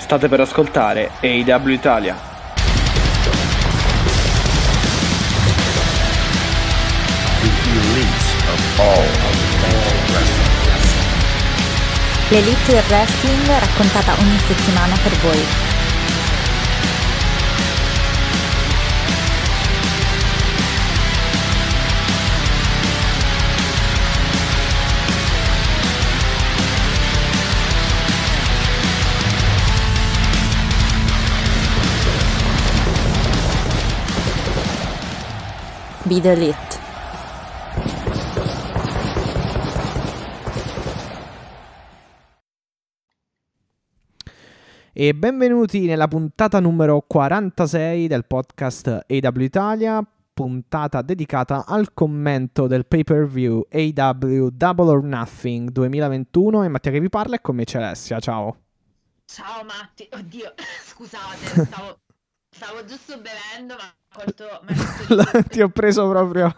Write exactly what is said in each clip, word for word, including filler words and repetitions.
State per ascoltare A E W Italia. L'elite del wrestling raccontata ogni settimana per voi. Be the elite. E benvenuti nella puntata numero quarantasei del podcast A E W Italia, puntata dedicata al commento del pay-per-view A E W Double or Nothing duemilaventuno. E Mattia che vi parla, e con me c'è Alessia, ciao. Ciao Matti, oddio, scusate, stavo, stavo giusto bevendo, ma colto, Ti ho preso proprio...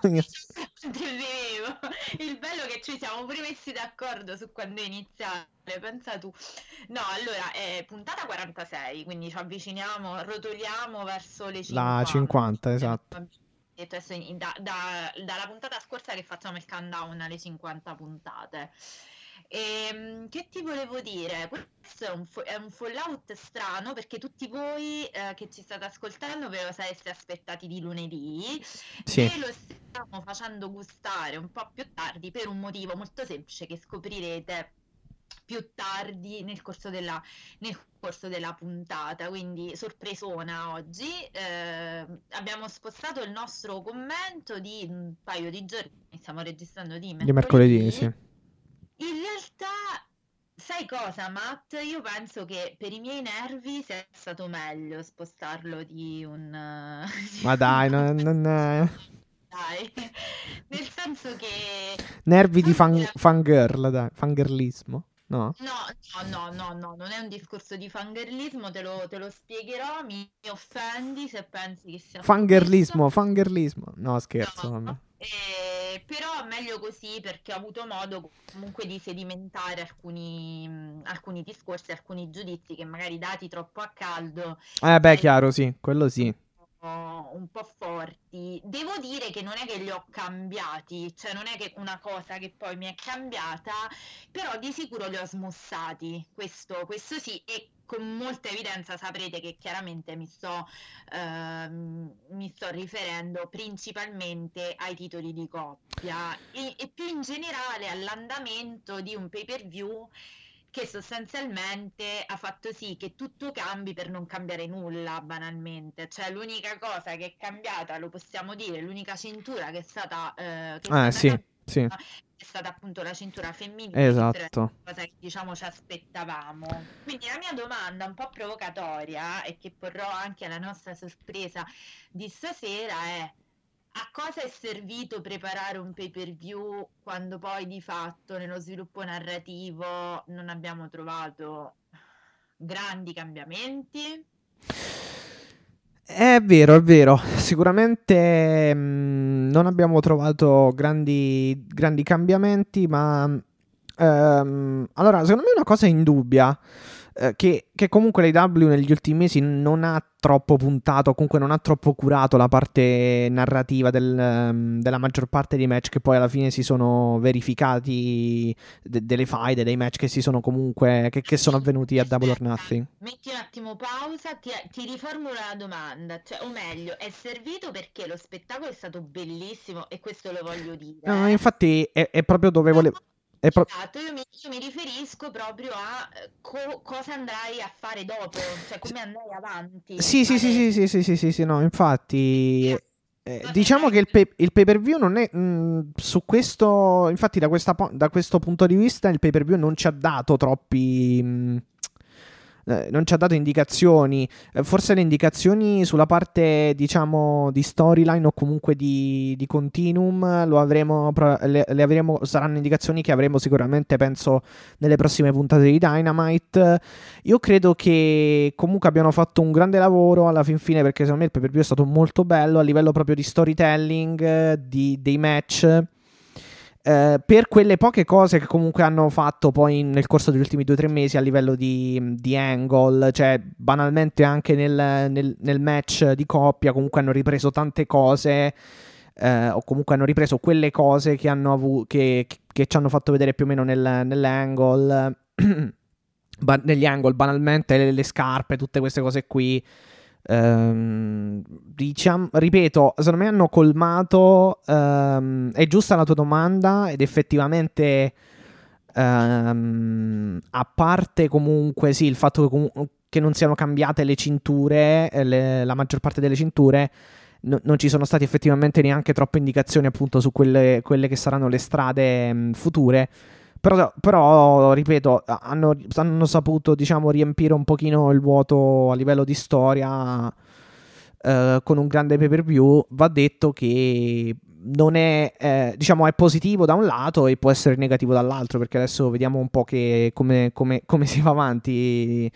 Il bello è che ci siamo pure messi d'accordo su quando iniziare, pensa tu. No, allora, è puntata quarantasei, quindi ci avviciniamo, rotoliamo verso le cinquanta. La cinquanta, esatto. Da, da, dalla puntata scorsa che facciamo il countdown alle cinquanta puntate. E, che ti volevo dire? Questo è un, è un fallout strano, perché tutti voi eh, che ci state ascoltando ve lo sareste aspettati di lunedì. Sì. E lo stiamo facendo gustare un po' più tardi per un motivo molto semplice che scoprirete più tardi nel corso della, nel corso della puntata. Quindi sorpresona oggi. Eh, abbiamo spostato il nostro commento di un paio di giorni, stiamo registrando di mercoledì. Di mercoledì, sì. In realtà, sai cosa, Matt? Io penso che per i miei nervi sia stato meglio spostarlo di un... Ma dai, non... non Dai, nel senso che... Nervi di fan, fangirl, dai, fangirlismo, no? No, no, no, no, no, non è un discorso di fangirlismo, te lo, te lo spiegherò, mi offendi se pensi che sia... Fangirlismo, fangirlismo, no scherzo, no. vabbè. Eh, però meglio così, perché ho avuto modo comunque di sedimentare alcuni, mh, alcuni discorsi, alcuni giudizi che magari dati troppo a caldo Eh beh, chiaro, sì, quello sì. un po' forti. Devo dire che non è che li ho cambiati, cioè non è che una cosa che poi mi è cambiata, però di sicuro li ho smussati, questo, questo sì, e con molta evidenza saprete che chiaramente mi sto, ehm, mi sto riferendo principalmente ai titoli di coppia e, e più in generale all'andamento di un pay-per-view che sostanzialmente ha fatto sì che tutto cambi per non cambiare nulla, banalmente. Cioè l'unica cosa che è cambiata, lo possiamo dire, l'unica cintura che è stata, eh, che è Ah, stata sì, cambiata sì. è stata appunto la cintura femminile, Esatto. cosa che diciamo ci aspettavamo. Quindi la mia domanda un po' provocatoria, e che porrò anche alla nostra sorpresa di stasera, è: a cosa è servito preparare un pay-per-view quando poi di fatto nello sviluppo narrativo non abbiamo trovato grandi cambiamenti? È vero, è vero, sicuramente mh, non abbiamo trovato grandi, grandi cambiamenti, ma ehm, allora secondo me una cosa indubbia, eh, che, che comunque l'A E W negli ultimi mesi non ha troppo puntato, comunque non ha troppo curato la parte narrativa del, um, della maggior parte dei match che poi alla fine si sono verificati, de- delle faide, dei match che si sono comunque, che, che sono avvenuti a Double or Nothing. Metti un attimo pausa, ti, ti riformulo la domanda, cioè, o meglio, è servito perché lo spettacolo è stato bellissimo, e questo lo voglio dire. No, infatti è, è proprio dove volevo... È pro- Esatto, io mi, io mi riferisco proprio a co- cosa andrai a fare dopo, cioè come andrai avanti. Sì, sì, sì, sì, sì, sì, sì, sì, sì, no, infatti... Eh, diciamo che il, pay- il pay-per-view non è mh, su questo, infatti da, questa po- da questo punto di vista il pay-per-view non ci ha dato troppi... Mh, eh, non ci ha dato indicazioni, eh, forse le indicazioni sulla parte diciamo di storyline o comunque di, di continuum lo avremo, le, le avremo, saranno indicazioni che avremo sicuramente penso nelle prossime puntate di Dynamite. Io credo che comunque abbiano fatto un grande lavoro alla fin fine, perché secondo me il pay-per-view è stato molto bello a livello proprio di storytelling, di, dei match. eh, per quelle poche cose che comunque hanno fatto poi nel corso degli ultimi due o tre mesi a livello di, di angle, cioè banalmente anche nel, nel, nel match di coppia comunque hanno ripreso tante cose, eh, o comunque hanno ripreso quelle cose che, hanno avu- che, che ci hanno fatto vedere più o meno nel, nell'angle, ba- negli angle, banalmente le, le scarpe, tutte queste cose qui. Ehm, diciamo, ripeto, secondo me hanno colmato. Ehm, è giusta la tua domanda, ed effettivamente, ehm, a parte comunque sì, il fatto che, comu- che non siano cambiate le cinture, eh, le- la maggior parte delle cinture, no- non ci sono state effettivamente neanche troppe indicazioni appunto su quelle, quelle che saranno le strade mh, future. Però, però, ripeto, hanno, hanno saputo, diciamo, riempire un pochino il vuoto a livello di storia, eh, con un grande pay-per-view. Va detto che non è, eh, diciamo, è positivo da un lato e può essere negativo dall'altro, perché adesso vediamo un po' che, come, come, come si va avanti.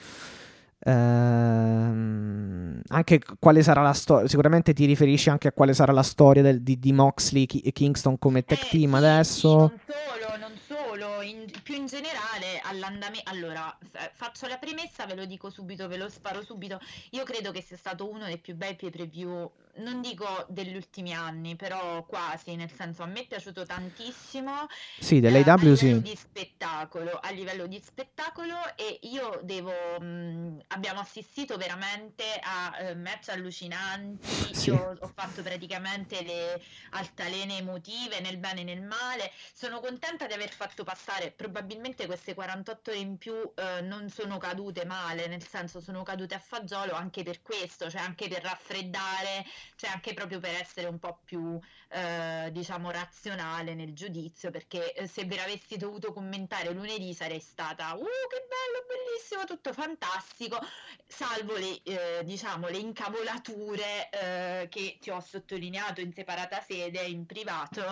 Ehm, anche quale sarà la storia. Sicuramente ti riferisci anche a quale sarà la storia del- di, di Moxley e Kingston come tag Eh team sì, sì, adesso. non solo, non solo, in- più in generale all'andamento. Allora, f- faccio la premessa, ve lo dico subito, ve lo sparo subito. Io credo che sia stato uno dei più bei pay-per-view, non dico degli ultimi anni, però quasi, nel senso a me è piaciuto tantissimo, Sì, eh, a dell'A E W livello sì. di spettacolo, a livello di spettacolo e io devo, mh, abbiamo assistito veramente a eh, match allucinanti. Sì. Io ho fatto praticamente le altalene emotive nel bene e nel male. Sono contenta di aver fatto passare, probabilmente queste quarantotto ore in più eh, non sono cadute male, nel senso sono cadute a fagiolo anche per questo, cioè anche per raffreddare, cioè anche proprio per essere un po' più eh, diciamo razionale nel giudizio, perché eh, se ve l'avessi dovuto commentare lunedì sarei stata uh che bello, bellissimo, tutto fantastico, salvo le, eh, diciamo, le incavolature eh, che ti ho sottolineato in separata sede, in privato.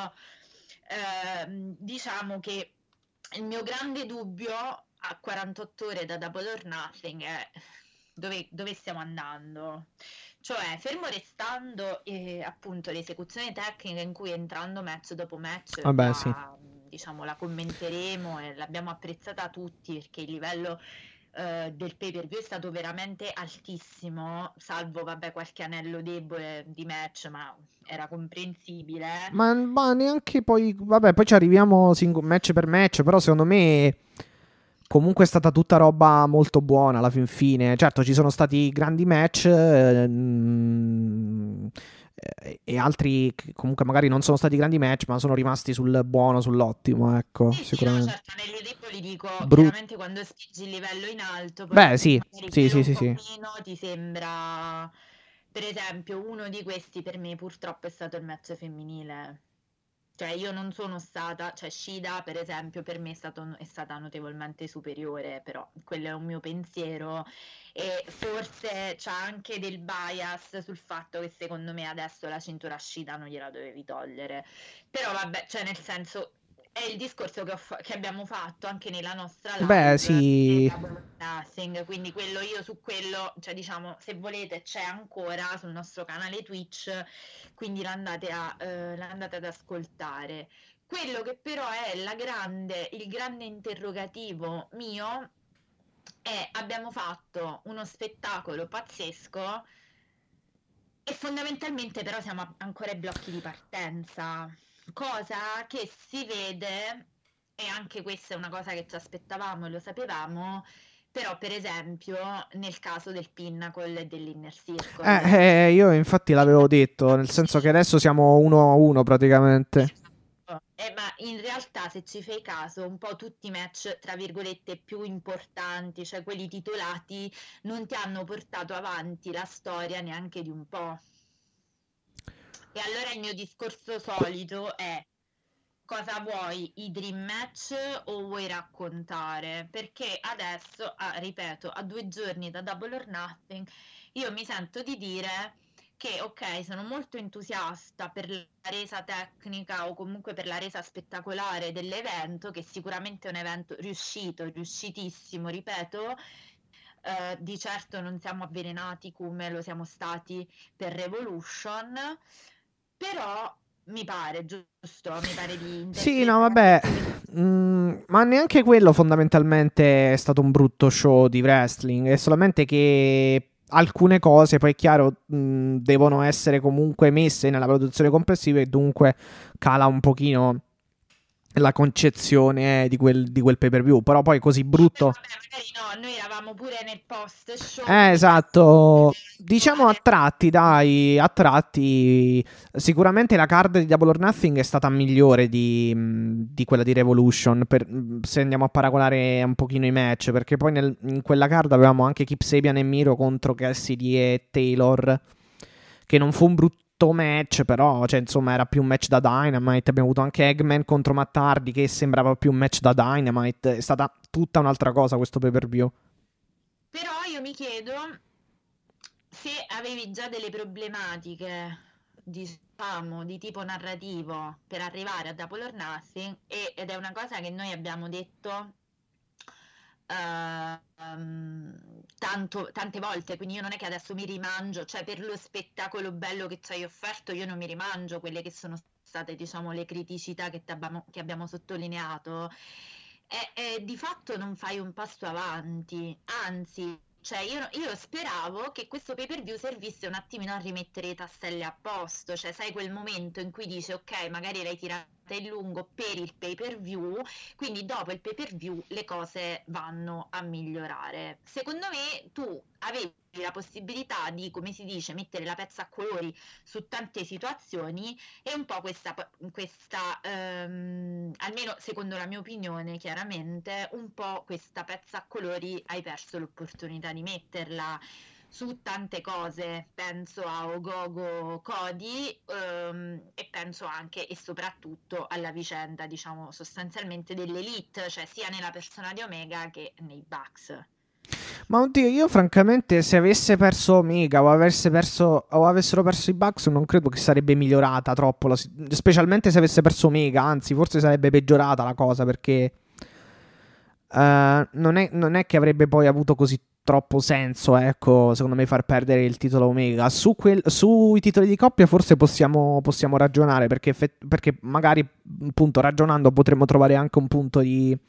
Ehm, diciamo che il mio grande dubbio a quarantotto ore da Double or Nothing è dove, dove stiamo andando. Cioè, fermo restando eh, appunto l'esecuzione tecnica in cui entrando match dopo match Vabbè, sì. la, diciamo, la commenteremo e l'abbiamo apprezzata tutti perché il livello eh, del pay per view è stato veramente altissimo, salvo vabbè qualche anello debole di match, ma era comprensibile. Ma, ma neanche poi. Vabbè, poi ci arriviamo sing- match per match. Però secondo me comunque è stata tutta roba molto buona alla fin fine. Certo, ci sono stati grandi match, eh, mm, eh, e altri che comunque magari non sono stati grandi match, ma sono rimasti sul buono, sull'ottimo. Ecco, Sì, sì, no, sicuramente. certo, anelli deboli dico, Bru- chiaramente quando spingi il livello in alto, poi Beh, sì, magari sì, quello sì, un sì, po' sì. meno ti sembra, per esempio, uno di questi per me purtroppo è stato il match femminile. Cioè io non sono stata, cioè Shida per esempio per me è, stato, è stata notevolmente superiore, però quello è un mio pensiero e forse c'è anche del bias sul fatto che secondo me adesso la cintura Shida non gliela dovevi togliere. Però vabbè, cioè nel senso è il discorso che, ho fa- che abbiamo fatto anche nella nostra Beh, live del sì. Double or Nothing, quindi quello io su quello, cioè diciamo se volete c'è ancora sul nostro canale Twitch, quindi l'andate, a, eh, l'andate ad ascoltare. Quello che però è la grande, il grande interrogativo mio è abbiamo fatto uno spettacolo pazzesco e fondamentalmente però siamo a- ancora ai blocchi di partenza, cosa che si vede, e anche questa è una cosa che ci aspettavamo e lo sapevamo, però per esempio nel caso del Pinnacle e dell'Inner Circle. Eh, eh, io infatti l'avevo detto, nel senso che adesso siamo uno a uno praticamente. Eh, ma in realtà se ci fai caso un po' tutti i match tra virgolette più importanti, cioè quelli titolati, non ti hanno portato avanti la storia neanche di un po'. E allora il mio discorso solito è: cosa vuoi, i dream match o vuoi raccontare? Perché adesso, ah, ripeto, a due giorni da Double or Nothing, io mi sento di dire che ok, sono molto entusiasta per la resa tecnica o comunque per la resa spettacolare dell'evento, che sicuramente è un evento riuscito, riuscitissimo, ripeto. Eh, di certo non siamo avvelenati come lo siamo stati per Revolution, però mi pare, giusto? Mi pare di Sì, no, vabbè, mm, ma neanche quello fondamentalmente è stato un brutto show di wrestling, è solamente che alcune cose, poi è chiaro, mh, devono essere comunque messe nella valutazione complessiva e dunque cala un pochino la concezione di quel, di quel pay-per-view, però poi così brutto... Vabbè, magari no, noi eravamo pure nel post show. Eh, esatto, diciamo a tratti, dai, a tratti sicuramente la card di Double or Nothing è stata migliore di, di quella di Revolution, per, se andiamo a paragonare un pochino i match, perché poi nel, in quella card avevamo anche Kip Sabian e Miro contro Cassidy e Taylor, che non fu un brutto match, però cioè, insomma era più un match da Dynamite. Abbiamo avuto anche Eggman contro Matt Hardy, che sembrava più un match da Dynamite. È stata tutta un'altra cosa questo pay per view. Però io mi chiedo se avevi già delle problematiche, diciamo, di tipo narrativo per arrivare a Double or Nothing, e- ed è una cosa che noi abbiamo detto ehm, tanto- tante volte, quindi io non è che adesso mi rimangio, cioè per lo spettacolo bello che ci hai offerto, io non mi rimangio quelle che sono state, diciamo, le criticità che, t'abbiamo- che abbiamo sottolineato. E, e di fatto non fai un passo avanti, anzi, cioè io, io speravo che questo pay per view servisse un attimino a rimettere le tastelle a posto, cioè sai quel momento in cui dici ok, magari l'hai tirata in lungo per il pay per view, quindi dopo il pay per view le cose vanno a migliorare. Secondo me tu avevi la possibilità di, come si dice, mettere la pezza a colori su tante situazioni, e un po' questa, questa ehm, almeno secondo la mia opinione, chiaramente, un po' questa pezza a colori hai perso l'opportunità di metterla su tante cose. Penso a Ogogo Cody, ehm, e penso anche e soprattutto alla vicenda, diciamo, sostanzialmente dell'Elite, cioè sia nella persona di Omega che nei Bucks. Ma oddio, io francamente se avesse perso Omega o avesse perso o avessero perso i Bucks non credo che sarebbe migliorata troppo la, specialmente se avesse perso Omega, anzi forse sarebbe peggiorata la cosa, perché uh, non, è, non è che avrebbe poi avuto così troppo senso, ecco, secondo me far perdere il titolo Omega. Su quel, sui titoli di coppia forse possiamo, possiamo ragionare, perché, perché magari appunto ragionando potremmo trovare anche un punto di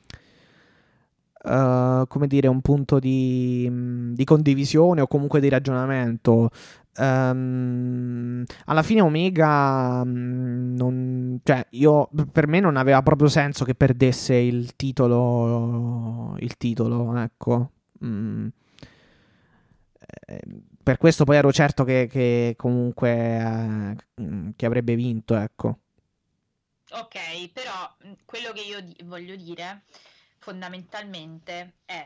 Uh, come dire, un punto di, di condivisione o comunque di ragionamento. Um, alla fine Omega um, non, cioè io, per me non aveva proprio senso che perdesse il titolo il titolo, ecco. Mm. Eh, per questo poi ero certo che, che comunque eh, che avrebbe vinto, ecco. Ok, però quello che io di- voglio dire fondamentalmente è: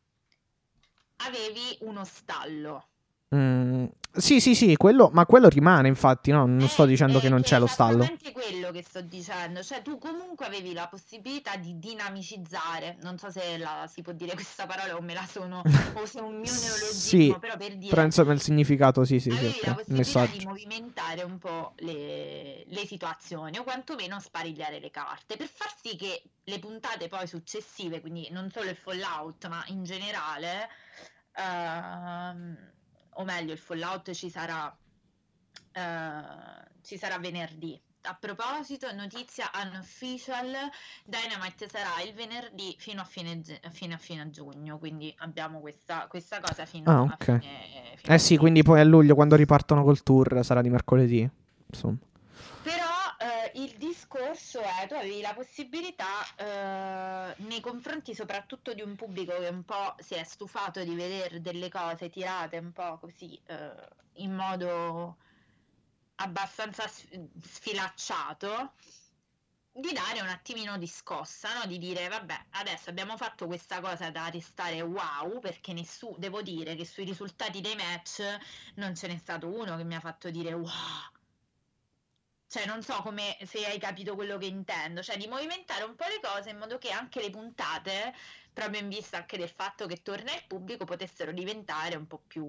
avevi uno stallo. Mm, sì, sì, sì, quello, ma quello rimane, infatti, no? Non sto È, dicendo che è- non che è c'è lo stallo. esattamente quello che sto dicendo, cioè tu comunque avevi la possibilità di dinamicizzare, non so se la- si può dire questa parola o me la sono, o se è un mio Sì, neologismo, però per però dire, insomma il significato, sì, sì, sì, avevi ok. la Il possibilità di messaggio. movimentare un po' le, le situazioni, o quantomeno sparigliare le carte, per far sì che le puntate poi successive, quindi non solo il Fallout, ma in generale, ehm, o meglio, il Fallout ci sarà, eh, ci sarà venerdì. A proposito, notizia unofficial: Dynamite sarà il venerdì fino a fine, ge- fino a fine giugno, quindi abbiamo questa, questa cosa fino Ah, a ok. fine, fino Eh a sì, fine quindi poi a giugno. luglio, quando ripartono col tour, sarà di mercoledì. Insomma. Però eh, il discorso è, tu avevi la possibilità, eh, nei confronti soprattutto di un pubblico che un po' si è stufato di vedere delle cose tirate un po' così, eh, in modo abbastanza sf- sfilacciato, di dare un attimino di scossa, no? Di dire vabbè, adesso abbiamo fatto questa cosa da restare wow, perché nessuno, devo dire che sui risultati dei match non ce n'è stato uno che mi ha fatto dire wow. Cioè, non so come, se hai capito quello che intendo, cioè di movimentare un po' le cose in modo che anche le puntate, proprio in vista anche del fatto che torna il pubblico, potessero diventare un po' più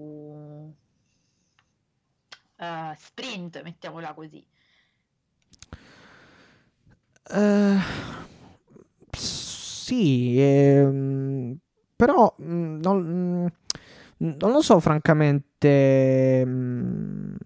eh, sprint, mettiamola così. Eh, sì, ehm, però mh, non, mh, non lo so francamente. mh,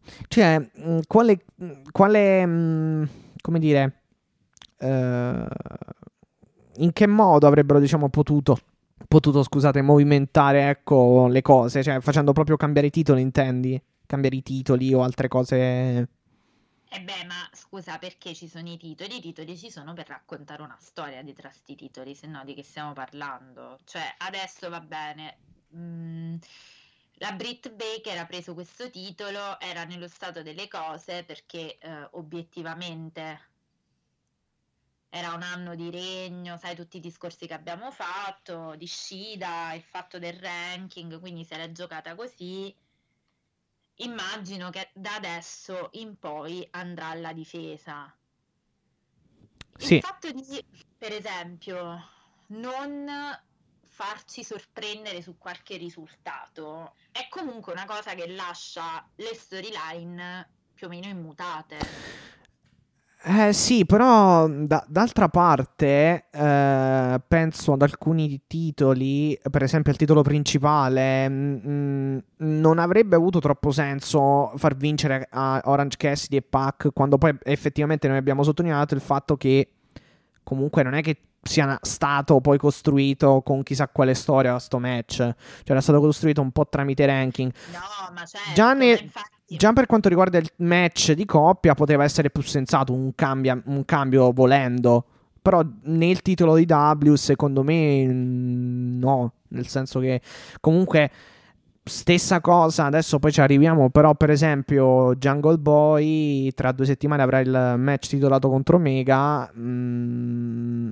Cioè, mh, quale, mh, quale mh, come dire, eh, in che modo avrebbero, diciamo, potuto, potuto, scusate, movimentare, ecco, le cose, cioè facendo proprio cambiare i titoli, intendi? Cambiare i titoli o altre cose? E beh, ma scusa, perché ci sono i titoli? I titoli ci sono per raccontare una storia dietro a sti titoli, se no di che stiamo parlando? Cioè, adesso va bene. mm, la Britt Baker ha preso questo titolo, era nello stato delle cose perché eh, obiettivamente era un anno di regno, sai, tutti i discorsi che abbiamo fatto, di Shida, il fatto del ranking, quindi se l'è giocata così. Immagino che da adesso in poi andrà alla difesa. Il Sì. fatto di, per esempio, non farci sorprendere su qualche risultato è comunque una cosa che lascia le storyline più o meno immutate. Eh sì, però da- d'altra parte eh, penso ad alcuni titoli, per esempio il titolo principale, mh, non avrebbe avuto troppo senso far vincere a Orange Cassidy e Pac, quando poi effettivamente noi abbiamo sottolineato il fatto che comunque non è che sia stato poi costruito con chissà quale storia sto match, cioè era stato costruito un po' tramite ranking. No, ma certo, Già, ne- ma infatti... già per quanto riguarda il match di coppia poteva essere più sensato un, cambia- un cambio volendo, però nel titolo di W secondo me mm, no, nel senso che comunque stessa cosa, adesso poi ci arriviamo, però per esempio Jungle Boy tra due settimane avrà il match titolato contro Omega, mm,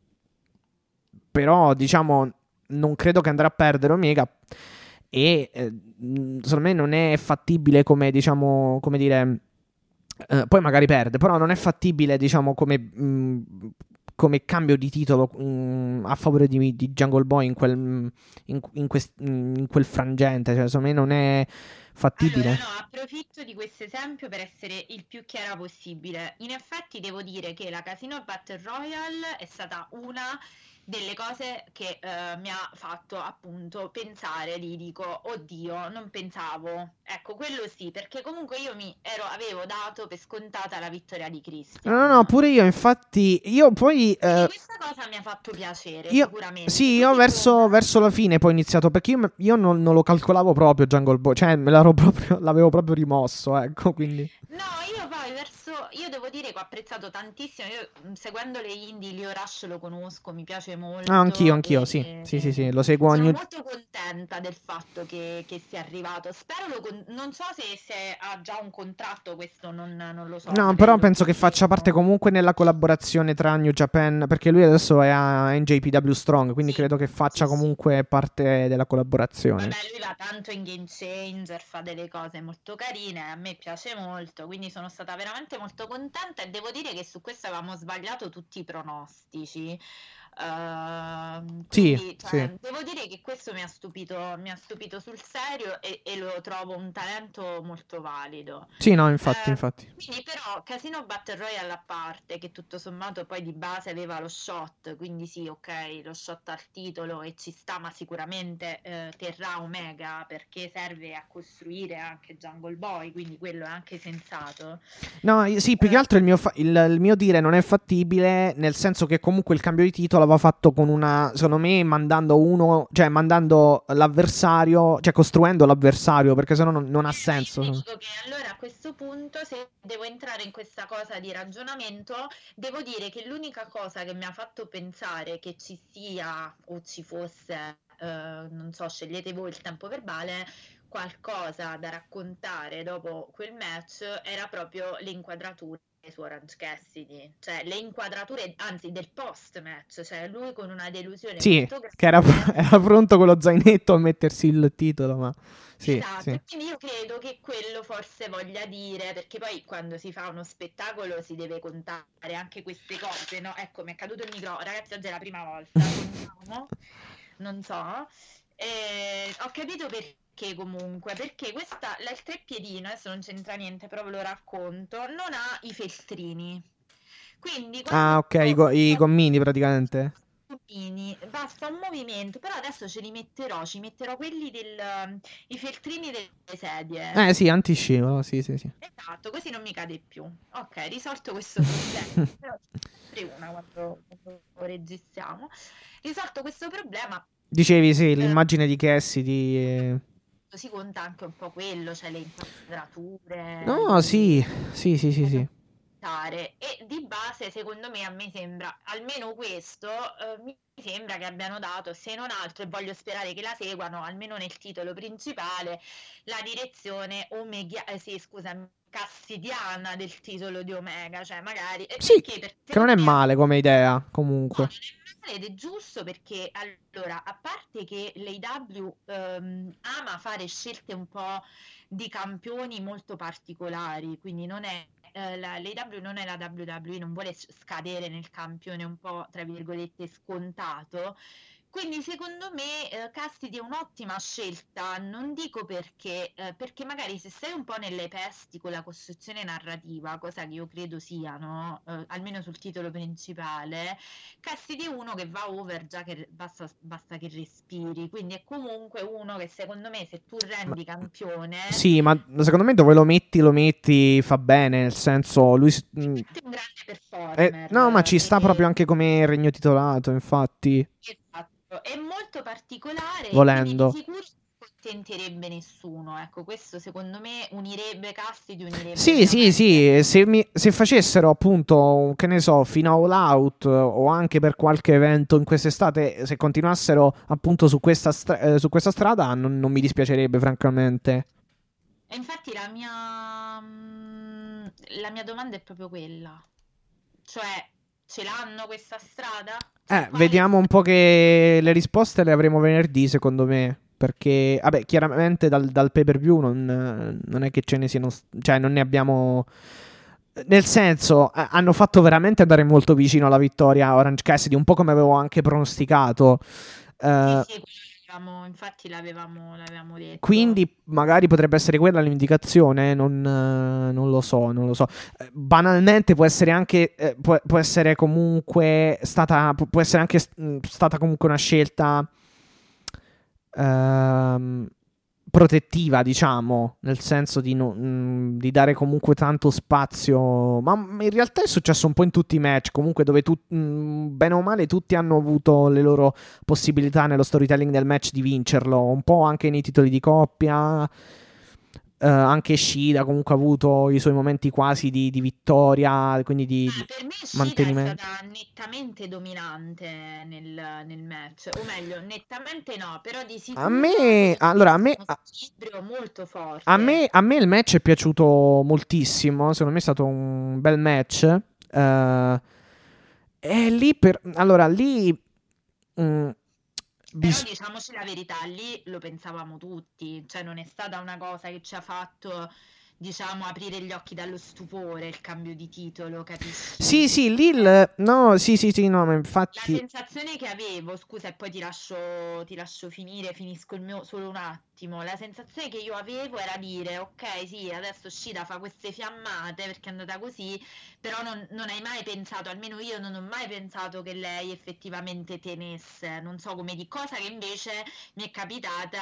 però diciamo non credo che andrà a perdere Omega e eh, mh, secondo me non è fattibile come diciamo come dire eh, poi magari perde, però non è fattibile diciamo come mh, come cambio di titolo mh, a favore di, di Jungle Boy in quel, mh, in, in quest- mh, in quel frangente, cioè secondo me non è fattibile. Allora, no, approfitto di questo esempio per essere il più chiara possibile. In effetti devo dire che la Casino Battle Royale è stata una delle cose che eh, mi ha fatto appunto pensare, lì dico, oddio, non pensavo. Ecco, quello sì, perché comunque io mi ero, avevo dato per scontata la vittoria di Christian. No, no, no, pure io infatti io poi Quindi eh, questa cosa mi ha fatto piacere, io, sicuramente. sì, io Così verso, come... verso la fine poi ho iniziato perché io, io non, non lo calcolavo proprio Jungle Boy, cioè me l'ero proprio, l'avevo proprio rimosso, ecco, quindi. No, io poi verso, io devo dire che ho apprezzato tantissimo, io mh, seguendo le indie, Leo Rush lo conosco, mi piace molto Ah, anch'io, anch'io, e, sì, sì, sì, sì, e lo seguo sono ogni. molto contenta del fatto che, che sia arrivato. Spero, lo con- non so se, se ha già un contratto, questo non, non lo so, No, magari però lo penso che faccia parte chiederemo. comunque nella collaborazione tra New Japan, perché lui adesso è a N J P W Strong, quindi Sì, credo che sì, faccia sì. comunque parte della collaborazione. Vabbè, lui va tanto in Game Changer, fa delle cose molto carine, a me piace molto, quindi sono stata veramente molto contenta e devo dire che su questo avevamo sbagliato tutti i pronostici. Ehm, Sì, quindi sì. cioè, devo dire che questo mi ha stupito, mi ha stupito sul serio e, e lo trovo un talento molto valido. Sì, no, infatti, Eh, infatti. quindi però Casino Battle Royale a parte, che tutto sommato poi di base aveva lo shot, quindi sì, ok, lo shot al titolo e ci sta, ma sicuramente eh, terrà Omega perché serve a costruire anche Jungle Boy, quindi quello è anche sensato. No, io- sì, più che Eh, altro il mio, fa- il, il mio dire non è fattibile, nel senso che comunque il cambio di titolo aveva fatto con una, secondo me, mandando uno, cioè mandando l'avversario, cioè costruendo l'avversario, perché sennò non, non ha Eh, senso. io ti dico che allora a questo punto, se devo entrare in questa cosa di ragionamento, devo dire che l'unica cosa che mi ha fatto pensare che ci sia o ci fosse, eh, non so, scegliete voi il tempo verbale, qualcosa da raccontare dopo quel match era proprio le inquadrature su Orange Cassidy, cioè le inquadrature, anzi del post match, cioè lui con una delusione Sì, molto che era, grande. era pronto con lo zainetto a mettersi il titolo, ma sì, Esatto, sì. e quindi io credo che quello forse voglia dire, perché poi quando si fa uno spettacolo si deve contare anche queste cose, no? Ecco, mi è caduto il microfono, ragazzi, oggi è la prima volta, contiamo, non so. Eh, ho capito perché comunque, perché questa, la- il treppiedino, adesso non c'entra niente, però ve lo racconto, non ha i feltrini. Quindi Ah, quando ok, i, go- i gommini praticamente. Zoomini, basta un movimento, però adesso ce li metterò, ci metterò quelli del, i feltrini delle sedie. Eh sì, antiscivolo, sì, sì, sì. Esatto, così non mi cade più. Ok, risolto questo problema. Però sempre una quando, quando registriamo. Risolto questo problema, Dicevi sì, eh, l'immagine di Cassidy. eh. si conta anche un po' quello, cioè le inquadrature, No, i- sì, sì, sì, sì, sì. fare. E di base, secondo me, a me sembra, almeno questo, eh, mi sembra che abbiano dato, se non altro, e voglio sperare che la seguano, almeno nel titolo principale, la direzione Omega, eh, sì, scusami, cassidiana del titolo di Omega, cioè magari, eh, Sì, perché? Perché che non è secondo me male come idea, no, comunque. non è male ed è giusto perché allora, a parte che l'A E W ehm, ama fare scelte un po' di campioni molto particolari, quindi non è eh, la, l'A E W non è la W W E, non vuole s- scadere nel campione un po' tra virgolette scontato. Quindi secondo me eh, Cassidy è un'ottima scelta, non dico perché, eh, perché magari se sei un po' nelle pesti con la costruzione narrativa, cosa che io credo siano, eh, almeno sul titolo principale, Cassidy è uno che va over già che basta, basta che respiri, quindi è comunque uno che secondo me se tu Ma- rendi campione Sì, ma secondo me dove lo metti, lo metti, fa bene, nel senso, lui... s- mh, è un grande eh, performer no, ma ci sta proprio e, anche come regno titolato, infatti, esatto, è molto particolare e quindi di volendo. sicuro non accontenterebbe nessuno, ecco, questo secondo me unirebbe Cassidy, unirebbe Sì, sì, veramente. sì, se, mi- se facessero appunto, che ne so, fino a All Out eh, o anche per qualche evento in quest'estate, se continuassero appunto su questa, stra- eh, su questa strada, non, non mi dispiacerebbe, francamente. E infatti la mia, mm, la mia domanda è proprio quella, cioè ce l'hanno questa strada? Cioè Eh, quale vediamo un po' che le risposte le avremo venerdì, secondo me. Perché, vabbè, chiaramente dal, dal pay-per-view non, non è che ce ne siano... Cioè, non ne abbiamo... Nel senso, eh, hanno fatto veramente andare molto vicino alla vittoria Orange Cassidy, un po' come avevo anche pronosticato. sì, Eh, sì, quello l'avevamo- infatti l'avevamo, l'avevamo detto. quindi magari potrebbe essere quella l'indicazione, non, eh, non lo so, non lo so. Eh, banalmente può essere anche, eh, può, può essere comunque stata, pu- può essere anche st- mh, stata comunque una scelta ehm, protettiva, diciamo, nel senso di, no- mh, di dare comunque tanto spazio, ma in realtà è successo un po' in tutti i match, comunque dove tu, mh, bene o male tutti hanno avuto le loro possibilità nello storytelling del match di vincerlo, un po' anche nei titoli di coppia. Eh, anche Shida comunque ha avuto i suoi momenti quasi di, di vittoria, quindi di, Ah, di per me Shida è mantenimento. stata nettamente dominante nel, nel match, o meglio, nettamente no, però di A sicuro me, secondo me allora, a c'è me, uno a, squilibrio molto a forte. me, a me il match è piaciuto moltissimo. Secondo me è stato un bel match. Eh, e lì per, allora, lì mm, Però bis- diciamoci la verità, lì lo pensavamo tutti, cioè non è stata una cosa che ci ha fatto, diciamo, aprire gli occhi dallo stupore il cambio di titolo, sì, capisci? sì, lì Eh, il, no, sì, sì, sì, no, ma La infatti, sensazione che avevo, scusa, e poi ti lascio, ti lascio finire, finisco il mio solo un attimo. La sensazione che io avevo era dire: ok, sì, adesso Shida fa queste fiammate perché è andata così, però non, non hai mai pensato, almeno io non ho mai pensato che lei effettivamente tenesse. Non so come di cosa che invece mi è capitata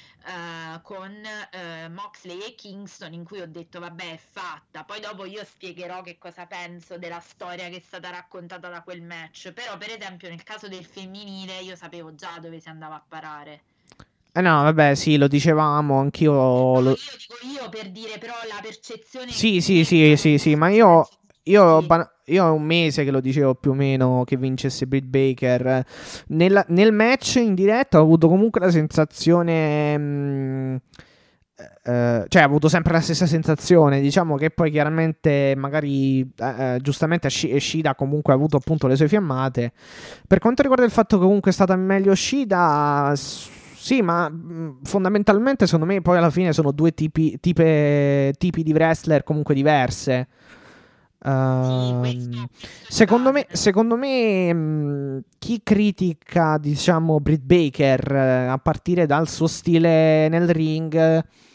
eh, con eh, Moxley e Kingston, in cui ho detto: vabbè, è fatta. Poi dopo io spiegherò che cosa penso della storia che è stata raccontata da quel match. Però, per esempio, nel caso del femminile, io sapevo già dove si andava a parare. eh no, vabbè, sì, lo dicevamo, anch'io, No, lo- io dico io per dire, però la percezione sì, sì, sì, netta sì, non sì, ma nel io, senso io, sì. ban- io è un mese che lo dicevo più o meno che vincesse Britt Baker. Nella- nel match in diretta ho avuto comunque la sensazione, mm, eh, cioè ho avuto sempre la stessa sensazione, diciamo che poi chiaramente magari, eh, eh, giustamente Shi- Shida comunque ha avuto appunto le sue fiammate. Per quanto riguarda il fatto che comunque è stata meglio Shida, s- sì, ma mh, fondamentalmente secondo me poi alla fine sono due tipi, tipe- tipi di wrestler comunque diverse. Sì, questo, Ehm, questo è secondo me, base. secondo me mh, chi critica, diciamo, Britt Baker eh, a partire dal suo stile nel ring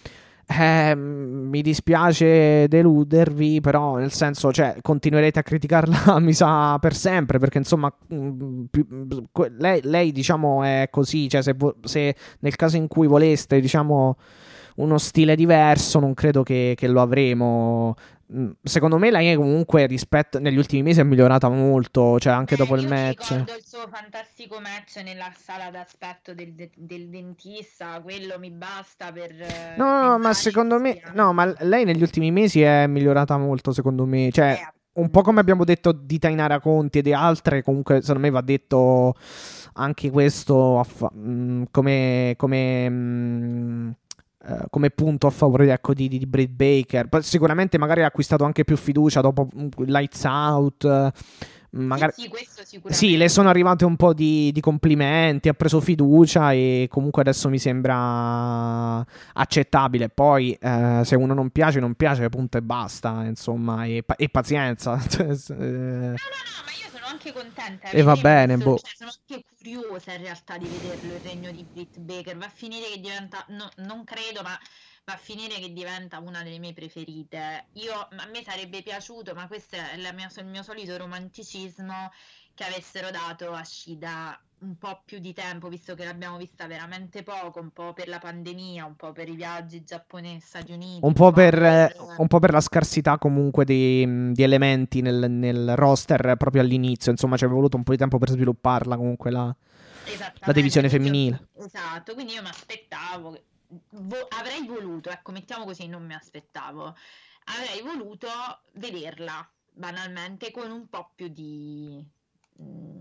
Eh, mi dispiace deludervi, però nel senso, cioè, continuerete a criticarla, mi sa, per sempre, perché insomma, mh, più- que- lei, lei, diciamo, è così, cioè, se, vo- se nel caso in cui voleste, diciamo, uno stile diverso, non credo che, che lo avremo. Mm, Secondo me lei comunque rispetto negli ultimi mesi è migliorata molto, cioè anche dopo Eh, il io mi match. ricordo il suo fantastico match nella sala d'aspetto del, de- del dentista, quello mi basta per No, eh, no, no, ma pensare che secondo me, sia... no, ma lei negli ultimi mesi è migliorata molto, secondo me. Cioè, Eh, un po' come appunto. abbiamo detto di Tainara Conti e di altre, comunque, secondo me va detto anche questo a fa- mh, come, come, mh, eh, come punto a favore, ecco, di, di Britt Baker. Poi sicuramente magari ha acquistato anche più fiducia dopo mh, Lights Out. eh, Sì, Magari sì, questo sì, le sono sicuramente. arrivate un po' di, di complimenti, ha preso fiducia e comunque adesso mi sembra accettabile. Poi eh, se uno non piace, non piace, punto e basta, insomma, e, pa- e pazienza. Cioè, s- eh, No, no, no, ma io sono anche contenta, e va vedremo bene, questo, boh. cioè sono anche curiosa in realtà di vederlo il regno di Britt Baker, va a finire che diventa, no, non credo, ma va a finire che diventa una delle mie preferite. Io, a me sarebbe piaciuto, ma questo è la mia- il mio solito romanticismo, che avessero dato a Shida un po' più di tempo, visto che l'abbiamo vista veramente poco, un po' per la pandemia, un po' per i viaggi Giappone, Stati Uniti, Un un po' po' per, per... eh, un po' per la scarsità comunque di, di elementi nel, nel roster proprio all'inizio. Insomma, ci aveva voluto un po' di tempo per svilupparla comunque la, la Esattamente, divisione quindi io, femminile. esatto, quindi io mi aspettavo, che- vo- avrei voluto, ecco, mettiamo così, non mi aspettavo, avrei voluto vederla banalmente con un po' più di mm,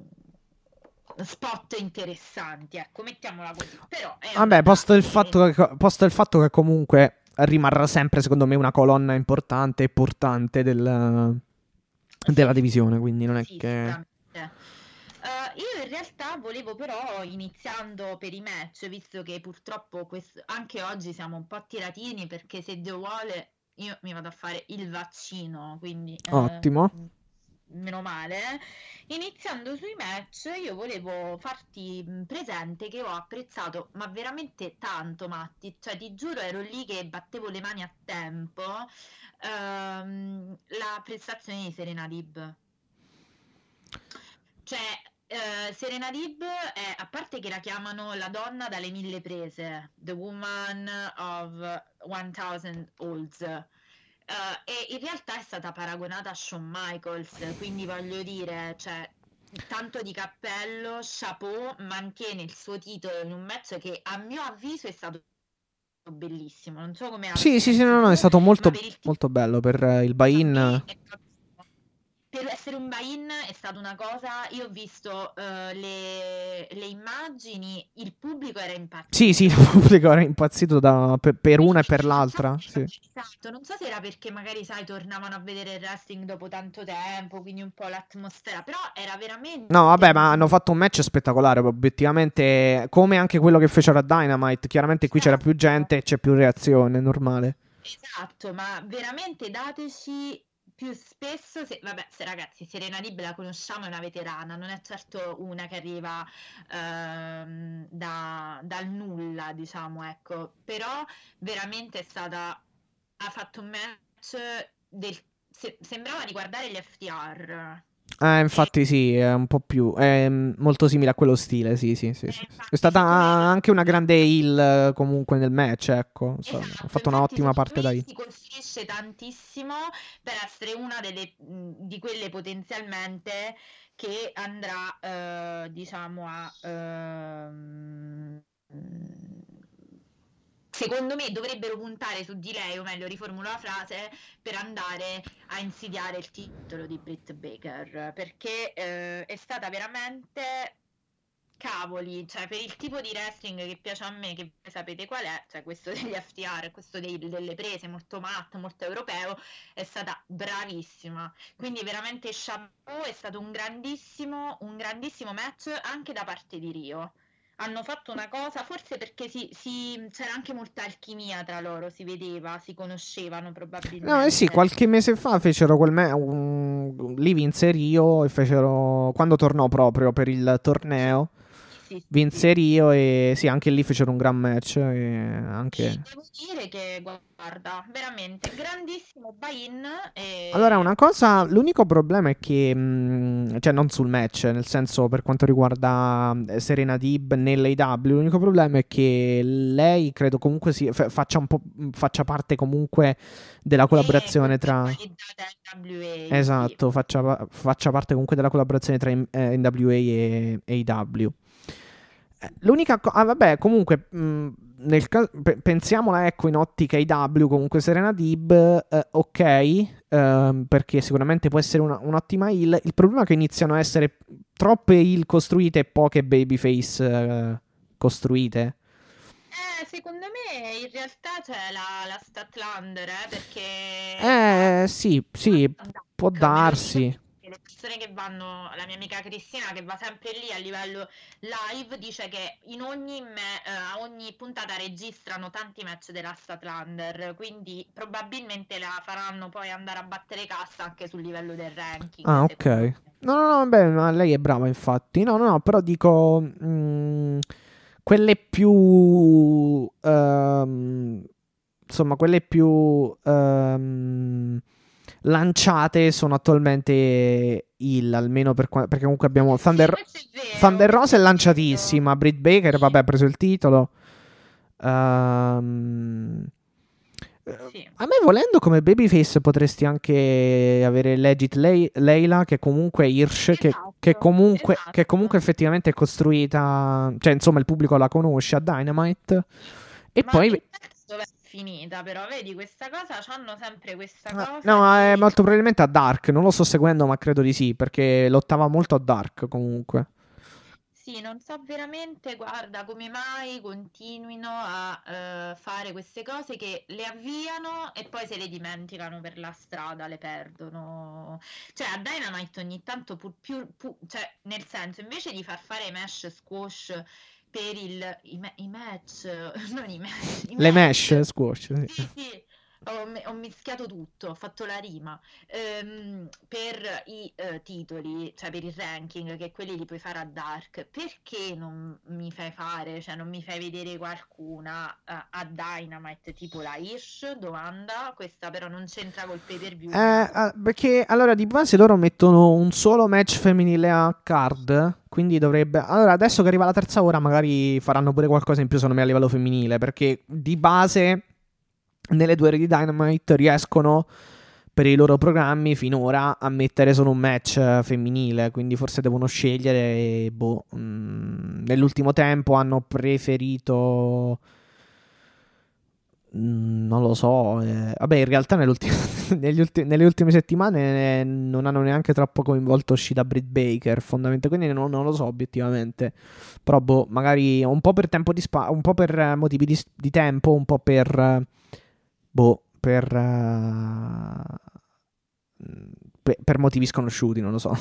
spot interessanti, ecco, mettiamola così, però è Vabbè, andata posto il bene. fatto che, posto il fatto che comunque rimarrà sempre, secondo me, una colonna importante e portante del- della Sì, divisione. Quindi non è sì, che. sicuramente. Eh, io in realtà volevo però, iniziando per i match, visto che purtroppo quest- anche oggi siamo un po' tiratini perché se Dio vuole io mi vado a fare il vaccino, quindi eh, Ottimo. meno male. Iniziando sui match, io volevo farti mh, presente che ho apprezzato, ma veramente tanto, Matti, cioè ti giuro ero lì che battevo le mani a tempo, ehm, la prestazione di Serena Dib. Cioè, eh, Serena Dib è, a parte che la chiamano la donna dalle mille prese, The Woman of one thousand Olds, eh, e in realtà è stata paragonata a Shawn Michaels, quindi voglio dire, cioè, tanto di cappello, chapeau, mantiene il suo titolo in un match che a mio avviso è stato bellissimo, non so come la Sì, sì, sì, no, pensi no, è tu, stato ma molto, per il tipo molto bello per eh, il a buy-in. me è proprio- per essere un buy-in è stata una cosa, io ho visto eh, le, le immagini, il pubblico era Sì, sì, il impazzito. pubblico era impazzito da- per, per una e per Perché non so l'altra. se Sì. era, esatto, non so se era perché magari, sai, tornavano a vedere il wrestling dopo tanto tempo, quindi un po' l'atmosfera, però era No, veramente vabbè, ma un... hanno fatto un match spettacolare, obiettivamente, come anche quello che fecero a Dynamite. Chiaramente qui c'era più Esatto. gente e c'è più reazione, è normale. Esatto, ma veramente dateci più spesso, se, vabbè, se ragazzi, Serena Lib la conosciamo, è una veterana, non è certo una che arriva ehm, da- dal nulla, diciamo, ecco, però veramente è stata, ha fatto un match del, se- sembrava di guardare gli F T R. Eh, E, infatti sì, è un po' più, è mm, molto simile a quello stile, sì, sì, sì, e sì. È infatti, stata secondo me anche una grande heal eh, comunque nel match, ecco. Sta- Ha esatto, fatto infatti un'ottima secondo parte da me heal. si costruisce tantissimo per essere una delle, mh, di quelle potenzialmente che andrà, eh, diciamo, a... ehm, secondo me dovrebbero puntare su di lei, o meglio, riformulo la frase, per andare a insidiare il titolo di Britt Baker, perché eh, è stata veramente cavoli, cioè per il tipo di wrestling che piace a me, che voi sapete qual è, cioè questo degli F T R, questo dei- delle prese, molto matto, molto europeo, è stata bravissima. Quindi veramente chapeau, è stato un grandissimo, un grandissimo match anche da parte di Rio. Hanno fatto una cosa, forse perché si, si- c'era anche molta alchimia tra loro, si vedeva, si conoscevano No, eh sì, probabilmente. qualche mese fa fecero quel me- un... lì vinse Rio e fecero quando tornò proprio per il Sì, torneo. sì, sì, sì, vinse sì. Rio e sì, anche lì fecero un gran match. E Sì, anche... devo dire che, guarda, veramente grandissimo buy-in Allora, una e... cosa, l'unico problema è che, mh, cioè non sul match, nel senso per quanto riguarda eh, Serena Deeb nell'A E W, l'unico problema è che lei credo comunque si, fa- faccia, un po', faccia parte comunque della è collaborazione tra... contrattualizzata N W A, sì. Esatto, faccia, pa- faccia parte comunque della collaborazione tra eh, N W A e A E W. Eh, L'unica cosa, ah, vabbè, comunque, mh, nel ca- pe- pensiamola ecco in ottica A E W, comunque Serena Deeb, eh, ok, ehm, perché sicuramente può essere una- un'ottima heel. Il problema è che iniziano a essere troppe heel costruite e poche babyface eh, costruite. Eh, secondo me in realtà c'è la, la Statlander, eh, perché la, Eh, sì, sì, può me lo dico darsi. perché le persone che vanno, la mia amica Cristina che va sempre lì a livello live dice che in ogni, me- eh, a ogni puntata registrano tanti match della Statlander, quindi probabilmente la faranno poi andare a battere cassa anche sul livello del ranking, Ah, ok. secondo me. No, no, no, vabbè, ma lei è brava, infatti. No, no, no, però dico... mh, quelle più... ehm, insomma, quelle più... ehm, lanciate sono attualmente il, almeno per qua- perché comunque abbiamo Sì, sì, Thunder... questo è vero, Thunder questo Rose è è vero. lanciatissima, Britt Baker, Sì, vabbè, ha preso il titolo. Ehm, eh, sì. a me volendo come babyface potresti anche avere Legit Lei- Leila che comunque è Hirsch che, che Esatto, comunque, che comunque esatto. effettivamente è costruita, cioè insomma il pubblico la conosce a Dynamite e Ma poi il pezzo dove è finita, però vedi questa cosa, c'hanno sempre questa ah, cosa no, è di... molto probabilmente a Dark, non lo sto seguendo ma credo di sì perché lottava molto a Dark comunque. Sì, non so veramente, guarda, come mai continuino a eh, fare queste cose che le avviano e poi se le dimenticano per la strada, le perdono. Cioè, a Dynamite ogni tanto, pur più, pu- cioè, nel senso, invece di far fare i mesh squash per il, i, me- i match, non i match, i Le match, Mesh Squash, sì. sì, sì, ho, mi- ho mischiato tutto, ho fatto la rima. Ehm, per i eh, titoli, cioè per il ranking, che quelli li puoi fare a Dark, perché non mi fai fare, cioè non mi fai vedere qualcuna eh, a Dynamite, tipo la Ish, domanda, questa però non c'entra col pay per view, Eh, ma ah, perché allora di base loro mettono un solo match femminile a card. Quindi dovrebbe. Allora, adesso che arriva la terza ora, magari faranno pure qualcosa in più, secondo me, a livello femminile. Perché di base, nelle due ore di Dynamite, riescono per i loro programmi finora a mettere solo un match eh, femminile. Quindi forse devono scegliere. E, boh. mm, nell'ultimo tempo hanno preferito. Mm, Non lo so, eh, vabbè, in realtà nell'ultimo- negli ulti- nelle ultime settimane eh, non hanno neanche troppo coinvolto uscita Britt Baker, fondamentalmente, quindi non, non lo so obiettivamente. Però, boh, magari un po' per tempo di spa- un po' per eh, motivi di, s- di tempo, un po' per, eh, boh, per, eh, pe- per motivi sconosciuti, non lo so.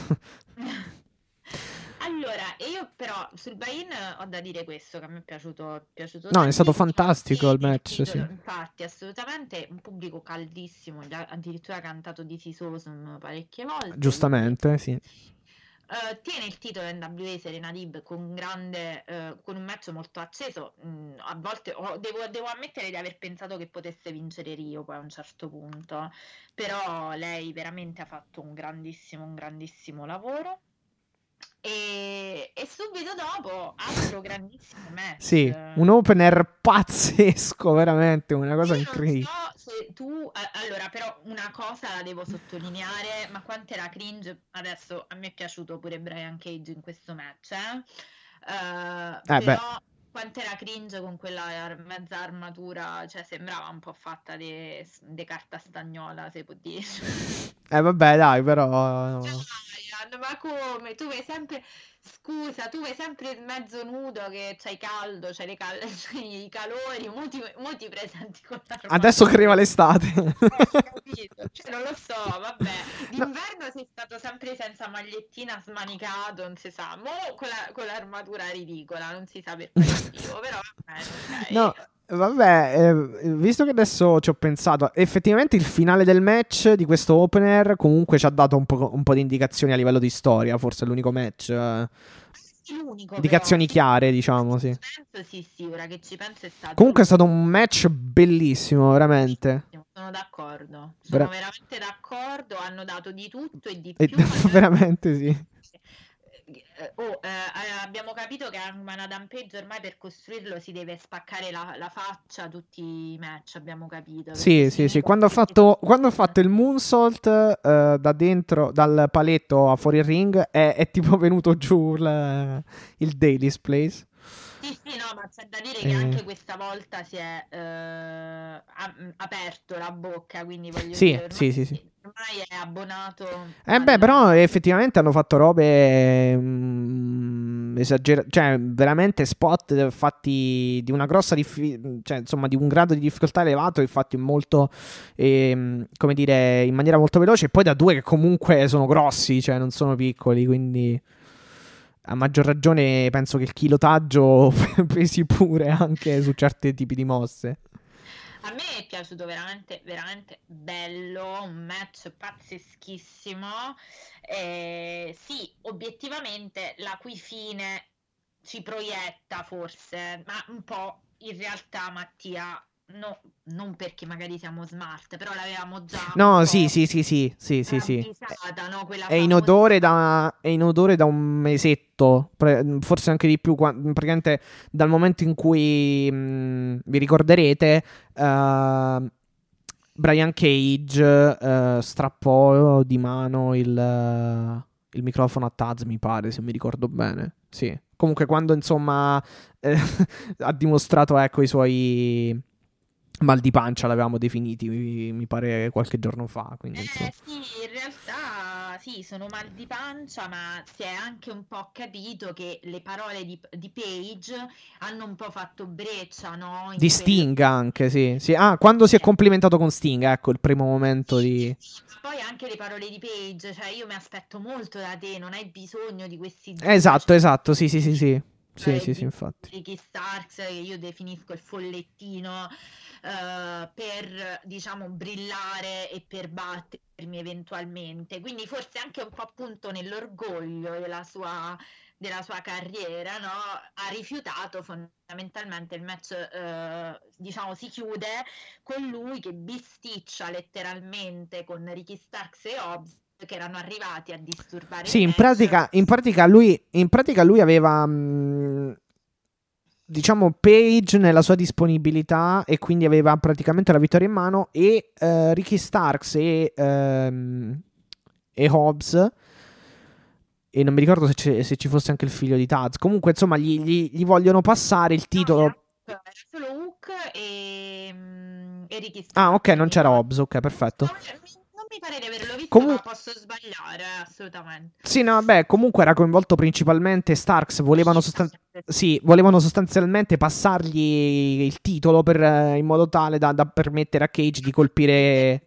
allora, e io però sul buy-in ho da dire questo, che a me è piaciuto, è piaciuto No, è stato tantissimo, fantastico il tiene il match, sì. titolo, infatti, assolutamente, un pubblico caldissimo, gli ha addirittura cantato This Is Awesome parecchie volte, quindi Giustamente, sì. eh, tiene il titolo N W A Serena Deeb con un grande, eh, con un match molto acceso, mm, a volte ho- devo, devo ammettere di aver pensato che potesse vincere Rio poi a un certo punto, però lei veramente ha fatto un grandissimo, un grandissimo lavoro. E, e subito dopo altro grandissimo match. Sì, un opener pazzesco, veramente, una cosa Io non incredibile. so se tu, a- allora, però una cosa la devo sottolineare, ma quanto era cringe, adesso a me è piaciuto pure Brian Cage in questo match, eh? Eh, Eh beh, però quanto era cringe con quella ar- mezza armatura, cioè sembrava un po' fatta di carta stagnola, se può dire. eh vabbè, dai, però Ryan, ma come? Tu vai sempre, scusa, tu vai sempre mezzo nudo che c'hai caldo, c'hai, le cal- c'hai i calori, mo ti, mo ti presenti con adesso che arriva l'armatura. l'estate. Eh, capito? Cioè, non lo so, vabbè. No, D'inverno sei stato sempre senza magliettina, smanicato, non si sa. Mo' con, la- con l'armatura ridicola, non si sa per quale motivo, però va bene, no, ok. vabbè, eh, visto che adesso ci ho pensato, effettivamente il finale del match di questo opener comunque ci ha dato un po', un po' di indicazioni a livello di storia, forse è l'unico match. eh. l'unico, indicazioni però. chiare, diciamo, sì. Penso, sì, sì, ora che ci penso è stato Comunque è lui. stato un match bellissimo, veramente. Sono d'accordo, sono Vera- veramente d'accordo, hanno dato di tutto e di e- più. Almeno veramente sì. eh, oh, eh, abbiamo capito che Hangman Adam Page ormai per costruirlo si deve spaccare la, la faccia a tutti i match, abbiamo capito. Perché Sì, sì, sì. finito Quando ho fatto, quando ho fatto il moonsault eh, da dentro, dal paletto a fuori il ring, è, è tipo venuto giù il, il Daily's Place. Sì, sì, no, ma c'è da dire Eh. che anche questa volta si è eh, a- aperto la bocca, quindi voglio Sì, dire, ormai, sì, sì, sì. ormai è abbonato. Eh beh, al- però effettivamente hanno fatto robe mm, esagera- cioè veramente spot fatti di una grossa diffi- cioè insomma di un grado di difficoltà elevato e fatti molto ehm, come dire in maniera molto veloce e poi da due che comunque sono grossi, cioè non sono piccoli, quindi a maggior ragione penso che il chilotaggio pesi pure anche su certi tipi di mosse. A me è piaciuto veramente, veramente bello, un match pazzeschissimo. Eh, sì, obiettivamente la cui fine ci proietta forse, ma un po' in realtà Mattia, no, non perché magari siamo smart, però l'avevamo già un No, po' sì, sì, sì, sì, sì, sì, sì. ravvisata, no? Quella È in famosa- odore da, è in odore da un mesetto, pre- forse anche di più, qua- praticamente dal momento in cui mh, vi ricorderete, eh, Brian Cage eh, strappò di mano il, eh, il microfono a Taz, mi pare, se mi ricordo bene. Sì. Comunque quando insomma eh, ha dimostrato ecco i suoi mal di pancia, l'avevamo definiti, mi, mi pare qualche giorno fa, quindi insomma. Eh sì, in realtà sì, sono mal di pancia, ma si è anche un po' capito che le parole di, di Page hanno un po' fatto breccia, no? In Di quel- Sting anche, sì, sì. Ah, quando si è complimentato con Sting, ecco, il primo momento di... Poi anche le parole di Page, cioè io mi aspetto molto da te, non hai bisogno di questi Esatto, esatto, sì, sì, sì, sì. Sì, eh, sì, sì, di infatti. Ricky Starks, che io definisco il follettino eh, per, diciamo, brillare e per battermi eventualmente. Quindi forse anche un po' appunto nell'orgoglio della sua, della sua carriera, no? Ha rifiutato fondamentalmente il match, eh, diciamo, si chiude con lui che bisticcia letteralmente con Ricky Starks e Hobbs, che erano arrivati a disturbare Sì, il in match. pratica, in pratica lui, in pratica lui aveva, mh, diciamo, Page nella sua disponibilità e quindi aveva praticamente la vittoria in mano e eh, Ricky Starks e, ehm, e Hobbs. E non mi ricordo se, c'è- se ci fosse anche il figlio di Taz. Comunque, insomma, gli, gli- gli vogliono passare il titolo. No, era, era solo Hook e, mm, e Ricky Starks. Ah, ok, non mi c'era pare. Hobbs. Ok, perfetto. No, mi- non mi pare di averlo visto, Comu- ma posso sbagliare, eh, assolutamente. Sì, no, vabbè, comunque era coinvolto principalmente Starks. Volevano, sostan- sì, volevano sostanzialmente passargli il titolo per, eh, in modo tale da, da permettere a Cage di colpire.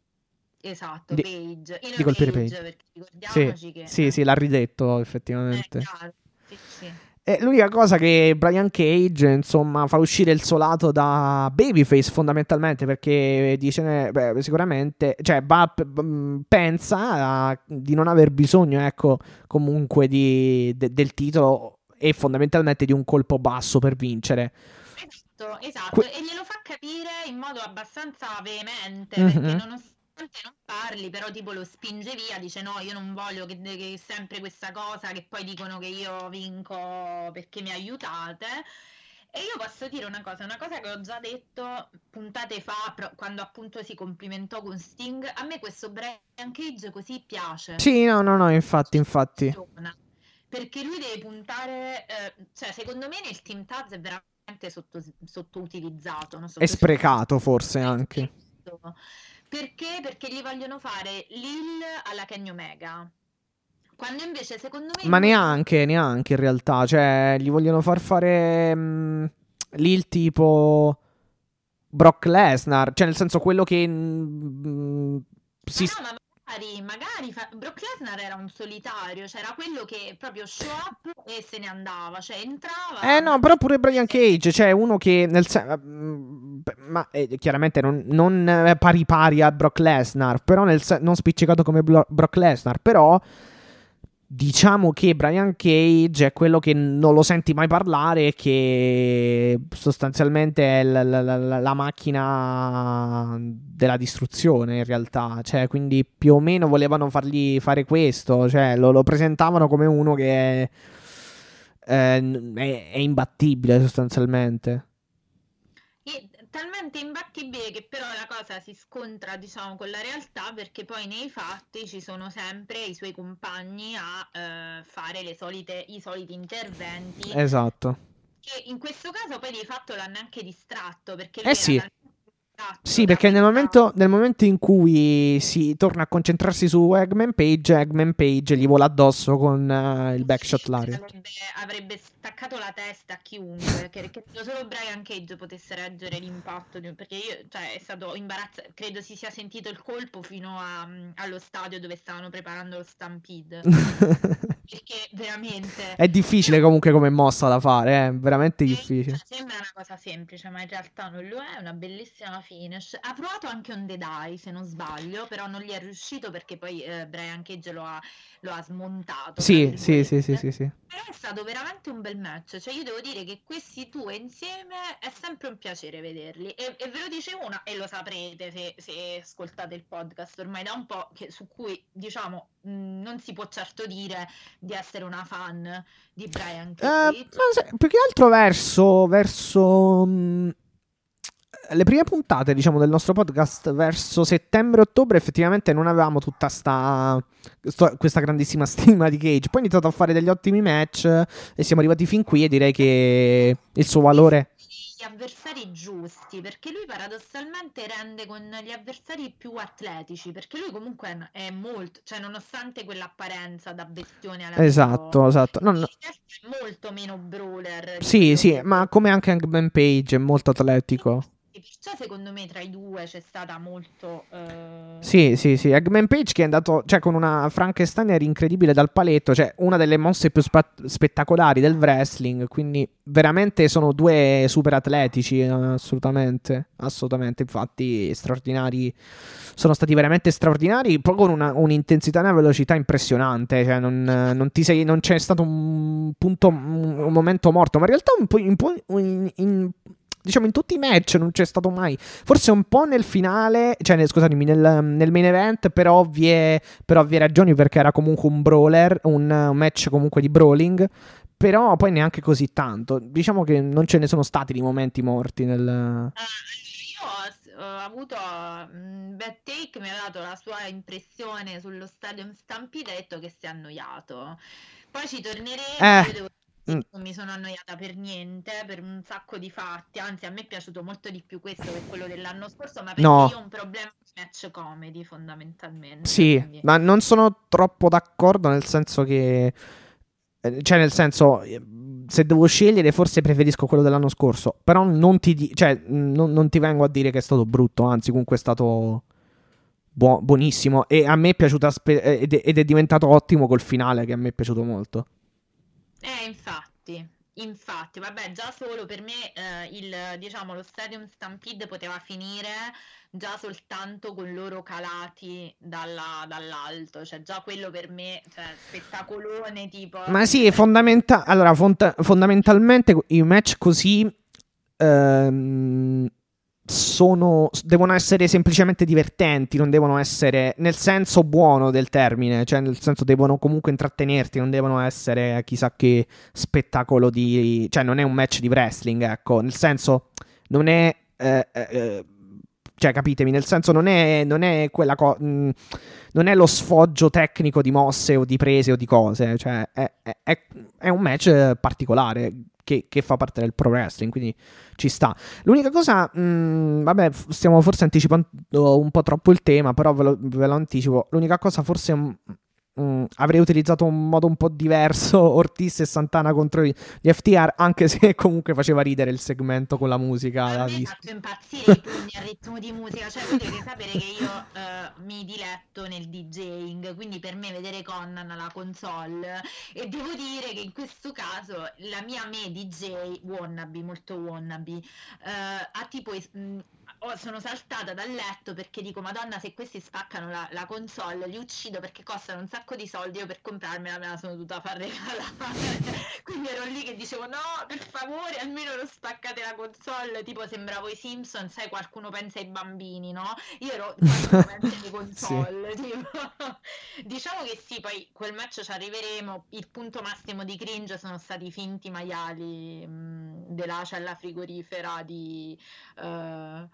Esatto, Di, Page. Il di colpire Page, Page. perché Sì, ricordiamoci che... sì, eh, sì, l'ha ridetto è effettivamente. chiaro. Sì, sì. E l'unica cosa che Brian Cage, insomma, fa uscire il suo lato da babyface fondamentalmente perché dice, beh, sicuramente, cioè, va, p- pensa a- di non aver bisogno, ecco, comunque di, de- del titolo e fondamentalmente di un colpo basso per vincere. Esatto, esatto, Que- e glielo fa capire in modo abbastanza veemente, Mhm. perché nonostante non parli, però tipo lo spinge via, dice no, io non voglio che, che sempre questa cosa, che poi dicono che io vinco perché mi aiutate. E io posso dire una cosa, una cosa che ho già detto puntate fa, pro- quando appunto si complimentò con Sting, a me questo Brian Cage così piace. Sì, no, no, no, infatti, infatti. Funziona. Perché lui deve puntare, eh, cioè secondo me nel Team Taz è veramente sotto, sottoutilizzato, no? È Sotto- sprecato forse anche. Perché? Perché gli vogliono fare Lil alla Kenny Omega. Quando invece secondo me Ma lui- neanche, neanche in realtà. Cioè, gli vogliono far fare mh, lì il tipo Brock Lesnar. Cioè, nel senso, quello che mh, si... Ma no, ma magari, magari fa- Brock Lesnar era un solitario, cioè era quello che proprio show up e se ne andava, cioè entrava. Eh no, però pure Brian Cage, cioè uno che nel sen- mh, ma eh, chiaramente non, non eh, pari pari a Brock Lesnar, però nel sen- non spiccicato come Blo- Brock Lesnar, però diciamo che Brian Cage è quello che non lo senti mai parlare e che sostanzialmente è la, la, la, la macchina della distruzione in realtà, cioè quindi più o meno volevano fargli fare questo, cioè lo, lo presentavano come uno che è, è, è imbattibile sostanzialmente. E talmente imbattibile che però la cosa si scontra, diciamo, con la realtà, perché poi nei fatti ci sono sempre i suoi compagni a eh, fare le solite, i soliti interventi, Esatto. che in questo caso poi di fatto l'hanno anche distratto, perché Eh lui sì. era talmente distratto Sì, da perché nel questa- momento, nel momento in cui si torna a concentrarsi su Eggman Page, Eggman Page gli vola addosso con eh, il backshot Lariat. Avrebbe, avrebbe staccato la testa a chiunque, che, che solo Brian Cage potesse reggere l'impatto, di- perché io, cioè, è stato imbarazzante, credo si sia sentito il colpo fino a- allo stadio dove stavano preparando lo Stampede, perché veramente... È difficile comunque come mossa da fare, è veramente Eh, difficile. cioè, sembra una cosa semplice, ma in realtà non lo è, è una bellissima finish. Ha provato anche un Dead Eye, se non sbaglio, però non gli è riuscito perché poi eh, Brian Cage lo ha, lo ha smontato, tra Sì, sì, sì, sì, virgolette. sì, sì. Però è stato veramente un bel match, cioè io devo dire che questi due insieme è sempre un piacere vederli e, e ve lo dice una, e lo saprete se, se ascoltate il podcast ormai da un po', che, su cui diciamo mh, non si può certo dire di essere una fan di Brian Eh, Cage. ma se- più che altro verso, verso mh, le prime puntate, diciamo, del nostro podcast, verso settembre-ottobre, effettivamente non avevamo tutta sta, sto- questa grandissima stima di Cage. Poi ha iniziato a fare degli ottimi match e siamo arrivati fin qui e direi che il suo valore... Gli avversari giusti, perché lui paradossalmente rende con gli avversari più atletici, perché lui comunque è, è molto, cioè nonostante quell'apparenza da bestione alla Esatto, esatto. No, no. è molto meno brawler di Sì, quello sì, che- ma come anche Hangman Page è molto atletico. perciò secondo me tra i due c'è stata molto eh, Sì, sì, sì. Eggman Page che è andato, cioè, con una Frankensteiner incredibile dal paletto, cioè, una delle mosse più spa- spettacolari del wrestling. Quindi, veramente sono due super atletici. eh, Assolutamente, assolutamente. Infatti, straordinari. Sono stati veramente straordinari. Poi con una, un'intensità e una velocità impressionante. Cioè, non, non ti sei, non c'è stato un punto, un, un momento morto. Ma in realtà, un po', un po' in, in- diciamo, in tutti i match non c'è stato mai. Forse un po' nel finale, cioè nel, scusatemi, nel, nel main event per ovvie, per ovvie ragioni, perché era comunque un brawler, un, un match comunque di brawling, però poi neanche così tanto. Diciamo che non ce ne sono stati di momenti morti nel... Ah, io ho, ho avuto mm, Bad Take mi ha dato la sua impressione sullo Stadium Stampede, ha detto che si è annoiato. Poi ci torneremo, Eh, io devo dire mm, che non mi sono annoiata per niente, per un sacco di fatti, anzi a me è piaciuto molto di più questo che quello dell'anno scorso, ma perché no, io ho un problema di match comedy fondamentalmente, sì, quindi... ma non sono troppo d'accordo nel senso che... eh, Cioè, nel senso, eh, se devo scegliere, forse preferisco quello dell'anno scorso. Però non ti, di- cioè, mh, non, non ti vengo a dire che è stato brutto, anzi, comunque è stato buo- buonissimo. E a me è piaciuto aspe- eh, ed, è, ed è diventato ottimo col finale, che a me è piaciuto molto. Eh, infatti, infatti, vabbè, già solo per me eh, il, diciamo, lo Stadium Stampede poteva finire già soltanto con loro calati dalla- dall'alto, cioè già quello per me, cioè spettacolone tipo... Ma sì, fondamenta- allora, fonta- fondamentalmente i match così ehm, sono, devono essere semplicemente divertenti, non devono essere nel senso buono del termine, cioè nel senso devono comunque intrattenerti, non devono essere chissà che spettacolo di... cioè non è un match di wrestling, ecco, nel senso non è... eh, eh, cioè capitemi, nel senso non è, non è quella cosa... non è lo sfoggio tecnico di mosse o di prese o di cose, cioè è, è- è- è un match particolare che, che fa parte del pro wrestling, quindi ci sta. L'unica cosa, mh, vabbè, f- stiamo forse anticipando un po' troppo il tema, però ve lo, ve lo anticipo. L'unica cosa forse mh, mh, avrei utilizzato un modo un po' diverso Ortiz e Santana contro gli F T R, anche se comunque faceva ridere il segmento con la musica A da me ha disco. fatto impazzire i pugni al ritmo di musica, cioè voi dovete sapere che io eh, mi diletto nel DJing, quindi per me vedere Conan alla console, e devo dire che in questo caso la mia me D J wannabe, molto wannabe, eh, ha tipo es- mh, oh, sono saltata dal letto perché dico, Madonna, se questi spaccano la, la console li uccido, perché costano un sacco di soldi, io per comprarmela me la sono dovuta far regalare. Quindi ero lì che dicevo, no, per favore, almeno non spaccate la console. Tipo sembravo i Simpson, sai, qualcuno pensa ai bambini, no? Io ero qualcuno pensa alle console, sì. Tipo. Diciamo che sì, poi quel match ci arriveremo. Il punto massimo di cringe sono stati i finti maiali mh, della cella frigorifera di uh,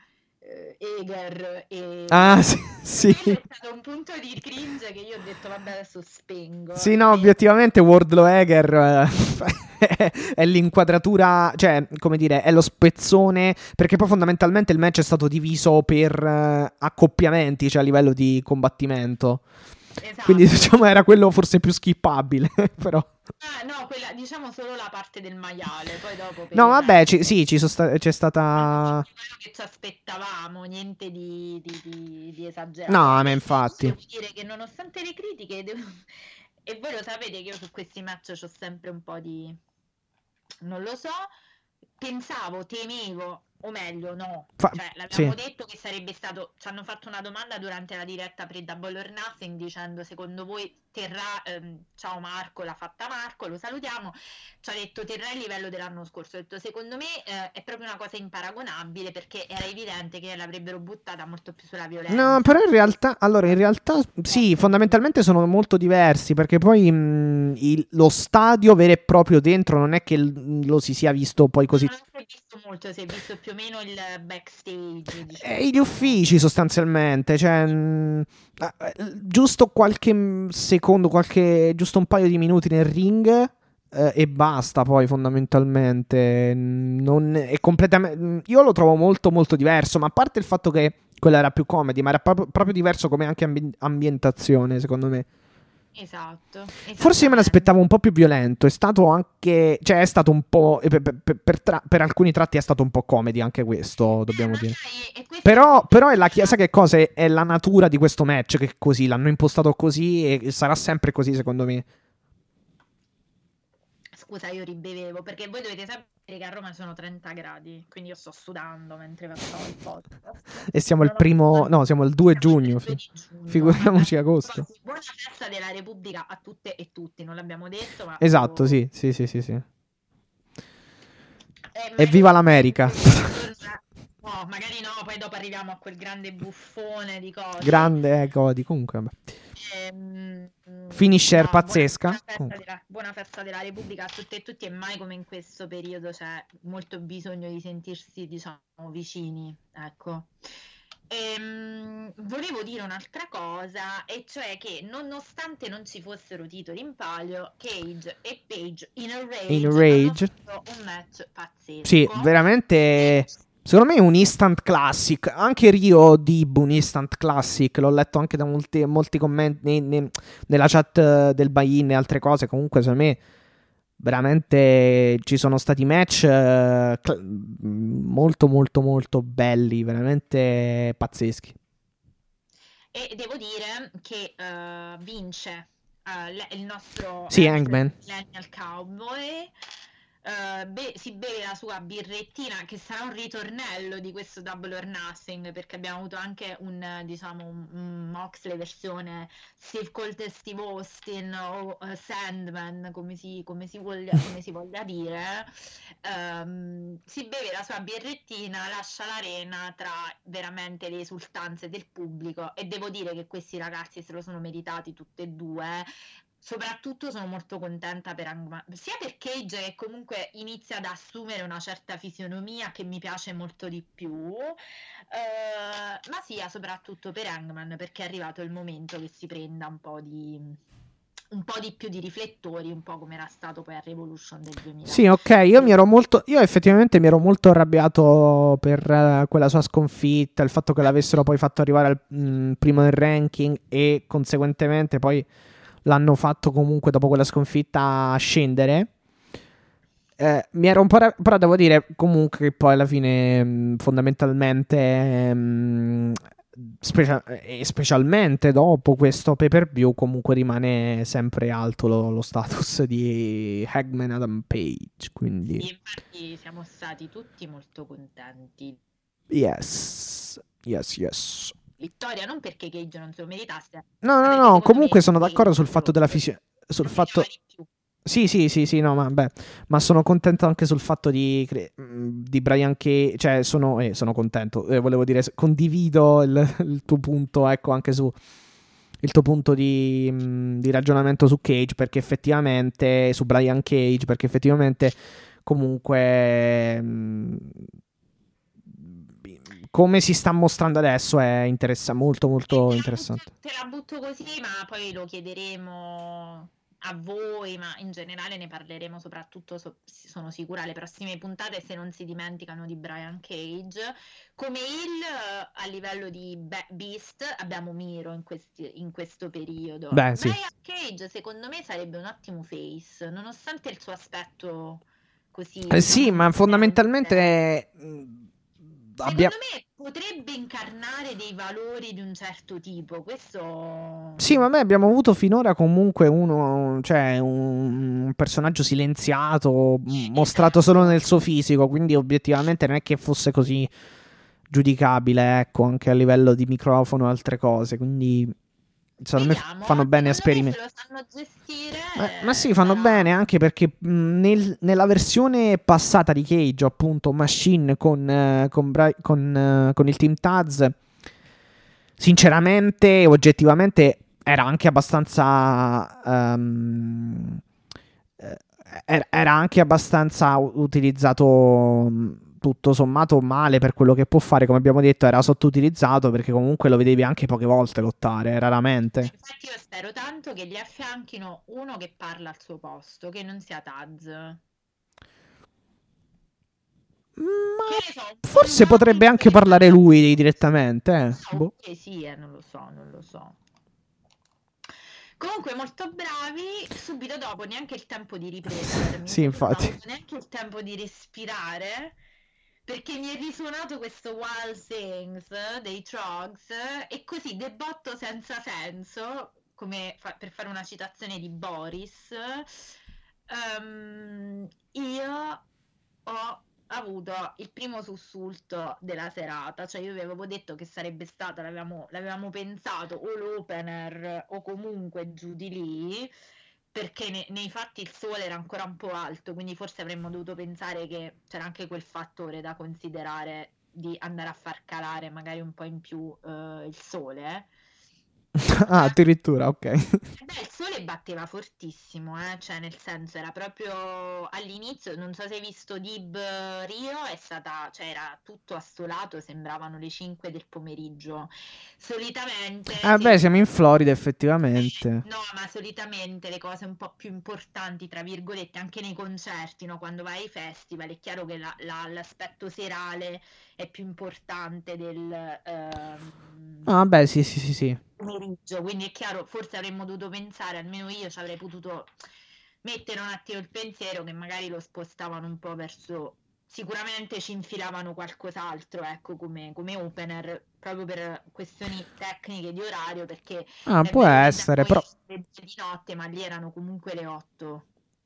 Eger e ah sì, sì. Quello è stato un punto di cringe che io ho detto vabbè adesso spengo. Sì, no, obiettivamente Wardlow Eger eh, è l'inquadratura, cioè come dire, è lo spezzone, perché poi fondamentalmente il match è stato diviso per uh, accoppiamenti, cioè a livello di combattimento. Esatto. Quindi diciamo era quello forse più skippabile, però. Ah, no, quella, diciamo solo la parte del maiale, poi dopo per no, il vabbè, resto- ci, sì, ci sono sta- c'è stata. quello che ci aspettavamo, niente di, di, di, di esagerato. No, a me infatti. Devo dire che nonostante le critiche, devo... e voi lo sapete che io su questi match ho sempre un po' di... non lo so, pensavo, temevo, o meglio no, Fa- cioè l'abbiamo sì. detto che sarebbe stato, ci hanno fatto una domanda durante la diretta pre-Double or Nothing dicendo secondo voi terrà, ehm, ciao Marco, l'ha fatta Marco, lo salutiamo, ci ha detto terrà il livello dell'anno scorso, ho detto secondo me eh, è proprio una cosa imparagonabile perché era evidente che l'avrebbero buttata molto più sulla violenza. No, però in realtà, allora in realtà sì, fondamentalmente sono molto diversi perché poi mh, il- lo stadio vero e proprio dentro non è che l- lo si sia visto poi così. Non si è visto molto, si è visto più o meno il backstage, diciamo. Eh, gli uffici sostanzialmente, cioè mh, eh, giusto qualche mh, secondo, qualche giusto un paio di minuti nel ring eh, e basta poi fondamentalmente. Non è completamente, io lo trovo molto molto diverso, ma a parte il fatto che quella era più comedy, ma era proprio, proprio diverso come anche ambi- ambientazione secondo me. Esatto, Forse io me l'aspettavo un po' più violento. È stato anche, cioè è stato un po', per, per, per, tra, per alcuni tratti è stato un po' comedy anche questo, dobbiamo eh, dire. sai, Però, però è la chiesa che cosa è, è la natura di questo match che è così, l'hanno impostato così e sarà sempre così secondo me. Scusa, io ribevevo perché voi dovete sapere che a Roma sono trenta gradi, quindi io sto sudando mentre facciamo il podcast. E siamo il Non ho- primo, no, siamo il due siamo il giugno. due di giugno. Figuriamoci Vabbè, agosto. buona festa della Repubblica a tutte e tutti, non l'abbiamo detto, ma Esatto, lo- sì, sì, sì, sì, sì. Eh, E viva l'America. No, magari no, poi dopo arriviamo a quel grande buffone di cose. Grande, eh, Cody, comunque, vabbè. Ehm, Finisher no, pazzesca. Buona, buona, festa Comunque. della, buona festa della Repubblica a tutte e tutti, e mai come in questo periodo c'è molto bisogno di sentirsi, diciamo, vicini, ecco. Ehm, volevo dire un'altra cosa, e cioè che nonostante non ci fossero titoli in palio, Cage e Page in a Rage, In Rage. hanno fatto un match pazzesco. Sì, veramente. Secondo me è un instant classic. Anche Rio Dib un instant classic. L'ho letto anche da molti, molti commenti ne- ne- nella chat eh, del buy-in e altre cose. Comunque, secondo me, veramente ci sono stati match eh, cl- molto, molto, molto belli. Veramente pazzeschi. E devo dire che eh, vince eh, le- il nostro Sì, ex Hangman. Millennial Cowboy. eh, be- si beve la sua birrettina, che sarà un ritornello di questo Double or Nothing, perché abbiamo avuto anche un, eh, diciamo, un, un Moxley versione Steve Colt e Steve Austin o eh, Sandman, come si, come si voglia, come si voglia dire. Ehm, si beve la sua birrettina, lascia l'arena tra veramente le esultanze del pubblico, e devo dire che questi ragazzi se lo sono meritati tutti e due. Soprattutto sono molto contenta per Hangman, sia per Cage, che comunque inizia ad assumere una certa fisionomia che mi piace molto di più, eh, ma sia soprattutto per Hangman, perché è arrivato il momento che si prenda un po' di un po' di più di riflettori, un po' come era stato poi a Revolution del duemila. Sì, ok, io mi ero molto, io effettivamente mi ero molto arrabbiato per eh, quella sua sconfitta, il fatto che l'avessero poi fatto arrivare al mh, primo nel ranking e conseguentemente poi l'hanno fatto comunque dopo quella sconfitta scendere. Eh, mi ero un po' ra- però devo dire comunque che poi alla fine mh, fondamentalmente mh, specia- e specialmente dopo questo pay per view comunque rimane sempre alto lo, lo status di Hangman Adam Page, quindi Sì, infatti siamo stati tutti molto contenti. yes. Yes, yes, yes. Vittoria non perché Cage non se lo meritasse. No, no, no, comunque sono d'accordo sul fatto della fisica. Sul fatto... Sì, sì, sì, sì, no, ma beh, ma sono contento anche sul fatto di, di Brian Cage, cioè sono, eh, sono contento, eh, volevo dire, condivido il, il tuo punto, ecco, anche su il tuo punto di, di ragionamento su Cage, perché effettivamente, su Brian Cage, perché effettivamente comunque mh, come si sta mostrando adesso è interessa- molto molto interessante. Te la butto così, ma poi lo chiederemo a voi, ma in generale ne parleremo soprattutto, so- sono sicura, alle prossime puntate, se non si dimenticano di Brian Cage. Come il a livello di Be- Beast abbiamo Miro in, questi, in questo periodo. Beh, sì. Brian Cage secondo me sarebbe un ottimo face, nonostante il suo aspetto così... Eh, sì, diciamo, ma fondamentalmente... mh, abbia- Secondo me potrebbe incarnare dei valori di un certo tipo, questo... Sì, ma noi abbiamo avuto finora comunque uno, cioè un, un personaggio silenziato, m- mostrato solo nel suo fisico, quindi obiettivamente non è che fosse così giudicabile, ecco, anche a livello di microfono e altre cose, quindi secondo me f- Vediamo, fanno bene a secondo me sperimentare. se lo sanno gestire... Ma, ma sì, fanno sarà- bene anche perché mh, nel- nella versione passata di Cage, appunto, Machine con, eh, con, Bri- con, eh, con il Team Taz, sinceramente, oggettivamente, era anche abbastanza... ehm, eh, era, era anche abbastanza u- utilizzato mh, tutto sommato male per quello che può fare, come abbiamo detto, era sottoutilizzato perché comunque lo vedevi anche poche volte lottare, raramente. Infatti io spero tanto che gli affianchino uno che parla al suo posto, che non sia Taz. Che Ma ne so, un forse po' potrebbe un anche po' parlare di- lui direttamente. eh. Ah, Boh. ok, sì, eh, non lo so, non lo so. Comunque molto bravi, subito dopo neanche il tempo di riprendermi, Sì, non ho infatti. avuto neanche il tempo di respirare, perché mi è risuonato questo Wild Things dei Trogs, e così debotto senza senso, come fa- per fare una citazione di Boris, ehm, io ho avuto il primo sussulto della serata, cioè io vi avevo detto che sarebbe stata, l'avevamo, l'avevamo pensato o l'opener o comunque giù di lì, perché ne- nei fatti il sole era ancora un po' alto, quindi forse avremmo dovuto pensare che c'era anche quel fattore da considerare di andare a far calare magari un po' in più eh, il sole. Ah, addirittura, ok. Beh, il sole batteva fortissimo, eh? Cioè nel senso era proprio all'inizio, non so se hai visto Dib Rio, è stata, cioè era tutto assolato, sembravano le cinque del pomeriggio. Solitamente, Ah, se- beh, siamo in Florida, effettivamente. no, ma solitamente le cose un po' più importanti, tra virgolette, anche nei concerti, no? Quando vai ai festival, è chiaro che la- la- l'aspetto serale è più importante del... ehm, Ah, beh, sì, sì, sì, sì. pomeriggio, quindi è chiaro, forse avremmo dovuto pensare, almeno io ci avrei potuto mettere un attimo il pensiero che magari lo spostavano un po' verso, sicuramente ci infilavano qualcos'altro, ecco, come, come opener, proprio per questioni tecniche di orario, perché Ah, è può vero che da essere, noi però... è di notte, ma lì erano comunque le otto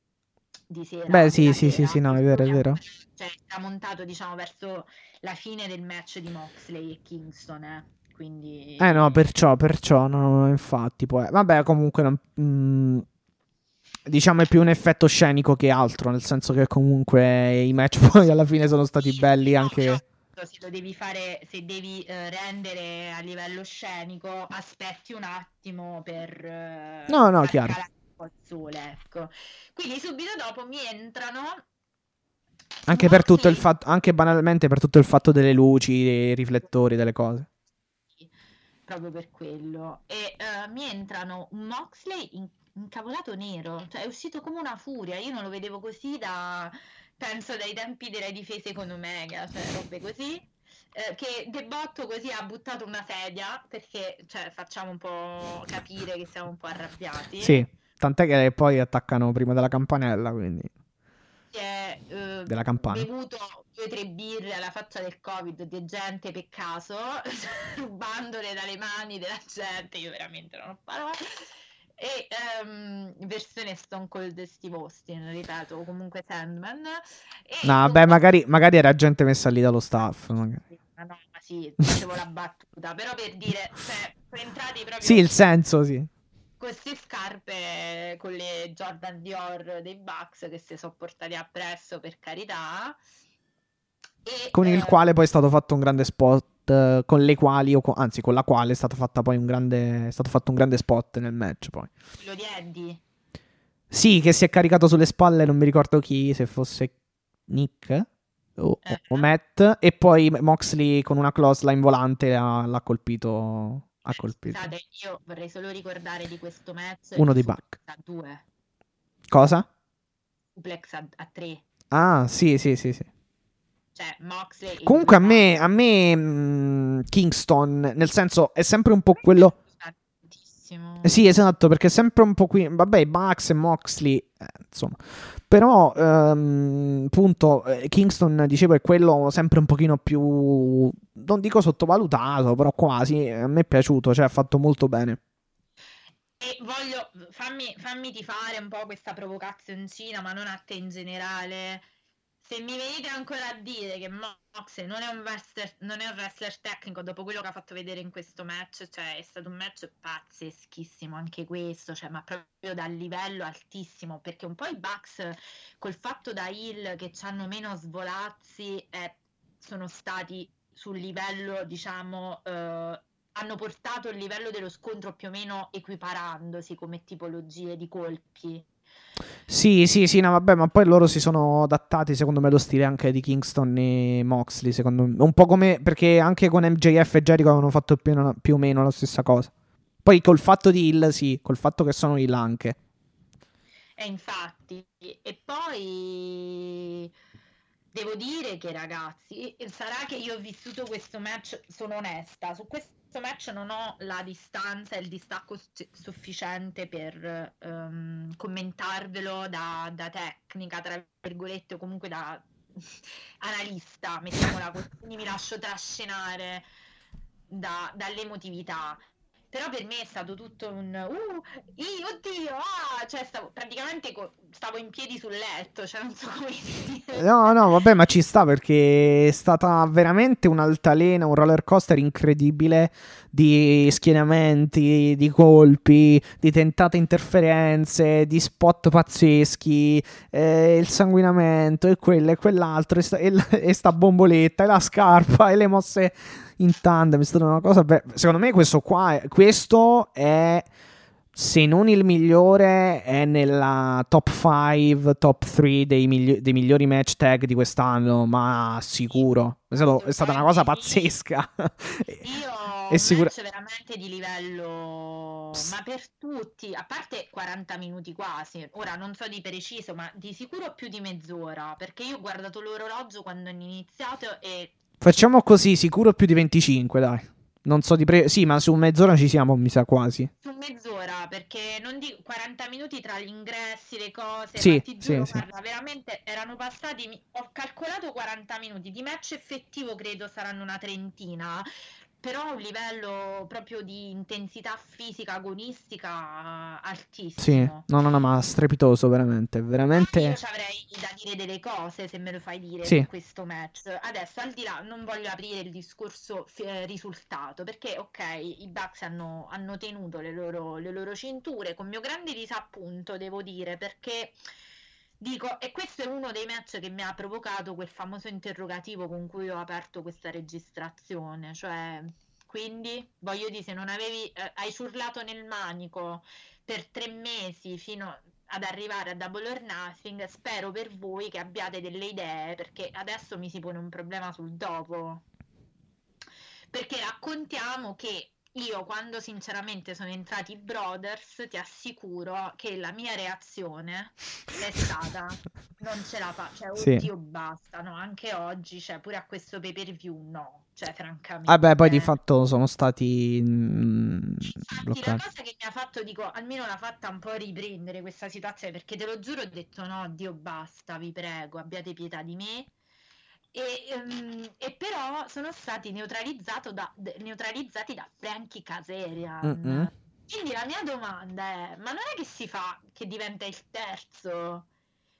di Beh, sera, sì, della sì, sì, sera, sì, no, è il vero, è sole vero. ancora, cioè tramontato, diciamo, verso la fine del match di Moxley e Kingston, eh. Quindi Eh no, perciò, perciò, no, no, infatti, poi... Vabbè, comunque, non- mm, diciamo è più un effetto scenico che altro, nel senso che comunque i match poi alla fine sono stati sì, belli no, anche... però se lo devi fare, se devi eh, rendere a livello scenico, aspetti un attimo per eh, No, no, far chiaro. calare un po' il sole, ecco. Quindi subito dopo mi entrano Anche per tutto il Moxley, fatto, anche banalmente per tutto il fatto delle luci, dei riflettori, delle cose. proprio per quello, e eh, mi entrano un Moxley in- incavolato nero, cioè è uscito come una furia, io non lo vedevo così da, penso dai tempi delle difese con Omega, cioè robe così, eh, che De Botto così ha buttato una sedia, perché cioè, facciamo un po' capire che siamo un po' arrabbiati. Sì, tant'è che poi attaccano prima della campanella, quindi... Si è eh, Della campana. bevuto due o tre birre alla faccia del Covid di gente per caso, rubandole dalle mani della gente, io veramente non ho parole. E ehm, versione Stone Cold Steve Austin, ripeto, o comunque Sandman. E No, con beh, questo- magari, magari era gente messa lì dallo staff. magari. Ma no, ma sì, facevo la battuta, però per dire, cioè, sono entrati proprio Sì, il senso, sì. queste scarpe con le Jordan Dior dei Bucks che si sono portati appresso, per carità. E, Con il eh, quale poi è stato fatto un grande spot, eh, con le quali, o co- anzi con la quale è stato fatta poi un grande, è stato fatto un grande spot nel match poi. quello di Eddie. Sì, che si è caricato sulle spalle, non mi ricordo chi, se fosse Nick o, o- Eh, o Matt, e poi Moxley con una clothesline volante ha- l'ha colpito, ha colpito. Scusate, io vorrei solo ricordare di questo match Uno il dei suplex Buck. a due, Cosa? suplex a, a tre. Ah, sì, sì, sì, sì. Cioè, Moxley... il Comunque a due me, a me mh, Kingston, nel senso, è sempre un po' quello... tantissimo. Eh Sì, esatto, perché è sempre un po' qui. Vabbè, i Bucks e Moxley, eh, insomma. Però, ehm, appunto, eh, Kingston, dicevo, è quello sempre un pochino più, non dico sottovalutato, però quasi. A me è piaciuto, cioè ha fatto molto bene. E voglio... Fammi, fammi tifare un po' questa provocazioncina, ma non a te in generale. Se mi venite ancora a dire che Moxley non è un wrestler, non è un wrestler tecnico dopo quello che ha fatto vedere in questo match, cioè è stato un match pazzeschissimo anche questo, cioè, ma proprio dal livello altissimo, perché un po' i Bucks col fatto da heel che hanno meno svolazzi eh, sono stati sul livello, diciamo, eh, hanno portato il livello dello scontro più o meno equiparandosi come tipologie di colpi. Sì, sì, sì, no, vabbè, ma poi loro si sono adattati, secondo me, allo stile anche di Kingston e Moxley, secondo me. Un po' come, perché anche con M J F e Jericho avevano fatto più, più o meno la stessa cosa. Poi col fatto di Hill, sì, col fatto che sono Hill anche. E infatti, e poi devo dire che ragazzi, sarà che io ho vissuto questo match, sono onesta, su questo match non ho la distanza e il distacco su- sufficiente per ehm, commentarvelo da, da tecnica, tra virgolette, o comunque da analista, mettiamola così, quindi mi lascio trascinare da- dall'emotività. Però per me è stato tutto un uh, io, oddio, ah, cioè stavo praticamente co- stavo in piedi sul letto, cioè non so come dire. No, no, vabbè, ma ci sta perché è stata veramente un'altalena, un roller coaster incredibile di schienamenti, di colpi, di tentate interferenze, di spot pazzeschi, eh, il sanguinamento e quello e quell'altro, e sta, e la- e sta bomboletta, e la scarpa, e le mosse in tandem. È stata una cosa. Beh, secondo me, questo qua, è, questo è. Se non il migliore, è nella top cinque, top tre dei, migli- dei migliori match tag di quest'anno, ma sicuro. È, stato- è stata una cosa pazzesca. Io È un sicuro. match veramente di livello, ma per tutti, a parte quaranta minuti quasi, ora non so di preciso, ma di sicuro più di mezz'ora, perché io ho guardato l'orologio quando hanno iniziato e Facciamo così, sicuro più di venticinque, dai. Non so di pre... Sì, ma su mezz'ora ci siamo, mi sa quasi. su mezz'ora, perché non dico quaranta minuti tra gli ingressi, le cose, ma Sì, ti sì, giuro, sì. guarda, veramente erano passati, mi- ho calcolato quaranta minuti, di match effettivo credo saranno una trentina, però un livello proprio di intensità fisica agonistica eh, Sì, altissimo. no, no, no, ma strepitoso, veramente. Poi io Veramente. ci avrei da dire delle cose se me lo fai dire su Sì, questo match. Adesso, al di là, non voglio aprire il discorso f- eh, risultato, perché ok, i Bucks hanno, hanno tenuto le loro, le loro cinture, con mio grande disappunto, devo dire, perché dico, e questo è uno dei match che mi ha provocato quel famoso interrogativo con cui ho aperto questa registrazione, cioè, quindi, voglio dire, se non avevi, eh, hai ciurlato nel manico per tre mesi fino ad arrivare a Double or Nothing, spero per voi che abbiate delle idee, perché adesso mi si pone un problema sul dopo. Perché raccontiamo che io, quando sinceramente sono entrati i Brothers, ti assicuro che la mia reazione è stata non ce la fa, cioè sì. oddio basta, no, anche oggi, cioè pure a questo pay per view no, cioè francamente. Vabbè, poi di fatto sono stati mm, Infatti la bloccati. cosa che mi ha fatto, dico, almeno l'ha fatta un po' riprendere questa situazione, perché te lo giuro ho detto no, Dio basta, vi prego, abbiate pietà di me. E, ehm, e però sono stati neutralizzato da, d- neutralizzati da Frankie Kazarian. Mm-mm. Quindi la mia domanda è, ma non è che si fa che diventa il terzo?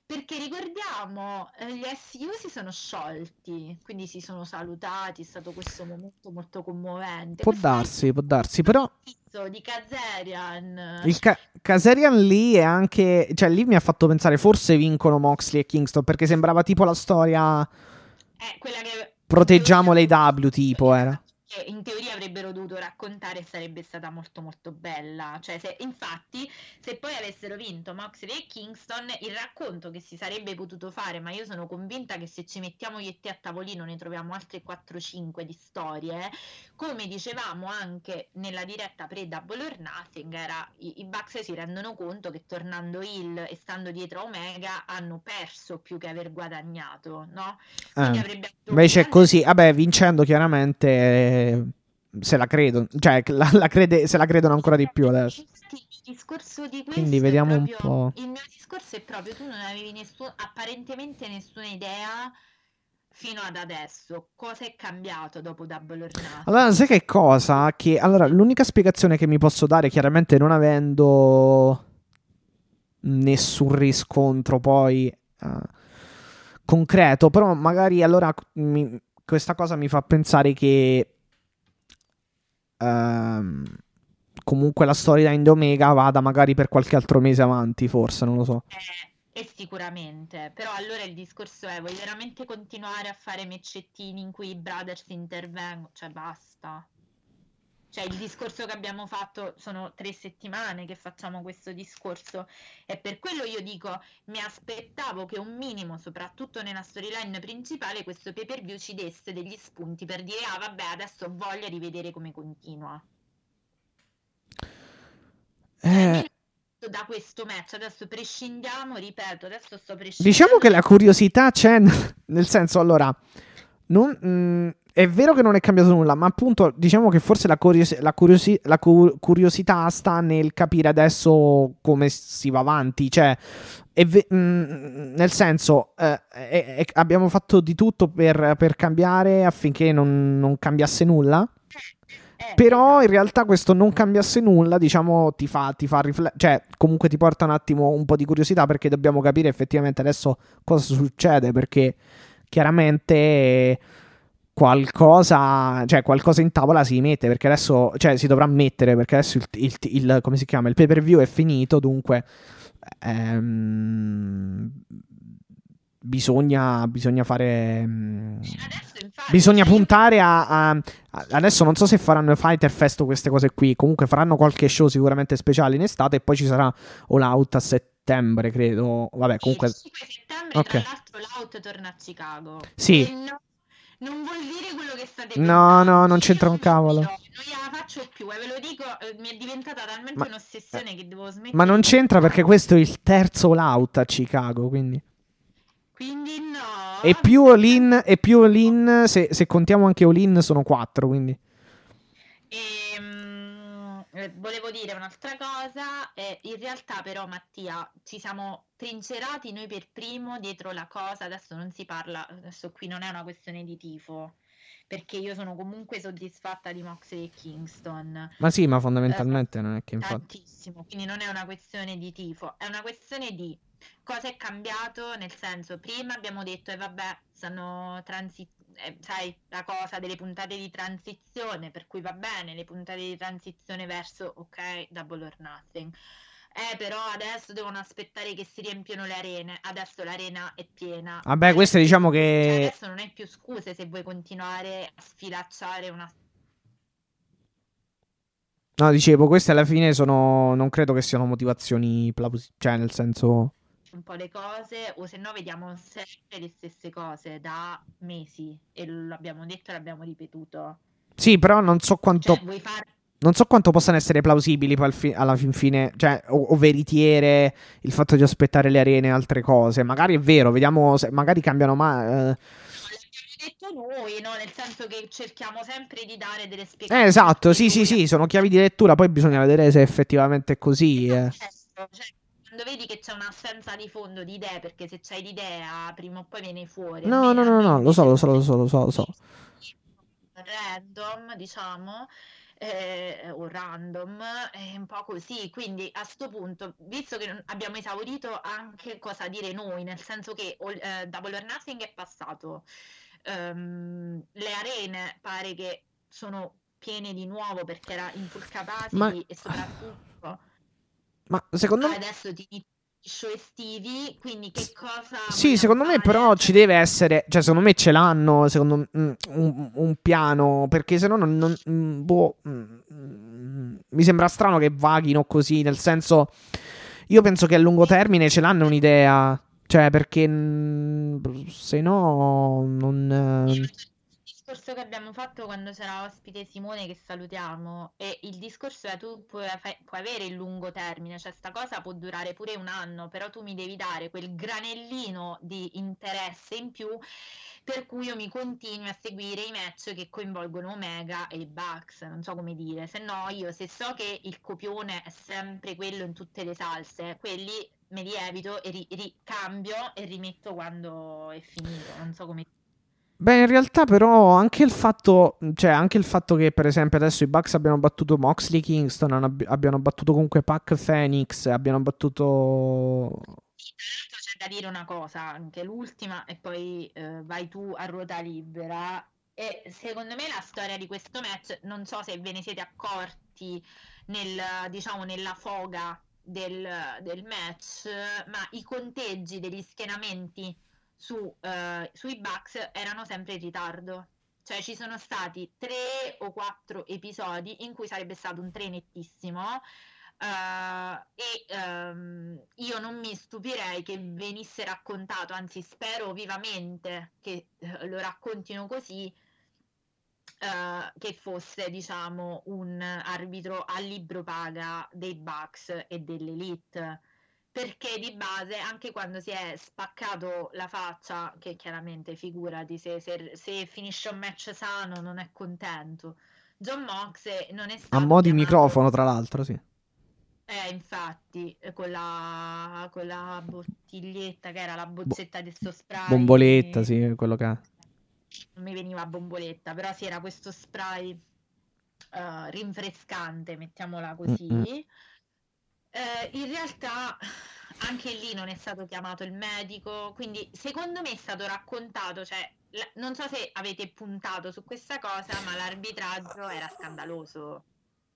Perché ricordiamo, eh, gli S U si sono sciolti, quindi si sono salutati, è stato questo momento molto commovente. Può Questo darsi, può darsi, però pizzo di Kazarian, il Ka- Kazarian lì è anche, cioè lì mi ha fatto pensare forse vincono Moxley e Kingston, perché sembrava tipo la storia è quella che proteggiamo in le teoria- W tipo era. che in teoria avrebbero dovuto raccontare e sarebbe stata molto molto bella. Cioè, se, infatti, se poi avessero vinto Moxley e Kingston, il racconto che si sarebbe potuto fare, ma io sono convinta che se ci mettiamo io e te a tavolino ne troviamo altre quattro cinque di storie, come dicevamo anche nella diretta pre-Double or Nothing, era i, i Bucks si rendono conto che tornando heel e stando dietro a Omega hanno perso più che aver guadagnato, no? Quindi Eh. avrebbe avuto un Invece è grande- così, vabbè, vincendo chiaramente eh, se la credo, cioè la, la crede, se la credono ancora di più adesso. Infatti il discorso di questo Quindi è vediamo un proprio, po'. il mio discorso è proprio tu non avevi nessun, apparentemente nessuna idea fino ad adesso cosa è cambiato dopo Double or Nothing. Allora, sai che cosa? Che allora l'unica spiegazione che mi posso dare, chiaramente non avendo nessun riscontro poi eh, concreto, però magari allora mi- questa cosa mi fa pensare che ehm, comunque la storyline di Omega vada magari per qualche altro mese avanti, forse, non lo so. Eh, e sicuramente, però allora il discorso è, vuoi veramente continuare a fare meccettini in cui i brothers intervengono? Cioè basta. Cioè il discorso che abbiamo fatto sono tre settimane che facciamo questo discorso e per quello io dico mi aspettavo che un minimo, soprattutto nella storyline principale, questo pay per view ci desse degli spunti per dire ah vabbè adesso ho voglia di vedere come continua. Cioè, Eh, almeno da questo match adesso prescindiamo, ripeto, adesso sto prescindendo. diciamo che la curiosità c'è, nel senso, allora, non, mm, è vero che non è cambiato nulla, ma appunto diciamo che forse la, curiosi- la curiosi- la cu- curiosità sta nel capire adesso come si va avanti, cioè, è ve- mm, nel senso, eh, è- è- abbiamo fatto di tutto per, per cambiare affinché non, non cambiasse nulla. Eh, Però in esatto. realtà questo non cambiasse nulla, diciamo, ti fa, ti fa riflettere, cioè comunque ti porta un attimo un po' di curiosità perché dobbiamo capire effettivamente adesso cosa succede, perché chiaramente qualcosa, cioè qualcosa in tavola si mette, perché adesso, cioè si dovrà mettere, perché adesso il, il, il- come si chiama, il pay per view è finito, dunque ehm, bisogna, bisogna fare... mm, Adesso infatti Bisogna cioè, io- puntare a, a- a- Adesso non so se faranno Fighter Fest o queste cose qui. Comunque faranno qualche show sicuramente speciale in estate. E poi ci sarà All Out a settembre, credo. Vabbè, Sì, comunque. il cinque settembre, Ok. tra l'altro, l'Out torna a Chicago. Sì. E no, non vuol dire quello che state No, pensando. no, non Io c'entra un non mi cavolo. filo, non gliela faccio più, e ve lo dico, eh, mi è diventata talmente Ma- un'ossessione che devo smettere. Ma non di c'entra perché pensare. questo è il terzo All Out a Chicago. Quindi. Quindi no. E più All-In, e più All-In, se, se contiamo anche All-In, sono quattro. Quindi. Ehm, eh, volevo dire un'altra cosa, eh, in realtà però Mattia ci siamo trincerati noi per primo dietro la cosa, adesso non si parla, adesso qui non è una questione di tifo, perché io sono comunque soddisfatta di Moxley e Kingston. Ma sì, ma fondamentalmente non è che infatti. Tantissimo, quindi non è una questione di tifo, è una questione di cosa è cambiato, nel senso, prima abbiamo detto, e eh, vabbè, stanno transi- eh, sai, la cosa delle puntate di transizione, per cui va bene, le puntate di transizione verso, ok, Double or Nothing. Eh, però adesso devono aspettare che si riempiono le arene, adesso l'arena è piena. Vabbè, Adesso- queste diciamo cioè, che. adesso non hai più scuse se vuoi continuare a sfilacciare una No, dicevo, queste alla fine sono. Non credo che siano motivazioni plausibili. Cioè, nel senso. un po' le cose, o se no vediamo sempre le stesse cose da mesi e l'abbiamo detto e l'abbiamo ripetuto. Sì, però non so quanto. Cioè, vuoi fare Non so quanto possano essere plausibili poi al fi- alla fin fine, cioè, o, o veritiere il fatto di aspettare le arene e altre cose. Magari è vero, vediamo se magari cambiano, ma eh, l'abbiamo detto noi, no? Nel senso che cerchiamo sempre di dare delle eh, spiegazioni. esatto, sì, sì, Lui- sì, sono chiavi di lettura, poi bisogna vedere se effettivamente è così. eh. Certo, cioè, quando vedi che c'è un'assenza di fondo di idee, perché se c'hai l'idea prima o poi viene fuori. No, A no, me- no, a me no, lo so, lo invece so, lo so, lo so, lo so. random, diciamo, eh, o random, è un po' così. Quindi a sto punto, visto che non- abbiamo esaurito anche cosa dire noi, nel senso che all- eh, Double or Nothing è passato, ehm, le arene pare che sono piene di nuovo perché era in full capacity Ma, e soprattutto ma secondo me... adesso ti dico i show estivi, quindi che cosa Sì, vogliamo secondo me fare? però ci Cioè, deve essere, cioè secondo me ce l'hanno, secondo m- mm, un, un piano, perché se no non, non- mm, boh, mm, mm, mi sembra strano che vaghino così, nel senso, io penso che a lungo termine ce l'hanno un'idea, cioè perché mm, se no non... il eh, discorso che abbiamo fatto quando c'era ospite Simone, che salutiamo, e il discorso è tu puoi, fa- puoi avere il lungo termine, cioè sta cosa può durare pure un anno, però tu mi devi dare quel granellino di interesse in più per cui io mi continui a seguire i match che coinvolgono Omega e i Bucks, non so come dire, se no io se so che il copione è sempre quello in tutte le salse, quelli me li evito e ri- ricambio e rimetto quando è finito, non so come dire. Beh, in realtà però anche il fatto, cioè anche il fatto che per esempio adesso i Bucks abbiano battuto Moxley Kingston, hanno- abbiano battuto comunque Pac Phoenix, abbiano battuto... Tra l'altro c'è da dire una cosa, anche l'ultima, e poi eh, vai tu a ruota libera. E secondo me la storia di questo match, non so se ve ne siete accorti nel, diciamo, nella foga del, del match, ma i conteggi degli schieramenti su, eh, sui Bucks erano sempre in ritardo. Cioè ci sono stati tre o quattro episodi in cui sarebbe stato un tre nettissimo. Uh, e um, io non mi stupirei che venisse raccontato, anzi spero vivamente che uh, lo raccontino così, uh, che fosse diciamo un arbitro a libro paga dei Bucks e dell'Elite, perché di base anche quando si è spaccato la faccia, che chiaramente figurati se, se, se finisce un match sano non è contento, John Mox non è A stato mo' di chiamato. microfono, tra l'altro, sì. Eh, infatti, eh, con la, con la bottiglietta che era la Bo- bozzetta di sto bomboletta, spray, sì, quello che è. non mi veniva bomboletta, però sì, era questo spray eh, rinfrescante, mettiamola Mm-mm. così. Eh, in realtà anche lì non è stato chiamato il medico, quindi secondo me è stato raccontato, cioè, la- non so se avete puntato su questa cosa, ma l'arbitraggio era scandaloso.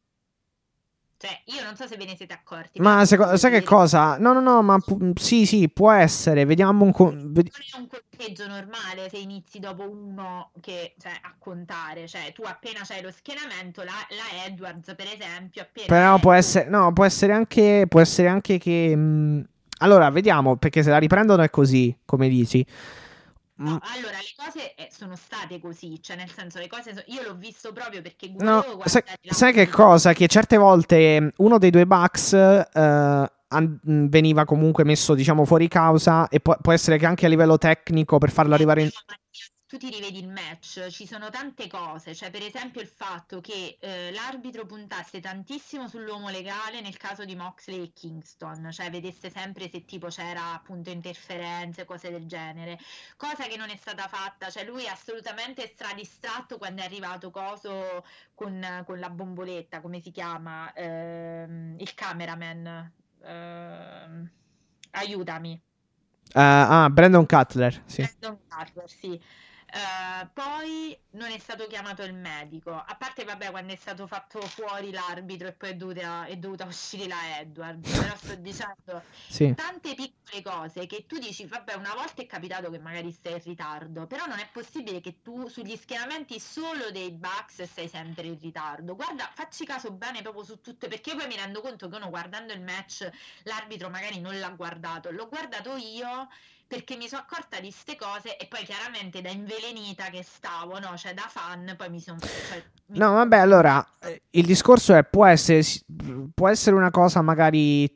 Cioè, io non so se ve ne siete accorti, però Ma appunto seco- voi sai che vedete. cosa? No, no, no, ma pu- sì, sì, può essere. Vediamo un... co- vedi- Non è un conteggio normale se inizi dopo uno che, cioè, a contare, cioè tu appena c'hai lo schienamento, la, la Edwards per esempio, appena Però può è... essere... No, può essere anche... Può essere anche che... mh, Allora, vediamo, perché se la riprendono è così, come dici. Mm, No, allora le cose eh, sono state così, cioè nel senso le cose so- io l'ho visto proprio perché No, volevo sai, guardare la sai che partita. cosa? Che certe volte uno dei due Bucks eh, an- veniva comunque messo, diciamo, fuori causa e può, può essere che anche a livello tecnico per farlo Eh, arrivare in... però, Mattia, tu ti rivedi il match, ci sono tante cose, cioè per esempio il fatto che eh, l'arbitro puntasse tantissimo sull'uomo legale nel caso di Moxley e Kingston, cioè vedesse sempre se tipo c'era appunto interferenze, cose del genere, cosa che non è stata fatta, cioè lui è assolutamente stradistratto quando è arrivato coso con, con la bomboletta, come si chiama, Ehm, il cameraman, Ehm, aiutami. Ah, ah, Brandon Cutler, sì. Brandon Carter, sì. Eh, poi non è stato chiamato il medico, a parte vabbè quando è stato fatto fuori l'arbitro e poi è dovuta, è dovuta uscire la Edwards, però sto dicendo Sì. tante piccole cose che tu dici vabbè una volta è capitato che magari stai in ritardo, però non è possibile che tu sugli schieramenti solo dei Bucks stai sempre in ritardo, guarda facci caso bene proprio su tutte, perché io poi mi rendo conto che uno guardando il match l'arbitro magari non l'ha guardato, l'ho guardato io perché mi sono accorta di ste cose e poi chiaramente da invelenita che stavo, no? Cioè da fan, poi mi sono... Cioè, mi... No, vabbè, allora, eh, il discorso è, può essere, può essere una cosa magari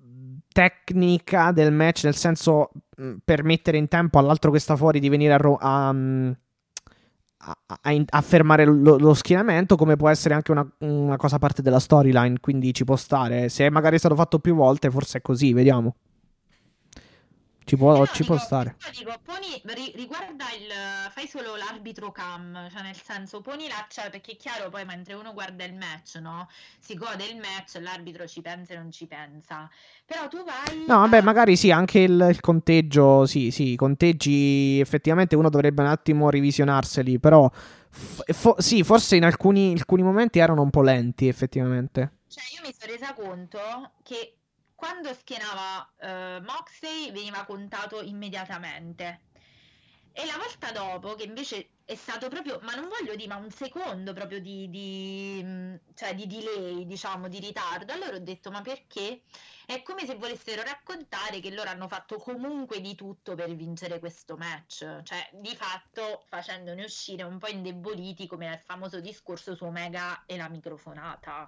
tecnica del match, nel senso mh, per mettere in tempo all'altro che sta fuori di venire a, ro- a, mh, a, a- a fermare lo, lo schienamento, come può essere anche una, una cosa parte della storyline, quindi ci può stare. Se magari è stato fatto più volte, forse è così, vediamo. Ci può, Eh no, ci può dico, stare. però dico, poni, ri- riguarda il, fai solo l'arbitro cam, cioè nel senso, poni la, cioè, perché è chiaro poi mentre uno guarda il match, no? Si gode il match, l'arbitro ci pensa e non ci pensa. Però tu vai No, vabbè, a... magari sì, anche il, il conteggio, sì, sì, i conteggi effettivamente uno dovrebbe un attimo revisionarseli, però f- fo- sì, forse in alcuni, alcuni momenti erano un po' lenti, effettivamente. Cioè, io mi sono resa conto che quando schienava eh, Moxley veniva contato immediatamente. E la volta dopo, che invece è stato proprio, ma non voglio dire, ma un secondo proprio di, di, mh, cioè di delay, diciamo, di ritardo. Allora ho detto, ma perché? È come se volessero raccontare che loro hanno fatto comunque di tutto per vincere questo match. Cioè, di fatto, facendone uscire un po' indeboliti, come il famoso discorso su Omega e la microfonata.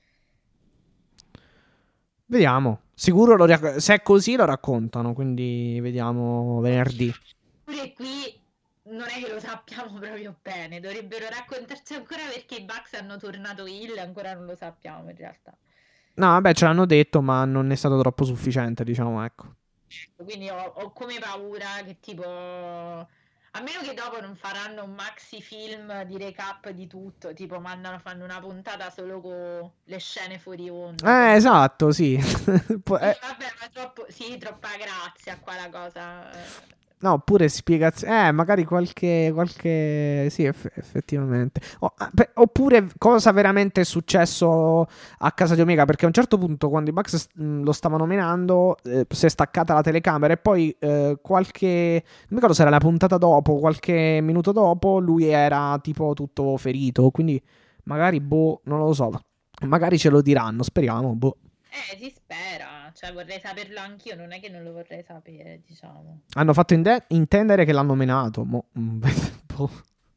Vediamo. Sicuro lo rac- se è così lo raccontano, quindi vediamo venerdì. Pure qui non è che lo sappiamo proprio bene, dovrebbero raccontarci ancora perché i Bucks hanno tornato heel, ancora non lo sappiamo in realtà. No, vabbè, ce l'hanno detto, ma non è stato troppo sufficiente, diciamo, ecco. Quindi ho, ho come paura che tipo, a meno che dopo non faranno un maxi film di recap di tutto, tipo mandano, fanno una puntata solo con le scene fuori onda. Eh, esatto, sì. Po- Sì, eh, vabbè, ma troppo, sì, troppa grazia qua la cosa. eh. No, pure spiegazioni. Eh, magari qualche. qualche... Sì, eff- effettivamente. O- ah, beh, oppure cosa veramente è successo a casa di Omega. Perché a un certo punto, quando i Bucks st- mh, lo stavano menando, eh, si è staccata la telecamera. E poi eh, qualche. Non mi ricordo se era la puntata dopo, qualche minuto dopo, lui era tipo tutto ferito. Quindi magari, boh, non lo so. Magari ce lo diranno, speriamo, boh. Eh, si spera, cioè vorrei saperlo anch'io, non è che non lo vorrei sapere, diciamo. Hanno fatto inde- intendere che l'hanno menato. Mo- mm, boh.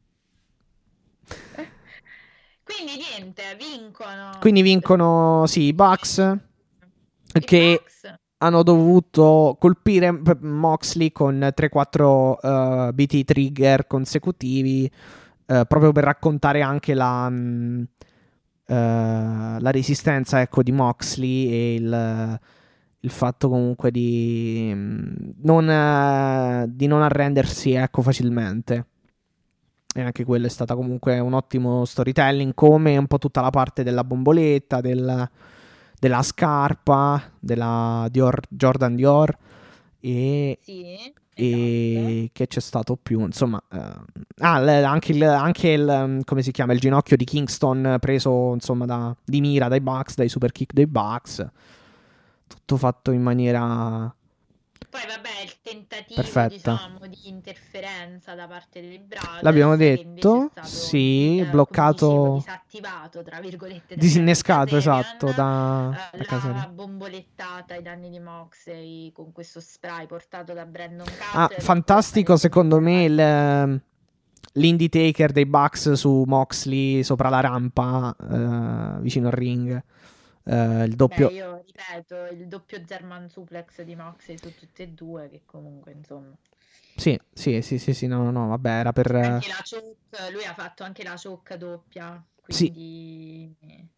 Quindi niente, vincono Quindi vincono, sì, i Bucks, i che Bucks. hanno dovuto colpire p- Moxley con tre quattro eh, B T trigger consecutivi, eh, proprio per raccontare anche la, mh, eh, la resistenza, ecco, di Moxley e il, il fatto comunque di mh, non, eh, di non arrendersi, ecco, facilmente. E anche quello è stata comunque un ottimo storytelling, come un po' tutta la parte della bomboletta, del- della scarpa, della Dior, Jordan Dior e, Sì, esatto. e che c'è stato più, insomma, eh, ah, l- anche, il, anche il, um, come si chiama, il ginocchio di Kingston preso, insomma, da, di mira dai Bucks, dai super kick dei Bucks, tutto fatto in maniera Poi vabbè, il tentativo, perfetta. diciamo, di interferenza da parte dei L'abbiamo Brothers che invece è detto, stato, di- sì, eh, come dicevo, bloccato. disattivato, tra virgolette, dai danni di Disinnescato, Kazarian, esatto, da, eh, da Casari. la bombolettata ai danni di Moxley con questo spray portato da Brandon Ah, Cutler, è questa che fantastico secondo comunque me ha... il, ehm, l'Indie dei Bucks su Moxley sopra la rampa, eh, vicino al ring. Eh, il Beh, doppio. io ripeto, il doppio German suplex di Moxley su tutte e due, che comunque, insomma... Sì, sì, sì, sì, sì, no, no, no, vabbè, era per... eh, Anche la choke, lui ha fatto anche la choke doppia, Sì, quindi...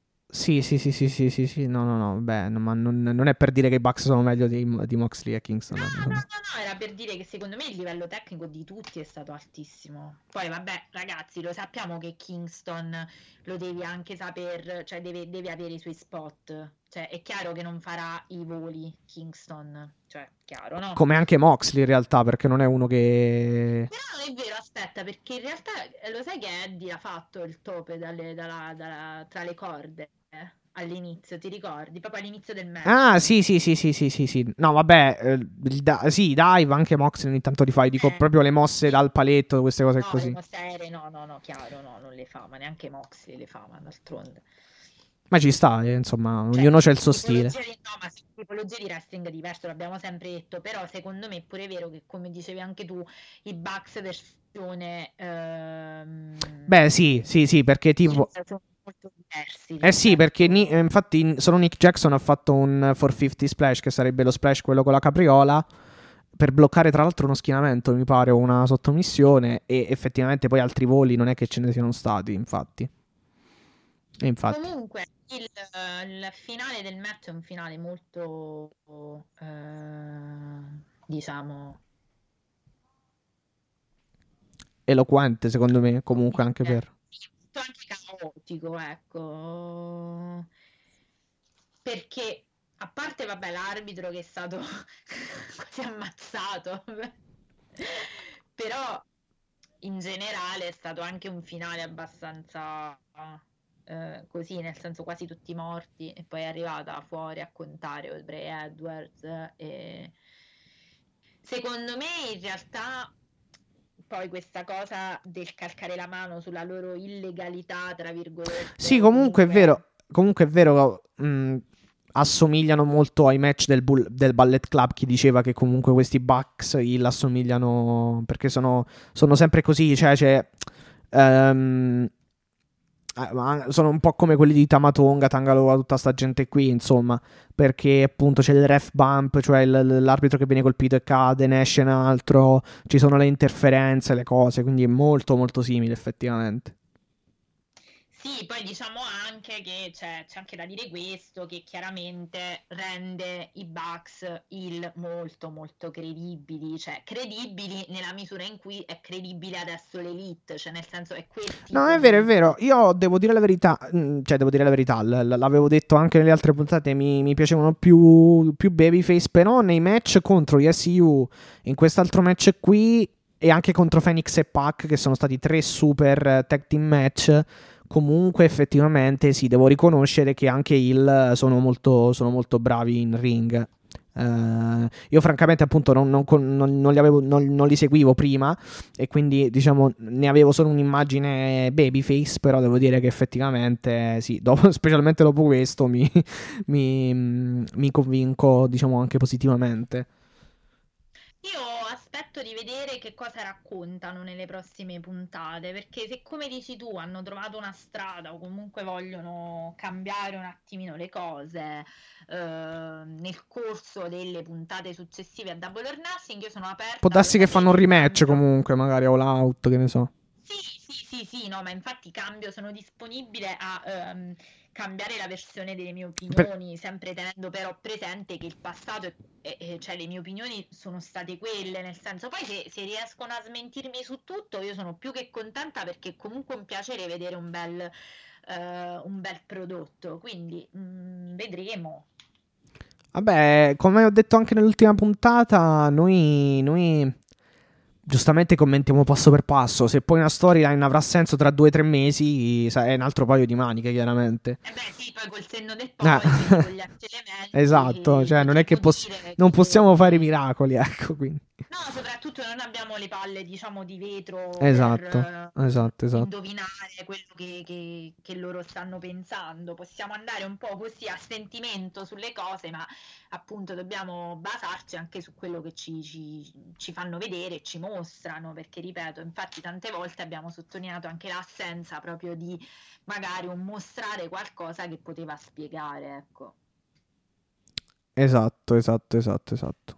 sì, sì, sì, sì, sì, sì, sì, no, no, no, beh, no, ma non, non è per dire che i Bucks sono meglio di, di Moxley e Kingston. No, no, no, No. no, era per dire che secondo me il livello tecnico di tutti è stato altissimo. Poi vabbè, ragazzi, lo sappiamo che Kingston lo devi anche saper, cioè deve, deve avere i suoi spot. Cioè è chiaro che non farà i voli Kingston, cioè chiaro, no? Come anche Moxley in realtà, perché non è uno che... Però non è vero, aspetta, perché in realtà eh, lo sai che Eddie ha fatto il tope dalle- dalla- dalla- tra le corde eh, all'inizio, ti ricordi? Proprio all'inizio del Ah, match. sì, sì, sì, sì, sì, sì, sì. No, vabbè, eh, il da- sì, dive, anche Moxley ogni tanto li fai, dico Eh, proprio le mosse sì. dal paletto, queste cose No, le così. mosse aeree no, no, no, chiaro, no, non le fa, ma neanche Moxley le fa, ma d'altronde. Ma ci sta, eh, insomma, Cioè, ognuno c'ha il sono suo stile. tipologie di, no, ma sono tipologie di wrestling diverso, l'abbiamo sempre detto, però secondo me è pure vero che, come dicevi anche tu, i Bucks versione ehm, Beh, sì, sì, sì, perché tipo... Heels sono molto diversi Eh sì, perché ni- rispetto... eh, infatti solo Nick Jackson ha fatto un quattrocentocinquanta splash, che sarebbe lo splash quello con la capriola, per bloccare tra l'altro uno schienamento, mi pare, o una sottomissione, e effettivamente poi altri voli non è che ce ne siano stati, infatti. E infatti. Comunque, il, il finale del match è un finale molto eh, diciamo Eloquente, secondo me, comunque anche per... anche caotico, ecco, perché a parte, vabbè, l'arbitro che è stato quasi ammazzato, però in generale è stato anche un finale abbastanza eh, così, nel senso quasi tutti morti, e poi è arrivata fuori a contare Bray Edwards, e secondo me in realtà poi questa cosa del calcare la mano sulla loro illegalità, tra virgolette. Sì, comunque è vero, comunque è vero, mh, assomigliano molto ai match del, bull, del Ballet Club. Chi diceva che comunque questi Bucks Hill assomigliano, perché sono, sono sempre così, cioè c'è... Um, sono un po' come quelli di Tamatonga, Tangaloa, tutta sta gente qui, insomma, perché appunto c'è il ref bump, cioè il, l'arbitro che viene colpito e cade, ne esce un altro, ci sono le interferenze, le cose, quindi è molto molto simile effettivamente. Sì, poi diciamo anche che c'è, c'è anche da dire questo, che chiaramente rende i Bucks Hill molto molto credibili, cioè credibili nella misura in cui è credibile adesso l'Elite, cioè nel senso è quel tipo. No, è vero, è vero, io devo dire la verità, cioè devo dire la verità, l- l'avevo detto anche nelle altre puntate, mi, mi piacevano più, più babyface, però nei match contro gli S U, in quest'altro match qui, e anche contro Phoenix e Pac, che sono stati tre super tag team match, comunque effettivamente sì, devo riconoscere che anche Hill sono molto, sono molto bravi in ring. Uh, io francamente appunto non, non, non, non, li avevo, non, non li seguivo prima, e quindi diciamo ne avevo solo un'immagine babyface, però devo dire che effettivamente sì, dopo, specialmente dopo questo mi, mi, mi convinco, diciamo, anche positivamente. Io aspetto di vedere che cosa raccontano nelle prossime puntate, perché se, come dici tu, hanno trovato una strada o comunque vogliono cambiare un attimino le cose eh, nel corso delle puntate successive a Double or Nothing, io sono aperta. Può darsi che fanno un rematch cambio. comunque, magari All Out, che ne so. Sì, sì, sì, sì, no, ma infatti cambio, sono disponibile a um, cambiare la versione delle mie opinioni, per... sempre tenendo però presente che il passato, è, è, è, cioè le mie opinioni sono state quelle, nel senso, poi se, se riescono a smentirmi su tutto io sono più che contenta, perché comunque è un piacere vedere un bel, uh, un bel prodotto, quindi mh, vedremo. Vabbè, come ho detto anche nell'ultima puntata, noi... noi... giustamente commentiamo passo per passo. Se poi una storyline avrà senso tra due o tre mesi, è un altro paio di maniche, chiaramente. Eh beh, sì, poi col senno del poi, ah. con gli altri elementi. Esatto, cioè non è che poss- non possiamo fare miracoli, ecco, quindi. No, soprattutto non abbiamo le palle, diciamo, di vetro esatto, per esatto, esatto. indovinare quello che, che, che loro stanno pensando. Possiamo andare un po' così a sentimento sulle cose, ma appunto dobbiamo basarci anche su quello che ci, ci, ci fanno vedere e ci mostrano, perché ripeto, infatti tante volte abbiamo sottolineato anche l'assenza proprio di magari un mostrare qualcosa che poteva spiegare, ecco. Esatto, esatto, esatto, esatto.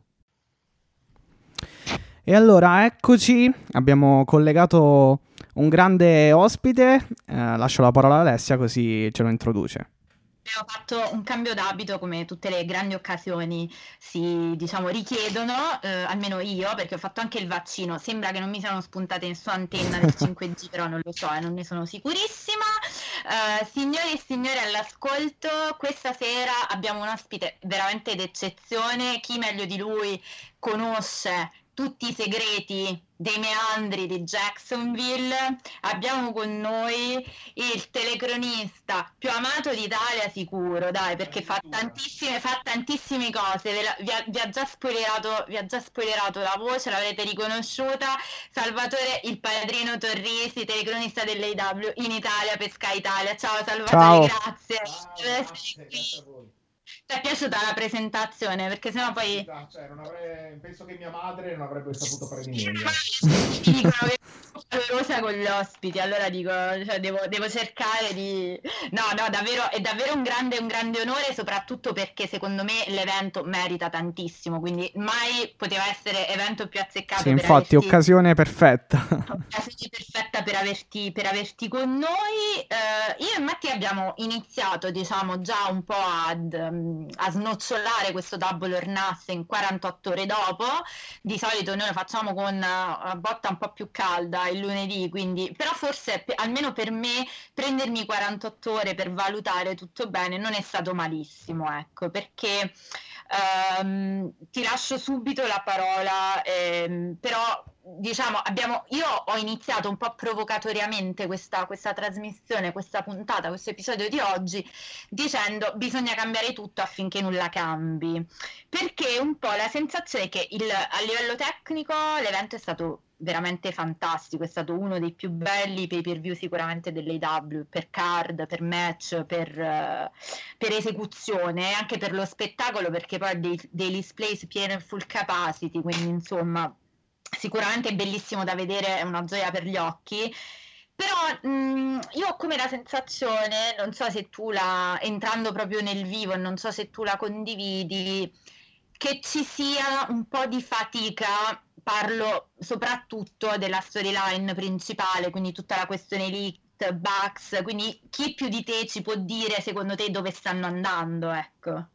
E allora eccoci, abbiamo collegato un grande ospite, eh, lascio la parola a Alessia così ce lo introduce. Abbiamo fatto un cambio d'abito, come tutte le grandi occasioni si, diciamo, richiedono, eh, almeno io, perché ho fatto anche il vaccino. Sembra che non mi siano spuntate nessuna antenna del cinque G, però non lo so, eh, non ne sono sicurissima. Uh, signori e signori all'ascolto, questa sera abbiamo un ospite veramente d'eccezione. Chi meglio di lui conosce tutti i segreti dei meandri di Jacksonville? Abbiamo con noi il telecronista più amato d'Italia sicuro, dai, perché fa tantissime, fa tantissime cose. Vi ha, vi ha già spoilerato, vi ha già spoilerato la voce, l'avrete riconosciuta. Salvatore il Padrino Torrisi, telecronista dell'A E W in Italia per Sky Italia. Ciao Salvatore, Ciao. grazie. Ciao, grazie, grazie a voi. Ti è piaciuta la presentazione? Perché sennò poi... Cioè, non avrei... penso che mia madre non avrebbe saputo fare di meglio. Dicono che sono favolosa con gli ospiti, allora dico, cioè, devo, devo cercare di... No, no, davvero, è davvero un grande, un grande onore, soprattutto perché secondo me l'evento merita tantissimo, quindi mai poteva essere evento più azzeccato. Sì, per infatti, averti... occasione perfetta. Occasione perfetta per averti, per averti con noi. Eh, io e Matti abbiamo iniziato, diciamo, già un po' ad ehm, a snocciolare questo Double or Nothing quarantotto ore dopo. Di solito noi lo facciamo con una botta un po' più calda il lunedì, quindi però forse pe- almeno per me prendermi quarantotto ore per valutare tutto bene non è stato malissimo, ecco, perché ehm, ti lascio subito la parola, ehm, però diciamo abbiamo io ho iniziato un po' provocatoriamente questa, questa trasmissione, questa puntata, questo episodio di oggi dicendo bisogna cambiare tutto affinché nulla cambi, perché un po' la sensazione è che il, a livello tecnico l'evento è stato veramente fantastico, è stato uno dei più belli pay per view sicuramente dell'A E W, per card, per match, per, uh, per esecuzione e anche per lo spettacolo, perché poi dei, dei displays pieno e full capacity, quindi insomma sicuramente è bellissimo da vedere, è una gioia per gli occhi. Però mh, io ho come la sensazione, non so se tu la, entrando proprio nel vivo, non so se tu la condividi, che ci sia un po' di fatica, parlo soprattutto della storyline principale, quindi tutta la questione Elite, Bucks, quindi chi più di te ci può dire secondo te dove stanno andando, ecco.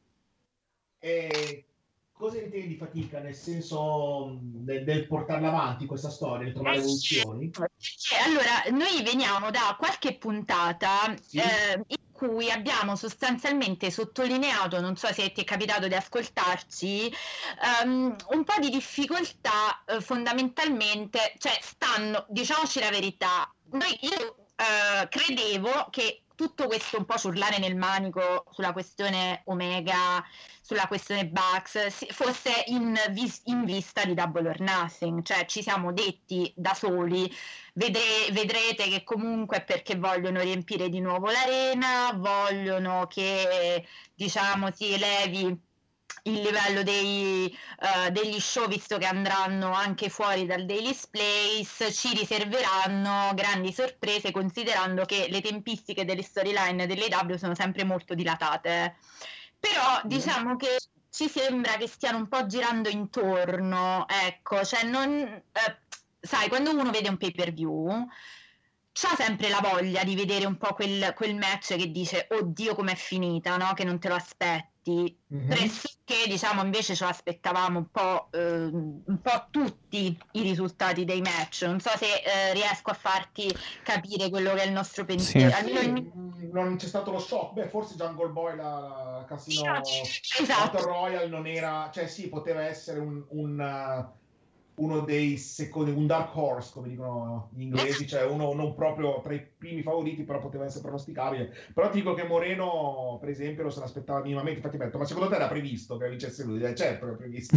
E cosa intendi di fatica, nel senso del, del portarla avanti questa storia, di trovare evoluzioni? Allora, noi veniamo da qualche puntata Sì. eh, in cui abbiamo sostanzialmente sottolineato, non so se ti è capitato di ascoltarci, um, un po' di difficoltà eh, fondamentalmente, cioè stanno, diciamoci la verità, noi, io eh, credevo che tutto questo un po' ciurlare nel manico sulla questione Omega, sulla questione Bucks, fosse in, vis- in vista di Double or Nothing, cioè ci siamo detti da soli, vedre- vedrete che comunque è perché vogliono riempire di nuovo l'arena, vogliono che diciamo si elevi il livello dei, uh, degli show, visto che andranno anche fuori dal Daily Place, ci riserveranno grandi sorprese considerando che le tempistiche delle storyline delle A E W sono sempre molto dilatate. Però diciamo che ci sembra che stiano un po' girando intorno, ecco, cioè non eh, sai, quando uno vede un pay per view c'ha sempre la voglia di vedere un po' quel, quel match che dice oddio com'è finita, no? Che non te lo aspetti. Mm-hmm. Pressoché diciamo invece ce l'aspettavamo un po', eh, un po' tutti i risultati dei match. Non so se eh, riesco a farti capire quello che è il nostro pensiero. Sì. Almeno il... Non c'è stato lo shock, beh forse Jungle Boy la, la Casino esatto. Battle Royale non era, cioè sì, poteva essere un, un uh... uno dei secondi, un dark horse come dicono gli inglesi, cioè uno non proprio tra i primi favoriti, però poteva essere pronosticabile. Però ti dico che Moreno per esempio lo se l'aspettava minimamente, infatti mi ha detto ma secondo te era previsto che vincesse lui? Eh, certo era previsto.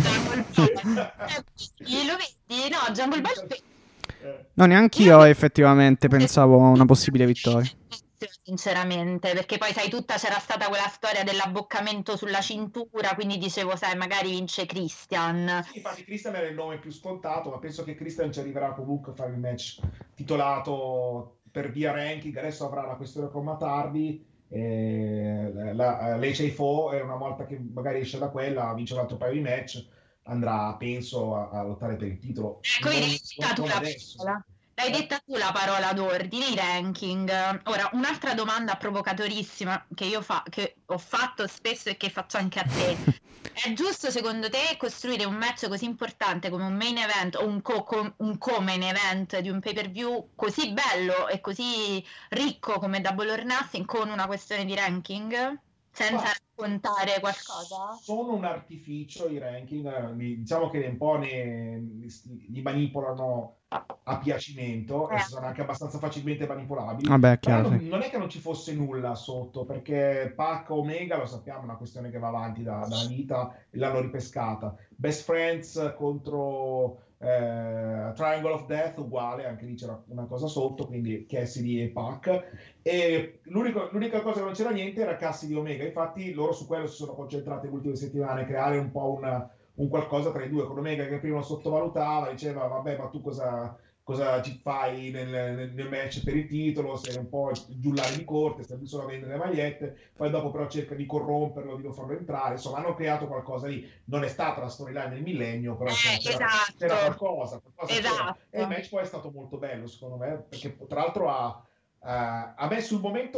Lo vedi? No, Jungle Boy no, neanch'io effettivamente pensavo a una possibile vittoria, sinceramente, perché poi sai tutta c'era stata quella storia dell'abboccamento sulla cintura, quindi dicevo sai magari vince Christian. Sì, infatti Christian era il nome più scontato, ma penso che Christian ci arriverà comunque a fare il match titolato per via ranking. Adesso avrà la questione con Matardi, eh, la, l'H I F O, e una volta che magari esce da quella vince un altro paio di match, andrà penso a, a lottare per il titolo. Ecco, non, non, non adesso. L'hai detta tu la parola d'ordine, i ranking. Ora, un'altra domanda provocatorissima che io fa, che ho fatto spesso e che faccio anche a te. È giusto secondo te costruire un match così importante come un main event o un, co- com- un co-main event di un pay-per-view così bello e così ricco come Double or Nothing con una questione di ranking? Senza Ma raccontare qualcosa? Sono un artificio i ranking, diciamo che un po' ne, li manipolano a piacimento eh. e sono anche abbastanza facilmente manipolabili. Vabbè, chiaro, non, sì. non è che non ci fosse nulla sotto, perché Pac Omega lo sappiamo è una questione che va avanti da, dalla vita e l'hanno ripescata. Best Friends contro eh, Triangle of Death uguale, anche lì c'era una cosa sotto, quindi Cassidy e Pac, e l'unico, l'unica cosa che non c'era niente era Cassidy e Omega. Infatti loro su quello si sono concentrati le ultime settimane, creare un po' una un qualcosa tra i due, con Omega che prima lo sottovalutava, diceva vabbè ma tu cosa, cosa ci fai nel, nel, nel match per il titolo, sei un po' giullare di corte, stai solo a vendere le magliette, poi dopo però cerca di corromperlo, di non farlo entrare, insomma hanno creato qualcosa lì, non è stata la storyline del millennio, però eh, c'era, esatto. c'era qualcosa, qualcosa esatto. c'era. E il match poi è stato molto bello secondo me, perché tra l'altro ha Uh, a me sul momento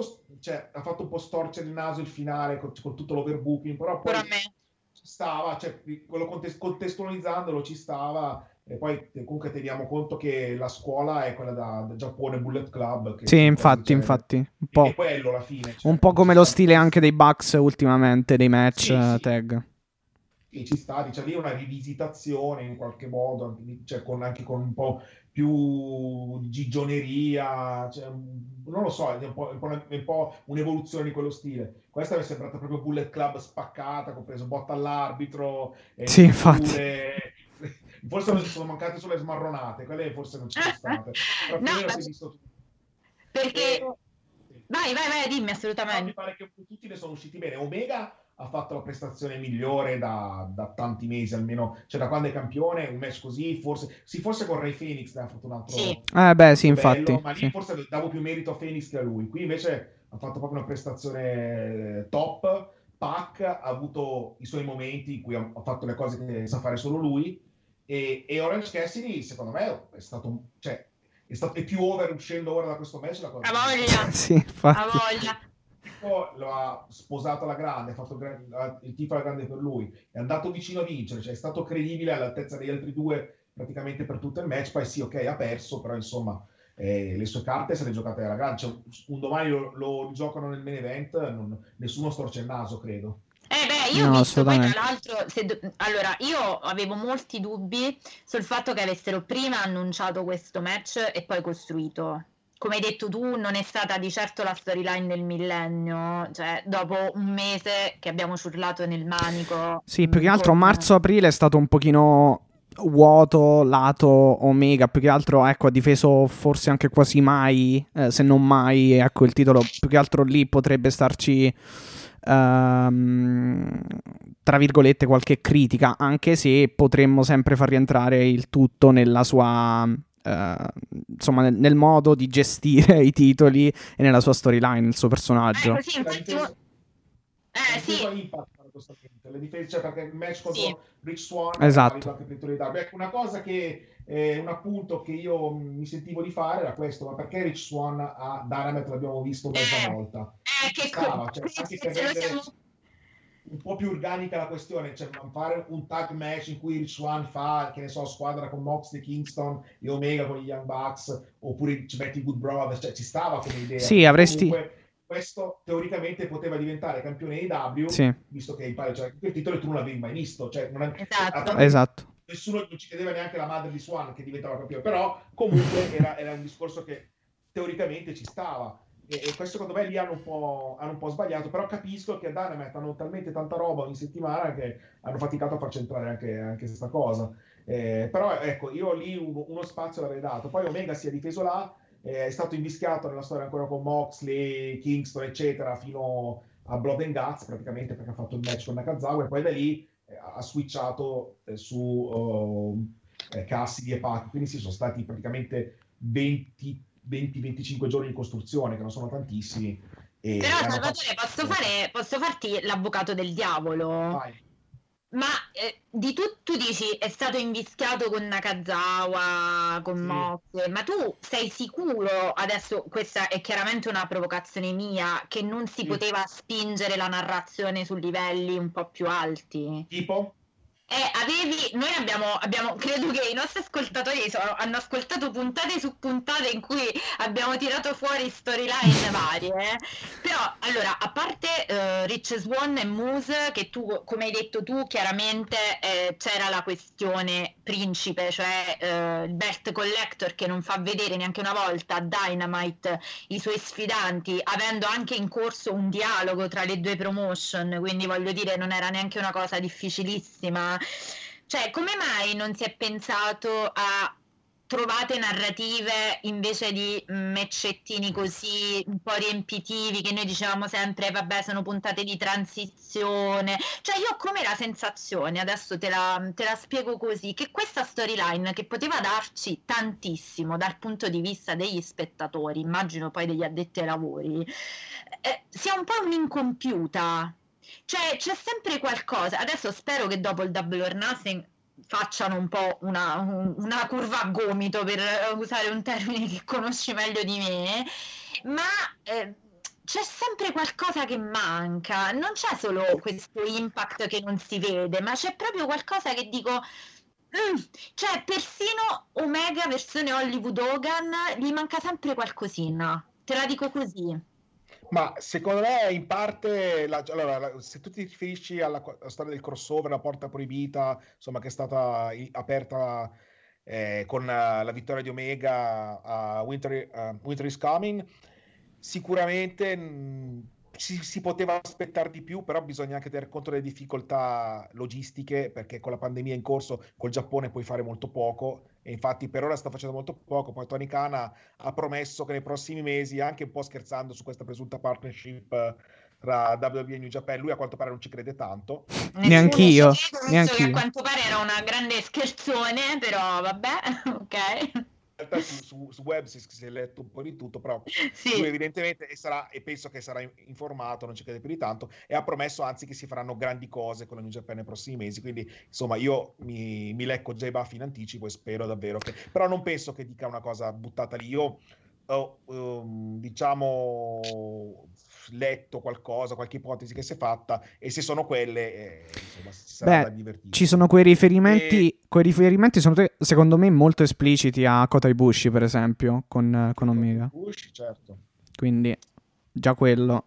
cioè, ha fatto un po' storcere il naso il finale con, con tutto l'overbooking, però poi Pure a me. ci stava, cioè, quello contes- contestualizzandolo ci stava, e poi comunque teniamo conto che la scuola è quella da, da Giappone Bullet Club. Che Sì, cioè, infatti, cioè, infatti. Un è po', quello alla fine. Cioè, un po' come ci lo sta- stile anche dei Bucks ultimamente, dei match Sì, eh, sì. tag. Sì, ci sta, diciamo, lì è una rivisitazione in qualche modo, anche, lì, cioè, con, anche con un po' più di gigioneria, cioè, non lo so, è un po', è un po', una- è un po' un'evoluzione di quello stile. Questa mi è sembrata proprio Bullet Club spaccata, compreso botta all'arbitro, e Sì, infatti. cinture. Forse non ci sono mancate sulle smarronate, quelle forse non ci sono state, però più o No, meno ma- si è visto tutto. perché... E- Vai, vai, vai, dimmi No, mi assolutamente. pare che tutti ne sono usciti bene. Omega ha fatto la prestazione migliore da, da tanti mesi, almeno, cioè da quando è campione, un match così, forse, sì, forse con Ray Phoenix ne ha fatto un altro, Sì. Eh beh, sì, altro bello, infatti. ma lì Sì. forse davo più merito a Phoenix che a lui. Qui invece ha fatto proprio una prestazione top. Pac ha avuto i suoi momenti in cui ha, ha fatto le cose che sa fare solo lui, e, e Orange Cassidy, secondo me, è stato, un- cioè, è stato è più over uscendo ora da questo match la cosa. A voglia, Sì, a infatti. voglia. Tipo lo ha sposato alla grande, ha fatto il, gra- il tifo alla grande per lui, è andato vicino a vincere, cioè è stato credibile all'altezza degli altri due praticamente per tutto il match. Poi sì, ok, ha perso, però insomma eh, le sue carte se le giocate alla grande. Cioè, un domani lo, lo giocano nel main event, non- nessuno storce il naso, credo. Eh beh, io No, ho visto poi tra assolutamente. l'altro, se do- allora io avevo molti dubbi sul fatto che avessero prima annunciato questo match e poi costruito. Come hai detto tu, non è stata di certo la storyline del millennio, cioè dopo un mese che abbiamo ciurlato nel manico. Sì, più che mm, altro con- marzo-aprile è stato un pochino vuoto lato Omega, più che altro ecco ha difeso forse anche quasi mai, eh, se non mai, ecco il titolo, più che altro lì potrebbe starci ehm, tra virgolette qualche critica, anche se potremmo sempre far rientrare il tutto nella sua eh, insomma nel, nel modo di gestire i titoli e nella sua storyline, il suo personaggio. Eh, sì, La infatti, difesa, mo- la eh difesa sì, Impact paradossalmente, le difese, cioè perché il match contro sì. Rich Swann Esatto. era valido anche per i titoli W. Ecco, una cosa che eh, un appunto che io mi sentivo di fare era questo: ma perché Rich Swann a Dynamite l'abbiamo visto mezza Eh, volta? eh, Ci che stava, co- cioè, anche se per lo rendere siamo... un po' più organica la questione, cioè fare un tag match in cui Rich Swann fa, che ne so, squadra con Moxley, Kingston e Omega con gli Young Bucks, oppure ci metti Good Brothers, cioè ci stava come idea. Sì, perché avresti- comunque questo teoricamente poteva diventare campione A E W, Sì. visto che pare, cioè, quel titolo tu non l'avevi mai visto, cioè, non è- Esatto. a tanto- Esatto. nessuno non ci credeva, neanche la madre di Swan che diventava campione, però comunque era, era un discorso che teoricamente ci stava. E, e questo secondo me lì hanno un, po', hanno un po' sbagliato, però capisco che a Dynamite hanno talmente tanta roba ogni settimana che hanno faticato a far centrare anche, anche questa cosa. Eh, però ecco, io lì uno, uno spazio l'avrei dato. Poi Omega si è difeso là, eh, è stato invischiato nella storia ancora con Moxley, Kingston eccetera fino a Blood and Guts praticamente, perché ha fatto il match con Nakazawa, e poi da lì eh, ha switchato eh, su uh, eh, Cassidy e Pac, quindi si sono stati praticamente venti venticinque giorni di costruzione, che non sono tantissimi. E Però hanno Salvatore, fatto- posso, fare, posso farti l'avvocato del diavolo? Vai. Ma eh, di tu, tu dici è stato invischiato con Nakazawa, con Sì. Moxley, ma tu sei sicuro, adesso questa è chiaramente una provocazione mia, che non si Sì. poteva spingere la narrazione su livelli un po' più alti? Tipo? Eh, avevi, noi abbiamo, abbiamo, credo che i nostri ascoltatori sono- hanno ascoltato puntate su puntate in cui abbiamo tirato fuori storyline varie, però allora, a parte eh, Rich Swann e Moose, che tu, come hai detto tu, chiaramente eh, c'era la questione principe, cioè eh, il belt collector che non fa vedere neanche una volta a Dynamite i suoi sfidanti, avendo anche in corso un dialogo tra le due promotion, quindi voglio dire non era neanche una cosa difficilissima. Cioè, come mai non si è pensato a trovate narrative invece di matchettini così un po' riempitivi, che noi dicevamo sempre vabbè sono puntate di transizione? Cioè io ho come la sensazione, adesso te la, te la spiego così, che questa storyline che poteva darci tantissimo dal punto di vista degli spettatori, immagino poi degli addetti ai lavori, eh, sia un po' un'incompiuta. Cioè c'è sempre qualcosa. Adesso spero che dopo il Double or Nothing facciano un po' una, un- una curva a gomito, per usare un termine che conosci meglio di me, ma eh, c'è sempre qualcosa che manca, non c'è solo questo Impact che non si vede, ma c'è proprio qualcosa che dico, mm, cioè persino Omega versione Hollywood Hogan gli manca sempre qualcosina, te la dico così. Ma secondo me in parte la, allora, la, se tu ti riferisci alla, alla storia del crossover, la porta proibita, insomma, che è stata i, aperta eh, con uh, la vittoria di Omega a Winter, uh, Winter is Coming, sicuramente mh, si, si poteva aspettare di più, però bisogna anche tener conto delle difficoltà logistiche, perché con la pandemia in corso col Giappone puoi fare molto poco, e infatti per ora sta facendo molto poco. Poi Tony Khan ha, ha promesso che nei prossimi mesi, anche un po' scherzando su questa presunta partnership tra W W E e New Japan, lui a quanto pare non ci crede tanto. Neanch'io, neanch'io. Che a quanto pare era una grande scherzone, però vabbè, ok. In realtà su, su, su web si, si è letto un po' di tutto, però sì. Lui evidentemente e, sarà, e penso che sarà informato, non ci crede più di tanto, e ha promesso anzi che si faranno grandi cose con la New Japan nei prossimi mesi, quindi insomma io mi, mi lecco già i baffi in anticipo e spero davvero che, però non penso che dica una cosa buttata lì. Io ho um, diciamo letto qualcosa, qualche ipotesi che si è fatta, e se sono quelle eh, insomma si sarà Beh, da divertirsi. Ci sono quei riferimenti e... quei riferimenti sono te, secondo me molto espliciti a Kota Ibushi, per esempio, con, con Omega. Ibushi, certo. Quindi già quello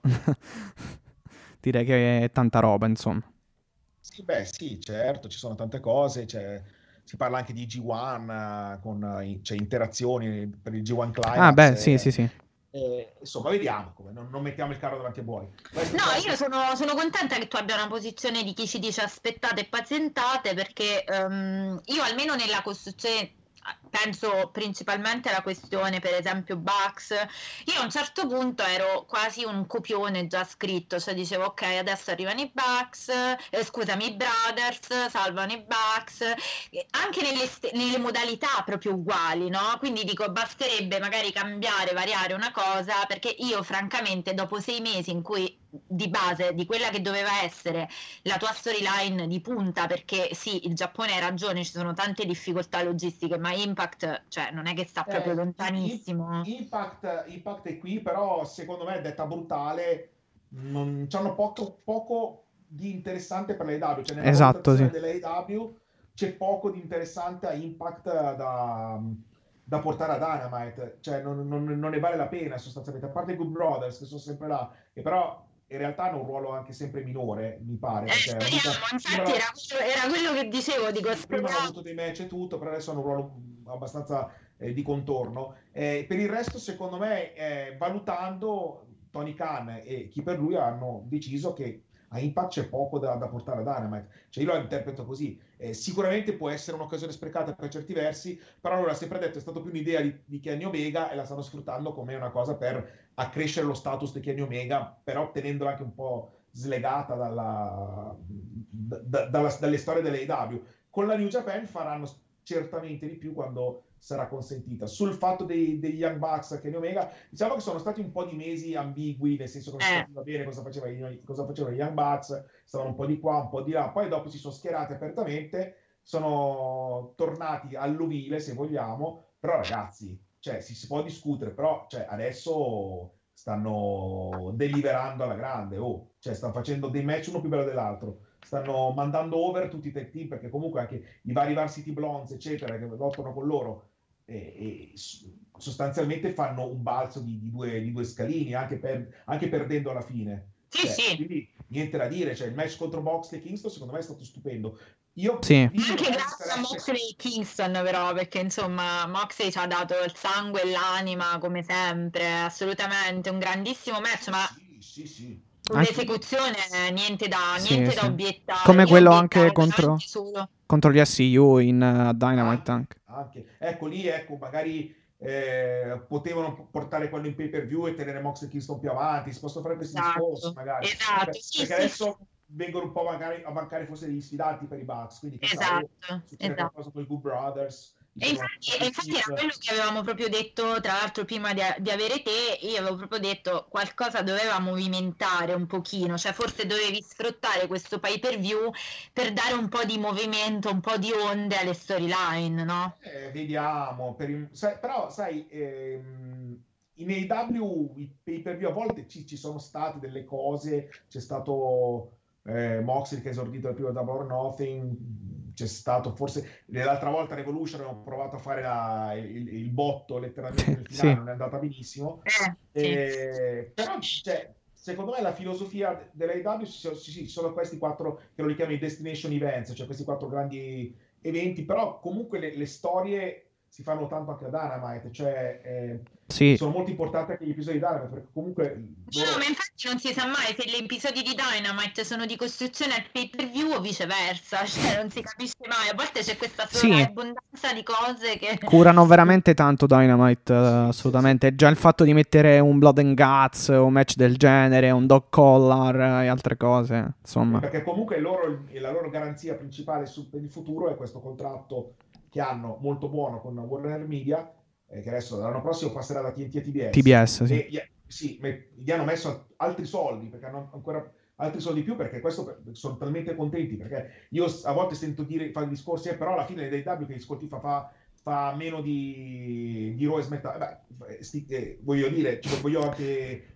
direi che è tanta roba, insomma. Sì, beh, sì, certo, ci sono tante cose, c'è, si parla anche di G uno, con cioè, interazioni per il G uno Climax. Ah, beh, e, sì, sì, sì. E, insomma, vediamo come, non, non mettiamo il carro davanti ai buoi. Questo no, questo... io sono, sono contenta che tu abbia una posizione di chi ci dice aspettate e pazientate, perché um, io almeno nella costruzione penso principalmente alla questione, per esempio Bucks, io a un certo punto ero quasi un copione già scritto, cioè dicevo ok, adesso arrivano i Bucks, eh, scusami i Brothers, salvano i Bucks, eh, anche nelle, nelle modalità proprio uguali, no? Quindi dico basterebbe magari cambiare, variare una cosa, perché io francamente dopo sei mesi in cui di base di quella che doveva essere la tua storyline di punta, perché sì, il Giappone hai ragione, ci sono tante difficoltà logistiche, ma Impact, cioè non è che sta proprio eh, lontanissimo. Impact, Impact è qui, però secondo me, detta brutale, non c'hanno poco, poco di interessante per l'A E W, cioè nella esatto, sì. dell'A E W c'è poco di interessante a Impact da, da portare a Dynamite, cioè non, non, non ne vale la pena sostanzialmente, a parte i Good Brothers che sono sempre là, e però in realtà hanno un ruolo anche sempre minore, mi pare. Eh, speriamo, avuto, infatti era quello, era quello che dicevo, dico, sì, prima hanno avuto dei match e tutto, però adesso hanno un ruolo abbastanza eh, di contorno. Eh, per il resto, secondo me, eh, valutando, Tony Khan e chi per lui hanno deciso che a Impact c'è poco da, da portare a Dynamite. Cioè io lo interpreto così. Eh, sicuramente può essere un'occasione sprecata per certi versi, però allora sempre detto è stato più un'idea di, di Kenny Omega e la stanno sfruttando come una cosa per accrescere lo status di Kenny Omega, però tenendola anche un po' slegata dalla, da, dalla, dalle storie dell'A E W. Con la New Japan faranno certamente di più quando sarà consentita. Sul fatto dei, degli Young Bucks a Kenny Omega, diciamo che sono stati un po' di mesi ambigui, nel senso che non si capiva bene cosa facevano cosa faceva i Young Bucks, stavano un po' di qua, un po' di là, poi dopo si sono schierati apertamente, sono tornati all'ovile, se vogliamo, però ragazzi, cioè si, si può discutere, però cioè, adesso stanno deliberando alla grande, oh, cioè stanno facendo dei match uno più bello dell'altro, stanno mandando over tutti i tag team, perché comunque anche i vari Varsity Blondes eccetera che lottano con loro e, e sostanzialmente fanno un balzo di, di, due, di due scalini, anche, per, anche perdendo alla fine. Sì, cioè, sì. Quindi niente da dire, cioè il match contro Moxley e Kingston secondo me è stato stupendo. Io sì. Anche grazie a Moxley e Kingston, però, perché insomma Moxley ci ha dato il sangue e l'anima come sempre, assolutamente un grandissimo match, ma sì, sì, sì. L'esecuzione niente da, sì, niente sì. da obiettare. Come Io quello obiettavo anche contro, anche solo... contro gli S U in uh, Dynamite. Anche, anche. anche. Ecco lì, ecco, magari eh, potevano portare quello in pay per view e tenere Moxley e Kingston più avanti. Si possono fare questi esatto, discorsi magari. Esatto, perché, sì, perché sì, adesso sì. vengono un po' magari a mancare forse degli sfidanti per i Bucks. Quindi esatto, succede esatto. qualcosa con i Good Brothers. E infatti, e infatti era quello che avevamo proprio detto, tra l'altro prima di, di avere te, io avevo proprio detto qualcosa doveva movimentare un pochino, cioè forse dovevi sfruttare questo pay per view per dare un po' di movimento, un po' di onde alle storyline, no? Eh, vediamo, per il, sai, però sai, ehm, in A E W i pay per view a volte ci, ci sono state delle cose, c'è stato eh, Moxley che ha esordito il primo Double or Nothing, c'è stato forse l'altra volta Revolution abbiamo provato a fare la, il, il botto letteralmente nel finale, Sì. non è andata benissimo, Eh, eh, però cioè, secondo me la filosofia dell'A E W ci sono, ci sono questi quattro che lo richiamano i destination events, cioè questi quattro grandi eventi, però comunque le, le storie si fanno tanto anche a Dynamite, cioè eh, Sì. sono molto importanti anche gli episodi di Dynamite, perché comunque No, loro- ma infatti non si sa mai se gli episodi di Dynamite sono di costruzione al pay per view o viceversa, cioè non si capisce mai. A volte c'è questa Sì. sovrabbondanza di cose che Curano veramente tanto Dynamite, eh, assolutamente. Già il fatto di mettere un Blood and Guts, un match del genere, un dog collar e altre cose, insomma. perché comunque loro, la loro garanzia principale su, per il futuro è questo contratto che hanno molto buono con Warner Media, eh, che adesso l'anno prossimo passerà da T N T a T B S. T B S, sì. E, yeah, sì, me- gli hanno messo altri soldi, perché hanno ancora altri soldi in più, perché questo per- sono talmente contenti, perché io s- a volte sento dire, fare discorsi, eh, però alla fine dei W che gli scorti fa, fa, fa meno di, di Raw e SmackDown. Beh, sti- eh, voglio dire, cioè, voglio anche...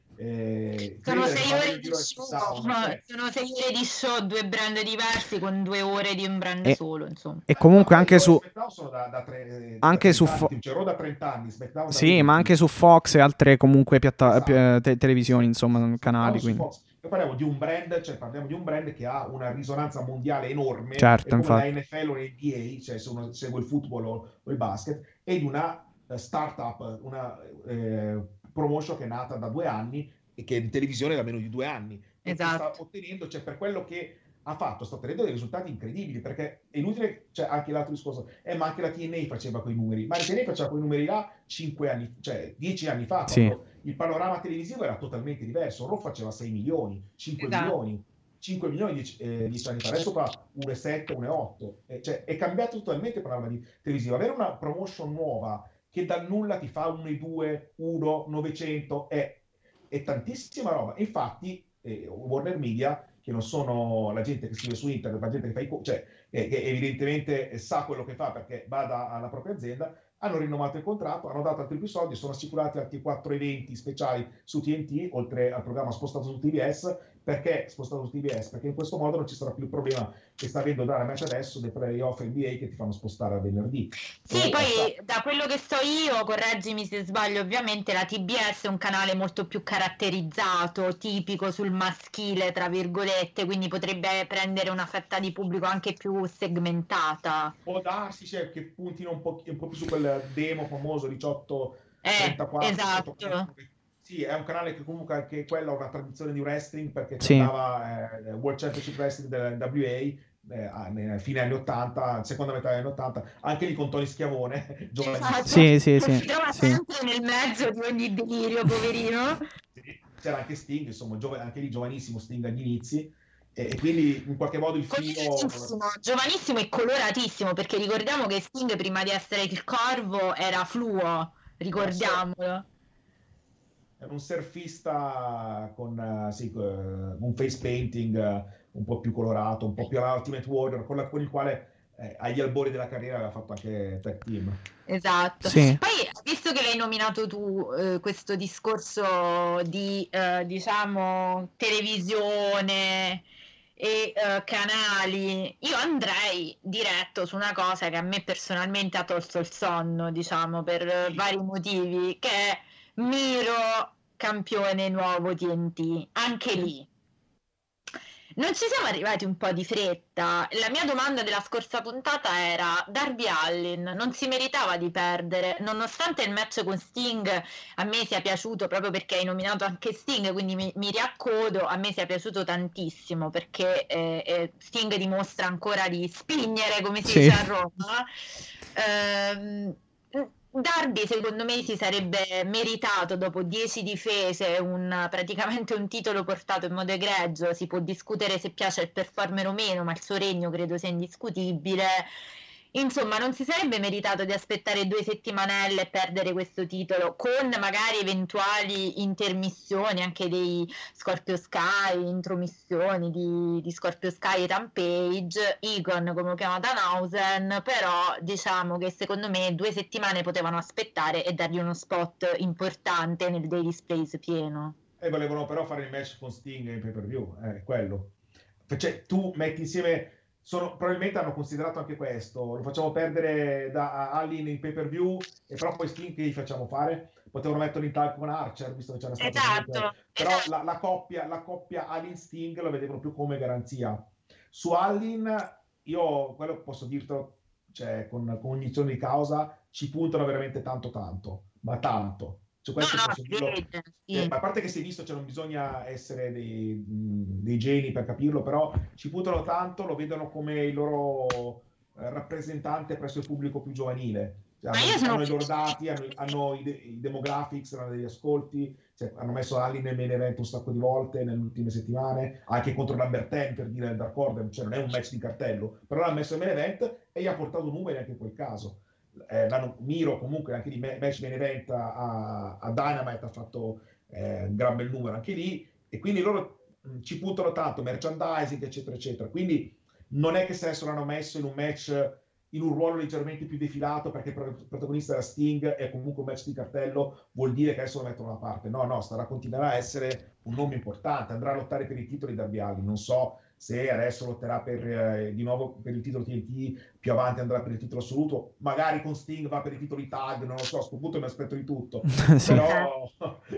Eh, sono credere che sei fa ore meno di Raw e show, SmackDown, ma cioè. sono sei ore di show, due brand diversi con due ore di un brand E- solo, insomma. E comunque Ma anche Raw e su... SmackDown sono da, da tre, da Anche su trenta Fo- anni, cioè Raw da trenta anni, SmackDown da Sì, venti. ma anche su Fox e altre comunque piatta- Esatto. pi- te- televisioni, Sì, insomma, sì, sì, canali, su quindi. Fox. Noi parliamo di un brand, cioè parliamo di un brand che ha una risonanza mondiale enorme, Certo, è come infatti. la N F L o l'N B A, cioè se uno segue il football o, o il basket, e di una uh, startup, una eh, promotion che è nata da due anni e che è in televisione da meno di due anni, e che Esatto. sta ottenendo, cioè per quello che ha fatto, sta ottenendo dei risultati incredibili, perché è inutile, cioè anche l'altro discorso, eh, ma anche la T N A faceva quei numeri, ma la T N A faceva quei numeri là cinque anni, cioè dieci anni fa, Sì. quando il panorama televisivo era totalmente diverso. Raw faceva sei milioni, cinque Esatto. milioni, cinque milioni dieci, eh, dieci anni fa, adesso fa uno virgola sette, uno virgola otto, eh, cioè è cambiato totalmente il panorama di- televisivo. Avere una promotion nuova che dal nulla ti fa uno virgola due, uno, novecento è, è tantissima roba. Infatti eh, Warner Media, che non sono la gente che scrive su internet, la gente che fa i co- cioè eh, che evidentemente eh, sa quello che fa perché bada alla propria azienda, hanno rinnovato il contratto, hanno dato altri episodi, sono assicurati altri quattro eventi speciali su T N T, oltre al programma spostato su T B S. Perché spostato su T B S? Perché in questo modo non ci sarà più il problema che sta avendo Dynamite adesso dei playoff N B A che ti fanno spostare a venerdì. Sì, Eh, poi da quello che so io, correggimi se sbaglio, ovviamente la T B S è un canale molto più caratterizzato, tipico sul maschile, tra virgolette, quindi potrebbe prendere una fetta di pubblico anche più segmentata. può darsi cioè, che puntino un po', un po' più su quel demo famoso diciotto Eh, trentaquattro. esatto. Sì, è un canale che comunque anche quello ha una tradizione di wrestling, perché Sì. andava eh, World Championship Wrestling della W A eh, a fine anni ottanta, seconda metà degli anni ottanta, anche lì con Tony Schiavone, giovanissimo. Esatto. Sì, sì, Che sì, si trova sì. sempre nel mezzo di ogni delirio, poverino. Sì, c'era anche Sting, insomma, giov- anche lì giovanissimo Sting agli inizi, e, e quindi in qualche modo il filo... Coloratissimo, giovanissimo e coloratissimo, perché ricordiamo che Sting prima di essere il Corvo era fluo, ricordiamolo. Era un surfista con uh, sì, uh, un face painting uh, un po' più colorato, un po' più alla Ultimate Warrior, con, la, con il quale eh, agli albori della carriera aveva fatto anche tag team. Esatto. Sì. Poi, visto che l'hai nominato tu, eh, questo discorso di, eh, diciamo, televisione e eh, canali, io andrei diretto su una cosa che a me personalmente ha tolto il sonno, diciamo, per eh, vari motivi, che è Miro campione nuovo T N T. Anche lì non ci siamo arrivati un po' di fretta. La mia domanda della scorsa puntata era: Darby Allin non si meritava di perdere, nonostante il match con Sting a me sia piaciuto, proprio perché hai nominato anche Sting, quindi mi, mi riaccodo, a me sia piaciuto tantissimo, perché eh, eh, Sting dimostra ancora di spignere, come si Sì. dice a Roma. Ehm, Darby secondo me si sarebbe meritato, dopo dieci difese, un, praticamente un titolo portato in modo egregio. Si può discutere se piace il performer o meno, ma il suo regno credo sia indiscutibile. Insomma, non si sarebbe meritato di aspettare due settimanelle e perdere questo titolo, con magari eventuali intermissioni anche dei Scorpio Sky, intromissioni di, di Scorpio Sky e Rampage, Egon come lo chiama Danhausen, però diciamo che secondo me due settimane potevano aspettare e dargli uno spot importante nel Daily Place pieno. E volevano però fare il match con Sting in pay-per-view, è eh, quello. Cioè, tu metti insieme... Sono, probabilmente hanno considerato anche questo, lo facciamo perdere da Allin in pay per view e però poi Sting che gli facciamo fare? Potevano metterlo in tag con Archer visto che c'era stato esatto, comunque... però esatto. La, la coppia la coppia Allin Sting lo vedevano più come garanzia. Su Allin io quello posso dirtelo, cioè con, con ognizione di causa ci puntano veramente tanto tanto, ma tanto. Cioè, questo no, posso no, dirlo, sì. eh, a parte che si è visto, cioè non bisogna essere dei, dei geni per capirlo, però ci puntano tanto, lo vedono come il loro eh, rappresentante presso il pubblico più giovanile. Cioè, hanno, sono... hanno i loro dati, hanno, hanno i, de, i demographics, hanno degli ascolti, cioè, hanno messo Allin nel main event un sacco di volte nelle ultime settimane, anche contro Number dieci per dire il Dark Order, cioè non è un match di cartello, però l'ha messo nel main event e gli ha portato numeri anche in quel caso. Eh, Miro comunque anche di match main event a, a Dynamite ha fatto eh, un gran bel numero anche lì, e quindi loro mh, ci puntano tanto, merchandising eccetera eccetera, quindi non è che se adesso l'hanno messo in un match in un ruolo leggermente più defilato perché il protagonista era Sting è comunque un match di cartello, vuol dire che adesso lo mettono da parte. No, no, starà continuerà a essere un nome importante, andrà a lottare per i titoli Darby Allin, non so se adesso lotterà per, eh, di nuovo per il titolo T N T, più avanti andrà per il titolo assoluto, magari con Sting va per i titoli tag, non lo so, a questo punto mi aspetto di tutto. Sì. però,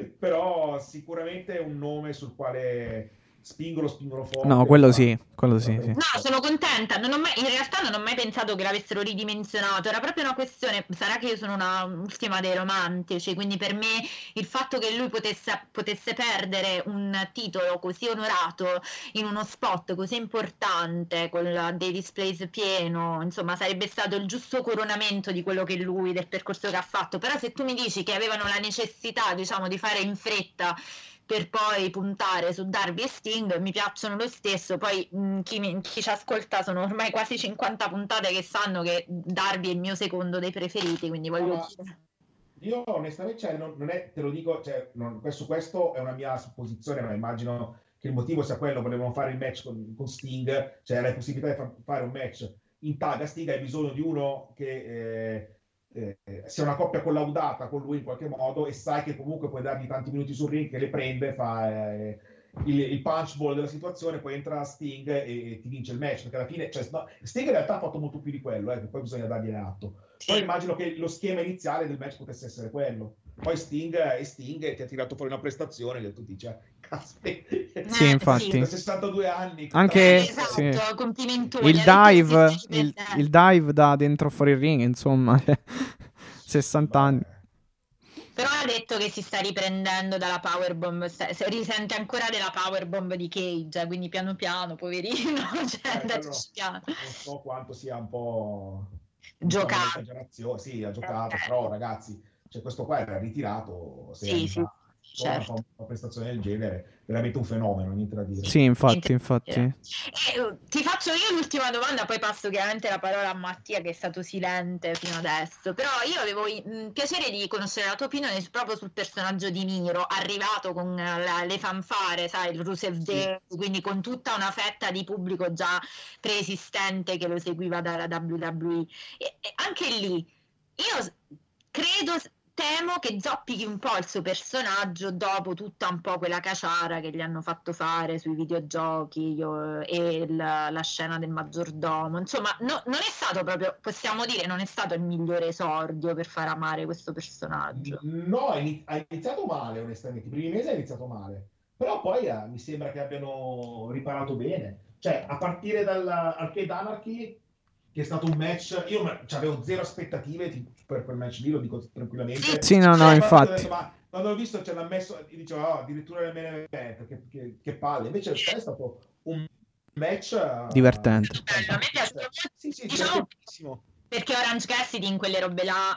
però sicuramente è un nome sul quale spingono, spingono forte. No, quello sì, quello sì, sì. No, sono contenta. Non ho mai, in realtà non ho mai pensato che l'avessero ridimensionato. Era proprio una questione. Sarà che io sono una ultima dei romantici, quindi per me il fatto che lui potesse, potesse perdere un titolo così onorato in uno spot così importante, con dei displays pieno, insomma, sarebbe stato il giusto coronamento di quello che lui, del percorso che ha fatto. Però se tu mi dici che avevano la necessità, diciamo, di fare in fretta per poi puntare su Darby e Sting, mi piacciono lo stesso. Poi mh, chi, mi, chi ci ascolta, sono ormai quasi cinquanta puntate che sanno che Darby è il mio secondo dei preferiti, quindi voglio ah, dire. Io onestamente, cioè, non, non è, te lo dico, cioè, non, questo, questo è una mia supposizione, ma immagino che il motivo sia quello, volevano fare il match con, con Sting, cioè la possibilità di far, fare un match in tag a Sting, hai bisogno di uno che eh, Eh, sia una coppia collaudata con lui in qualche modo, e sai che comunque puoi dargli tanti minuti sul ring, che le prende, fa eh, il, il punch ball della situazione, poi entra Sting e, e ti vince il match, perché alla fine, cioè, no, Sting in realtà ha fatto molto più di quello, eh, che poi bisogna dargli atto. Poi immagino che lo schema iniziale del match potesse essere quello, poi Sting e Sting ti ha tirato fuori una prestazione che tu dici, cazzo, sì, infatti, da sessantadue anni anche esatto, sì. complimentoni, il dive il, il dive da dentro fuori il ring, insomma, sessanta anni. Però ha detto che si sta riprendendo dalla powerbomb, se risente ancora della powerbomb di Cage, quindi piano piano, poverino, cioè, eh, no, piano. Non so quanto sia un po' giocato, sì, ha giocato, eh. Però ragazzi, cioè, questo qua era ritirato sì, sì. Certo. Una, una prestazione del genere, veramente un fenomeno, niente da dire. Sì, infatti, infatti. Eh, ti faccio io l'ultima domanda, poi passo chiaramente la parola a Mattia, che è stato silente fino adesso. Però io avevo mh, piacere di conoscere la tua opinione proprio sul personaggio di Miro, arrivato con la, le fanfare, sai, il Rusev Day, sì. Quindi con tutta una fetta di pubblico già preesistente che lo seguiva dalla W W E. E, e anche lì, io credo... temo che zoppichi un po' il suo personaggio dopo tutta un po' quella caciara che gli hanno fatto fare sui videogiochi io, e la, la scena del maggiordomo. Insomma, no, non è stato proprio, possiamo dire, non è stato il migliore esordio per far amare questo personaggio. No, ha iniziato male, onestamente. I primi mesi ha iniziato male, però poi eh, mi sembra che abbiano riparato bene. Cioè, a partire dall'Arcade Anarchy, che è stato un match, io avevo zero aspettative per quel match lì, lo dico tranquillamente. Sì, no, no, cioè, infatti. Detto, ma quando l'ho visto ce l'ha messo, e dicevo, oh, addirittura nel main event, che, che, che palle. Invece è stato un match divertente. Bello, a me piace. Sì, sì, diciamo, sì, perché Orange Cassidy in quelle robe là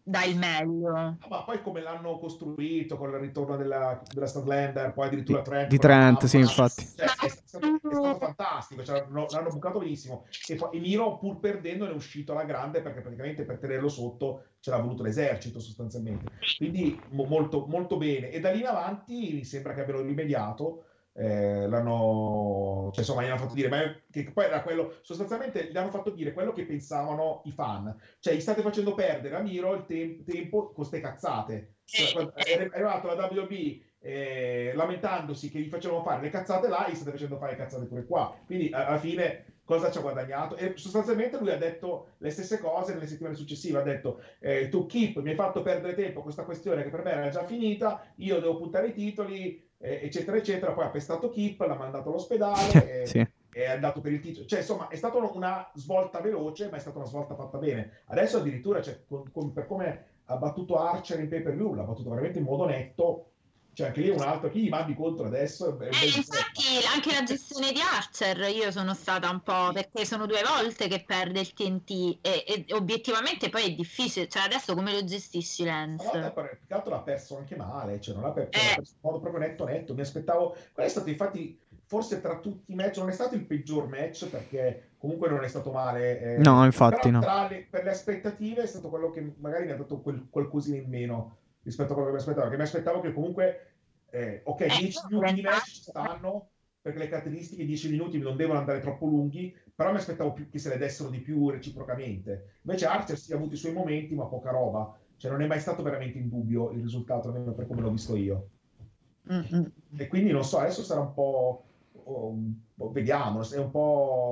dà il meglio. Ah, ma poi come l'hanno costruito con il ritorno della, della Statlander, poi addirittura Di, Trent di con la Trent, mamma, sì, infatti. cioè, è, stato, è stato fantastico, cioè, l'hanno, l'hanno bucato benissimo. E, poi, e Miro, pur perdendo, ne è uscito alla grande perché praticamente per tenerlo sotto ce l'ha voluto l'esercito sostanzialmente. Quindi mo, molto, molto bene. E da lì in avanti mi sembra che abbiano rimediato. Eh, l'hanno, cioè, insomma, gli hanno fatto dire, ma che poi era quello, sostanzialmente gli hanno fatto dire quello che pensavano i fan, cioè gli state facendo perdere a Miro il te- tempo con ste cazzate. Cioè, è arrivato la W W E eh, lamentandosi che gli facevano fare le cazzate là, gli state facendo fare le cazzate pure qua, quindi alla fine cosa ci ha guadagnato? E sostanzialmente lui ha detto le stesse cose nelle settimane successive, ha detto eh, tu Kip mi hai fatto perdere tempo questa questione che per me era già finita, io devo puntare i titoli, eh, eccetera eccetera. Poi ha pestato Kip, l'ha mandato all'ospedale e, Sì. è andato per il titolo, cioè insomma è stata una svolta veloce, ma è stata una svolta fatta bene. Adesso addirittura, cioè, con, con, per come ha battuto Archer in pay per view, l'ha battuto veramente in modo netto. Cioè anche lì un altro, chi gli mandi contro adesso? È eh, infatti anche la gestione di Archer io sono stata un po', perché sono due volte che perde il T N T e, e obiettivamente poi è difficile, cioè adesso come lo gestisci Lance? No, più che altro l'ha perso anche male, cioè non l'ha perso, Eh. l'ha perso in modo proprio netto netto. Mi aspettavo, quello è stato infatti forse tra tutti i match, non è stato il peggior match perché comunque non è stato male. Eh, No, infatti però no. tra le, per le aspettative è stato quello che magari mi ha dato quel, qualcosina in meno rispetto a quello che mi aspettavo, perché mi aspettavo che comunque, eh, ok, dieci minuti di match ci stanno, perché le caratteristiche dieci minuti non devono andare troppo lunghi, però mi aspettavo più che se ne dessero di più reciprocamente. Invece Archer si è avuto i suoi momenti, ma poca roba. Cioè non è mai stato veramente in dubbio il risultato, almeno per come l'ho visto io. Mm-hmm. E quindi non so, adesso sarà un po', um, vediamo, è un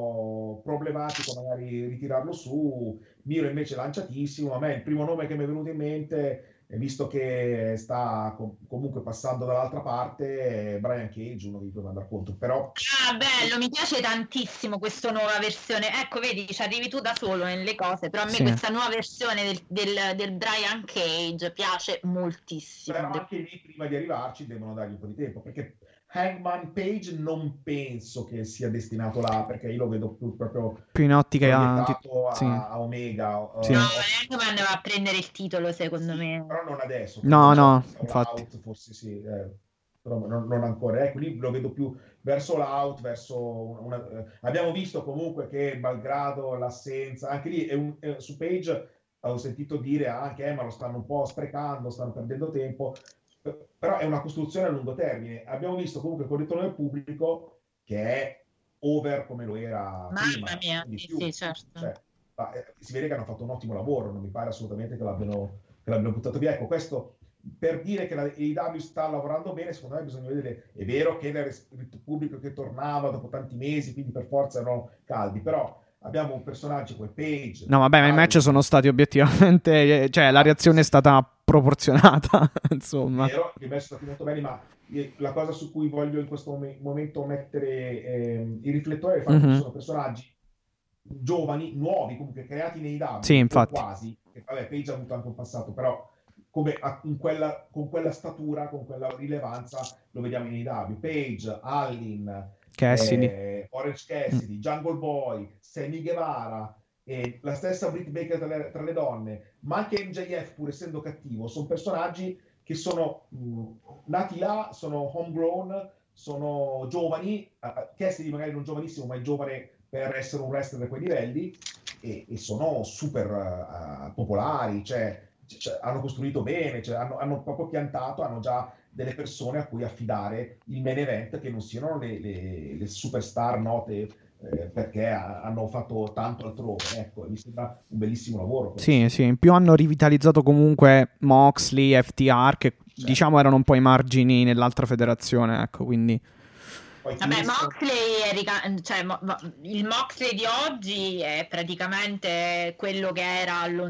po' problematico magari ritirarlo su. Miro invece lanciatissimo. A me il primo nome che mi è venuto in mente, visto che sta com- comunque passando dall'altra parte, è Brian Cage, uno di cui andare conto. Però ah, bello, mi piace tantissimo questa nuova versione. Ecco, vedi, ci arrivi tu da solo nelle cose, però a me Sì. questa nuova versione del, del, del Brian Cage piace moltissimo. Però anche lì, prima di arrivarci, devono dargli un po' di tempo, perché Hangman Page non penso che sia destinato là, perché io lo vedo più proprio più in ottica proiettato a, sì. a Omega. Sì. No, Hangman va a prendere il titolo, secondo sì, me. però non adesso. No, no, so, infatti. Out, forse sì, eh, però non, non ancora. Ecco, lì lo vedo più verso l'out, verso una, una, eh. Abbiamo visto comunque che malgrado l'assenza, anche lì è un, è, su Page ho sentito dire anche eh, ma lo stanno un po' sprecando, stanno perdendo tempo, però è una costruzione a lungo termine. Abbiamo visto comunque con il ritorno del pubblico che è over come lo era Mamma prima, mia, sì, sì, certo. cioè, ma, eh, si vede che hanno fatto un ottimo lavoro, non mi pare assolutamente che l'abbiano, che l'abbiano buttato via. Ecco, questo per dire che la A E W sta lavorando bene, secondo me bisogna vedere. È vero che il pubblico che tornava dopo tanti mesi, quindi per forza erano caldi, però abbiamo un personaggio come Page. No, vabbè, ma i match sono stati obiettivamente, cioè la reazione è stata proporzionata, insomma. È vero, i match sono stati molto belli, ma la cosa su cui voglio in questo momento mettere eh, il riflettore è il fatto mm-hmm. che sono personaggi giovani, nuovi, comunque creati nei A E W, sì, infatti. quasi. Che, vabbè, Page ha avuto anche un passato, però come in quella, con quella statura, con quella rilevanza, lo vediamo in A E W. Page, Allin, Cassidy. Eh, Orange Cassidy, mm. Jungle Boy, Sammy Guevara, e la stessa Britt Baker tra le, tra le donne, ma anche M J F, pur essendo cattivo, sono personaggi che sono mh, nati là, sono homegrown, sono giovani. uh, Cassidy magari non giovanissimo, ma è giovane per essere un wrestler a quei livelli, e, e sono super uh, popolari, cioè, cioè hanno costruito bene, cioè, hanno, hanno proprio piantato, hanno già delle persone a cui affidare il main event, che non siano le, le, le superstar note eh, perché ha, hanno fatto tanto altrove. Ecco, mi sembra un bellissimo lavoro. Sì, questo. Sì, in più hanno rivitalizzato comunque Moxley, F T R, che certo. diciamo erano un po' i margini nell'altra federazione, ecco, quindi... Vabbè, Moxley è rica- cioè, mo- mo- il Moxley di oggi è praticamente quello che era lo-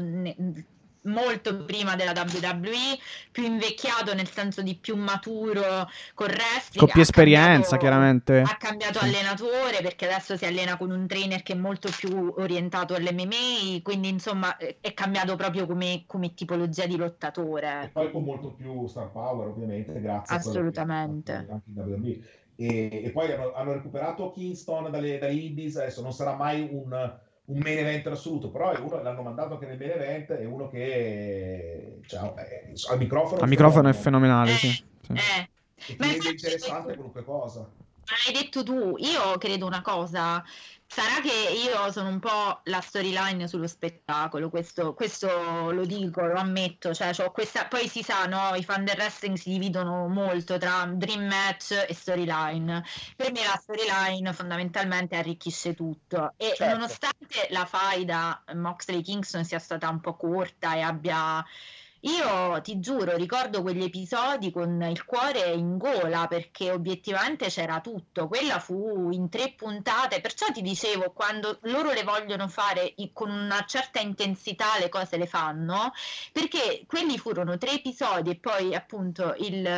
molto prima della W W E, più invecchiato nel senso di più maturo col wrestling, con più esperienza, cambiato, chiaramente ha cambiato sì. allenatore, perché adesso si allena con un trainer che è molto più orientato all'M M A, quindi insomma è cambiato proprio come, come tipologia di lottatore, e poi con molto più star power, ovviamente, grazie assolutamente a quello che anche in W W E. E, e poi hanno, hanno recuperato Kingston dalle, dalle Indies. Adesso non sarà mai un un main event assoluto, però è uno, l'hanno mandato anche nel main event, è uno che cioè, è, al microfono, al microfono è fenomenale. fenomenale, sì, sì. Eh, E ti ma rende infatti, interessante qualunque cosa. ma l'hai detto tu, io credo una cosa, sarà che io sono un po' la storyline sullo spettacolo, questo, questo lo dico, lo ammetto, cioè c'ho questa, poi si sa, no, i fan del wrestling si dividono molto tra dream match e storyline. Per me la storyline fondamentalmente arricchisce tutto e Certo. nonostante la faida Moxley-Kingston sia stata un po' corta e abbia... Io ti giuro, ricordo quegli episodi con il cuore in gola perché obiettivamente c'era tutto. Quella fu in tre puntate, perciò ti dicevo, quando loro le vogliono fare i- con una certa intensità le cose le fanno, perché quelli furono tre episodi e poi appunto il, il-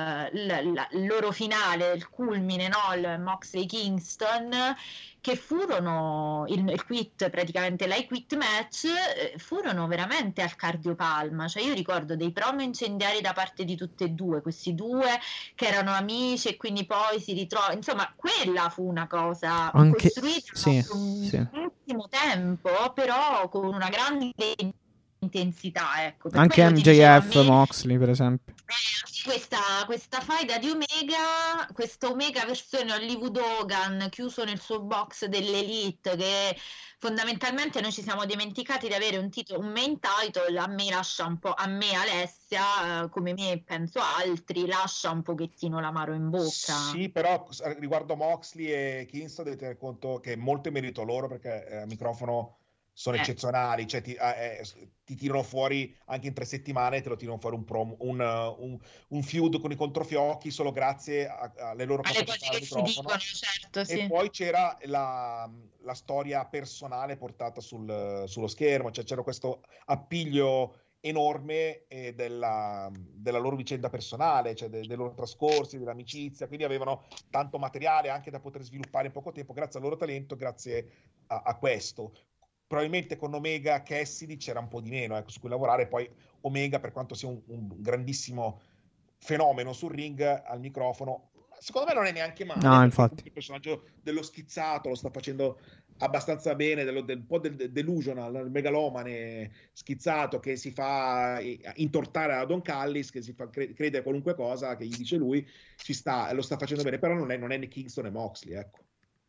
la- il loro finale, il culmine, no? Il Moxley Kingston, che furono il, il quit, praticamente l'I Quit match, eh, furono veramente al cardiopalma. Cioè io ricordo dei promo incendiari da parte di tutte e due, questi due che erano amici e quindi poi si ritrovano, insomma quella fu una cosa Anche costruita sì, per un sì. pochissimo tempo, però con una grande intensità, ecco. Per Anche quello ti dicevo, a M J F, me Moxley, per esempio. eh, questa, questa faida di Omega, questa Omega versione Hollywood Hogan chiuso nel suo box dell'Elite, che fondamentalmente noi ci siamo dimenticati di avere un titolo, un main title, a me lascia un po', a me Alessia, eh, come me penso altri, lascia un pochettino l'amaro in bocca. Sì, però riguardo Moxley e Kingston devi tenere conto che è molto merito loro perché eh, a microfono sono Eh. eccezionali, cioè ti, eh, ti tirano fuori anche in tre settimane, te lo tirano fuori un, promo, un, un, un feud con i controfiocchi solo grazie a, alle loro Alle capacità cose al che si microfono. dicono, certo, sì. E poi c'era la, la storia personale portata sul, sullo schermo, cioè c'era questo appiglio enorme eh, della, della loro vicenda personale, cioè de, dei loro trascorsi, dell'amicizia, quindi avevano tanto materiale anche da poter sviluppare in poco tempo grazie al loro talento, grazie a, a questo. Probabilmente con Omega Cassidy c'era un po' di meno, ecco, su cui lavorare. Poi Omega, per quanto sia un, un grandissimo fenomeno sul ring, al microfono, secondo me non è neanche male, No, infatti. il personaggio dello schizzato lo sta facendo abbastanza bene, dello, del, un po' del, del delusional, il megalomane schizzato che si fa intortare a Don Callis, che si fa cre- credere a qualunque cosa che gli dice lui, ci sta, lo sta facendo bene, però non è, non è né Kingston né Moxley, ecco.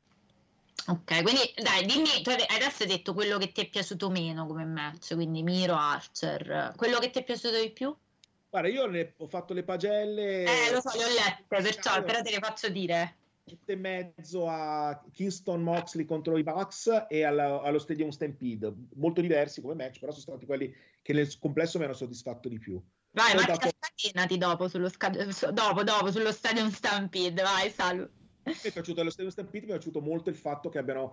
Ok, quindi dai, dimmi, tu adesso hai detto quello che ti è piaciuto meno come match, quindi Miro, Archer, quello che ti è piaciuto di più? Guarda, io ne ho fatto le pagelle. Eh, lo so, le ho lette, perciò, però te le faccio dire. Tutte in mezzo a Kingston Moxley contro i Bucks e alla, allo Stadium Stampede, molto diversi come match, però sono stati quelli che nel complesso mi hanno soddisfatto di più. Vai, Poi ma dato... scatenati dopo sullo, scad- dopo, dopo sullo Stadium Stampede, vai, Salu. Mi è piaciuto dello Stadium Stampede, mi è piaciuto molto il fatto che abbiano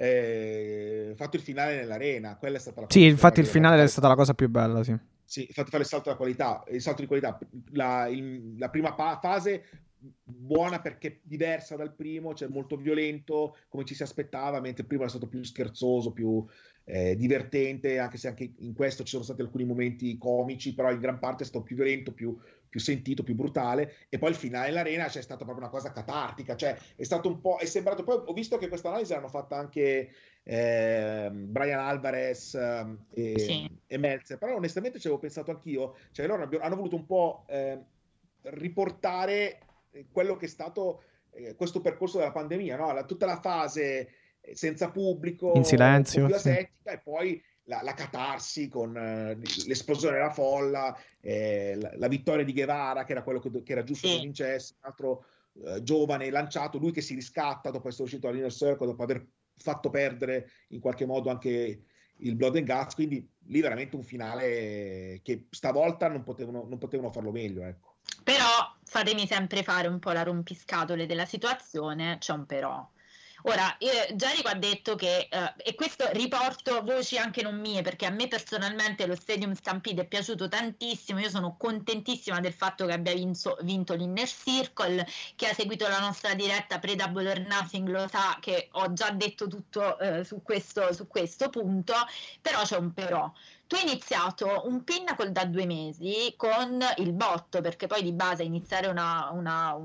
eh, fatto il finale nell'arena. Quella è stata la Sì, infatti il finale è stata la cosa più bella, sì. Sì, fate fare il salto della qualità, il salto di qualità. La, il, la prima pa- fase buona perché diversa dal primo, cioè molto violento come ci si aspettava, mentre il primo è stato più scherzoso, più eh, divertente, anche se anche in questo ci sono stati alcuni momenti comici, però in gran parte è stato più violento, più, più sentito, più brutale. E poi il finale dell'arena c'è stata proprio una cosa catartica, cioè è stato un po', è sembrato, poi ho visto che questa analisi l'hanno fatta anche eh, Brian Alvarez eh, e, sì. e Meltzer, però onestamente ci avevo pensato anch'io, cioè loro hanno, hanno voluto un po' eh, riportare quello che è stato eh, questo percorso della pandemia, no? La, tutta la fase senza pubblico, in silenzio, più sì. asettica, e poi la, la catarsi con eh, l'esplosione della folla, eh, la, la vittoria di Guevara, che era quello che, che era giusto sì. che vincesse, un altro eh, giovane lanciato, lui che si riscatta dopo essere uscito dall'Inner Circle, dopo aver fatto perdere in qualche modo anche il Blood and Guts, quindi lì veramente un finale che stavolta non potevano, non potevano farlo meglio, ecco. Però fatemi sempre fare un po' la rompiscatole della situazione, c'è un però. Ora, eh, Jericho ha detto che, eh, e questo riporto voci anche non mie, perché a me personalmente lo Stadium Stampede è piaciuto tantissimo, io sono contentissima del fatto che abbia vinto, vinto l'Inner Circle, chi ha seguito la nostra diretta pre-Double or Nothing lo sa che ho già detto tutto eh, su, questo, su questo punto, però c'è un però. Tu hai iniziato un Pinnacle da due mesi con il botto, perché poi di base iniziare una... una un,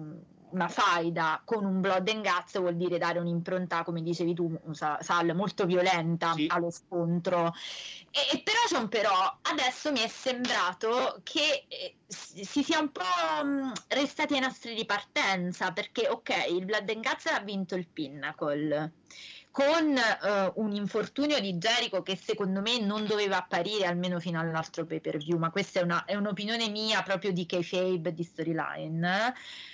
una faida con un blood and guts vuol dire dare un'impronta, come dicevi tu, Sal, molto violenta sì. allo scontro. E, e però c'è un però, adesso mi è sembrato che eh, si sia un po' mh, restati ai nastri di partenza, perché ok, il blood and guts ha vinto il Pinnacle con uh, un infortunio di Jericho che secondo me non doveva apparire almeno fino all'altro pay per view, ma questa è, una, è un'opinione mia proprio di kayfabe, di storyline.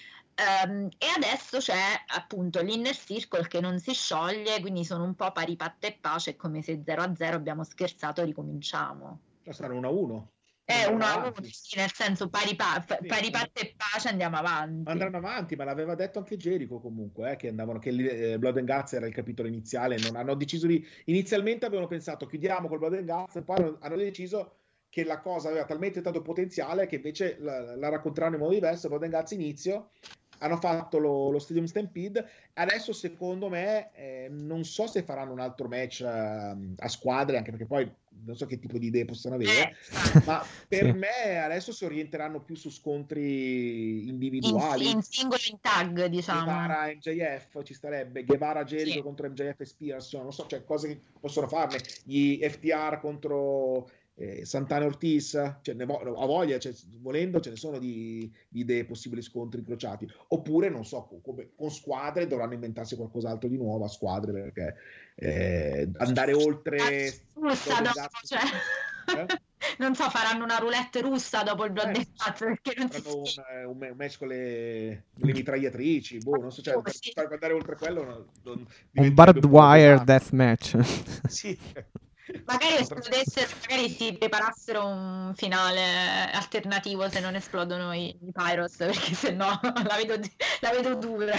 Um, e adesso c'è appunto l'Inner Circle che non si scioglie, quindi sono un po' pari patta e pace, è come se zero a zero abbiamo scherzato e ricominciamo. Sarà uno a uno. È uno a uno, sì, nel senso pari, pa- sì, pari patta e pace andiamo avanti. Andranno avanti, ma l'aveva detto anche Jericho comunque, eh, che andavano, che eh, Blood and Guts era il capitolo iniziale, non hanno deciso di, inizialmente avevano pensato chiudiamo col Blood and Guts, e poi hanno, hanno deciso che la cosa aveva talmente tanto potenziale che invece la, la racconteranno in modo diverso. Blood and Guts inizio, hanno fatto lo, lo Stadium Stampede, adesso secondo me eh, non so se faranno un altro match uh, a squadre, anche perché poi non so che tipo di idee possono avere, ma per sì. me adesso si orienteranno più su scontri individuali, in, in singolo, in tag, diciamo. Guevara M J F ci starebbe, Guevara Jericho sì. contro M J F e Spears, non so, cioè cose che possono farne, gli F T R contro Eh, Santana Ortiz, cioè, ne vo- a voglia, cioè, volendo ce ne sono di, di idee, possibili scontri incrociati, oppure non so, come, con squadre dovranno inventarsi qualcos'altro di nuovo a squadre, perché eh, andare oltre russa dopo, cioè, eh? non so, faranno una roulette russa dopo il Blood and Guts, perché non si un, un, un match con le, le mitragliatrici, boh, non so, cioè, per, sì. per andare oltre quello non, non un barbed wire death match. Sì. Magari esplodessero, magari si preparassero un finale alternativo se non esplodono i, i Pyros, perché se no la vedo, la vedo dura.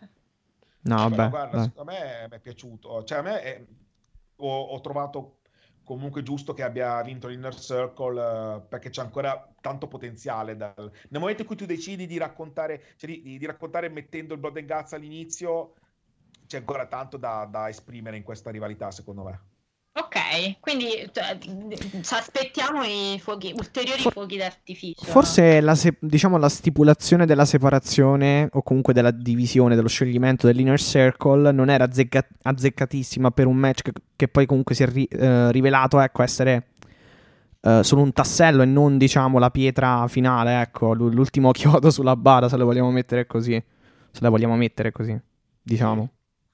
No, vabbè, Però, guarda, a me è piaciuto, cioè a me è, ho, ho trovato comunque giusto che abbia vinto l'Inner Circle, uh, perché c'è ancora tanto potenziale dal... nel momento in cui tu decidi di raccontare, cioè di, di raccontare mettendo il Blood and Guts all'inizio, c'è ancora tanto da, da esprimere in questa rivalità, secondo me. Ok, quindi cioè, ci aspettiamo i fuochi, ulteriori For- fuochi d'artificio. Forse la, se- diciamo, la stipulazione della separazione o comunque della divisione, dello scioglimento dell'Inner Circle non era azzecca- azzeccatissima per un match che, che poi comunque si è ri- eh, rivelato ecco, essere eh, solo un tassello e non, diciamo, la pietra finale, ecco, l- l'ultimo chiodo sulla bara, se la vogliamo mettere così, se la vogliamo mettere così, diciamo.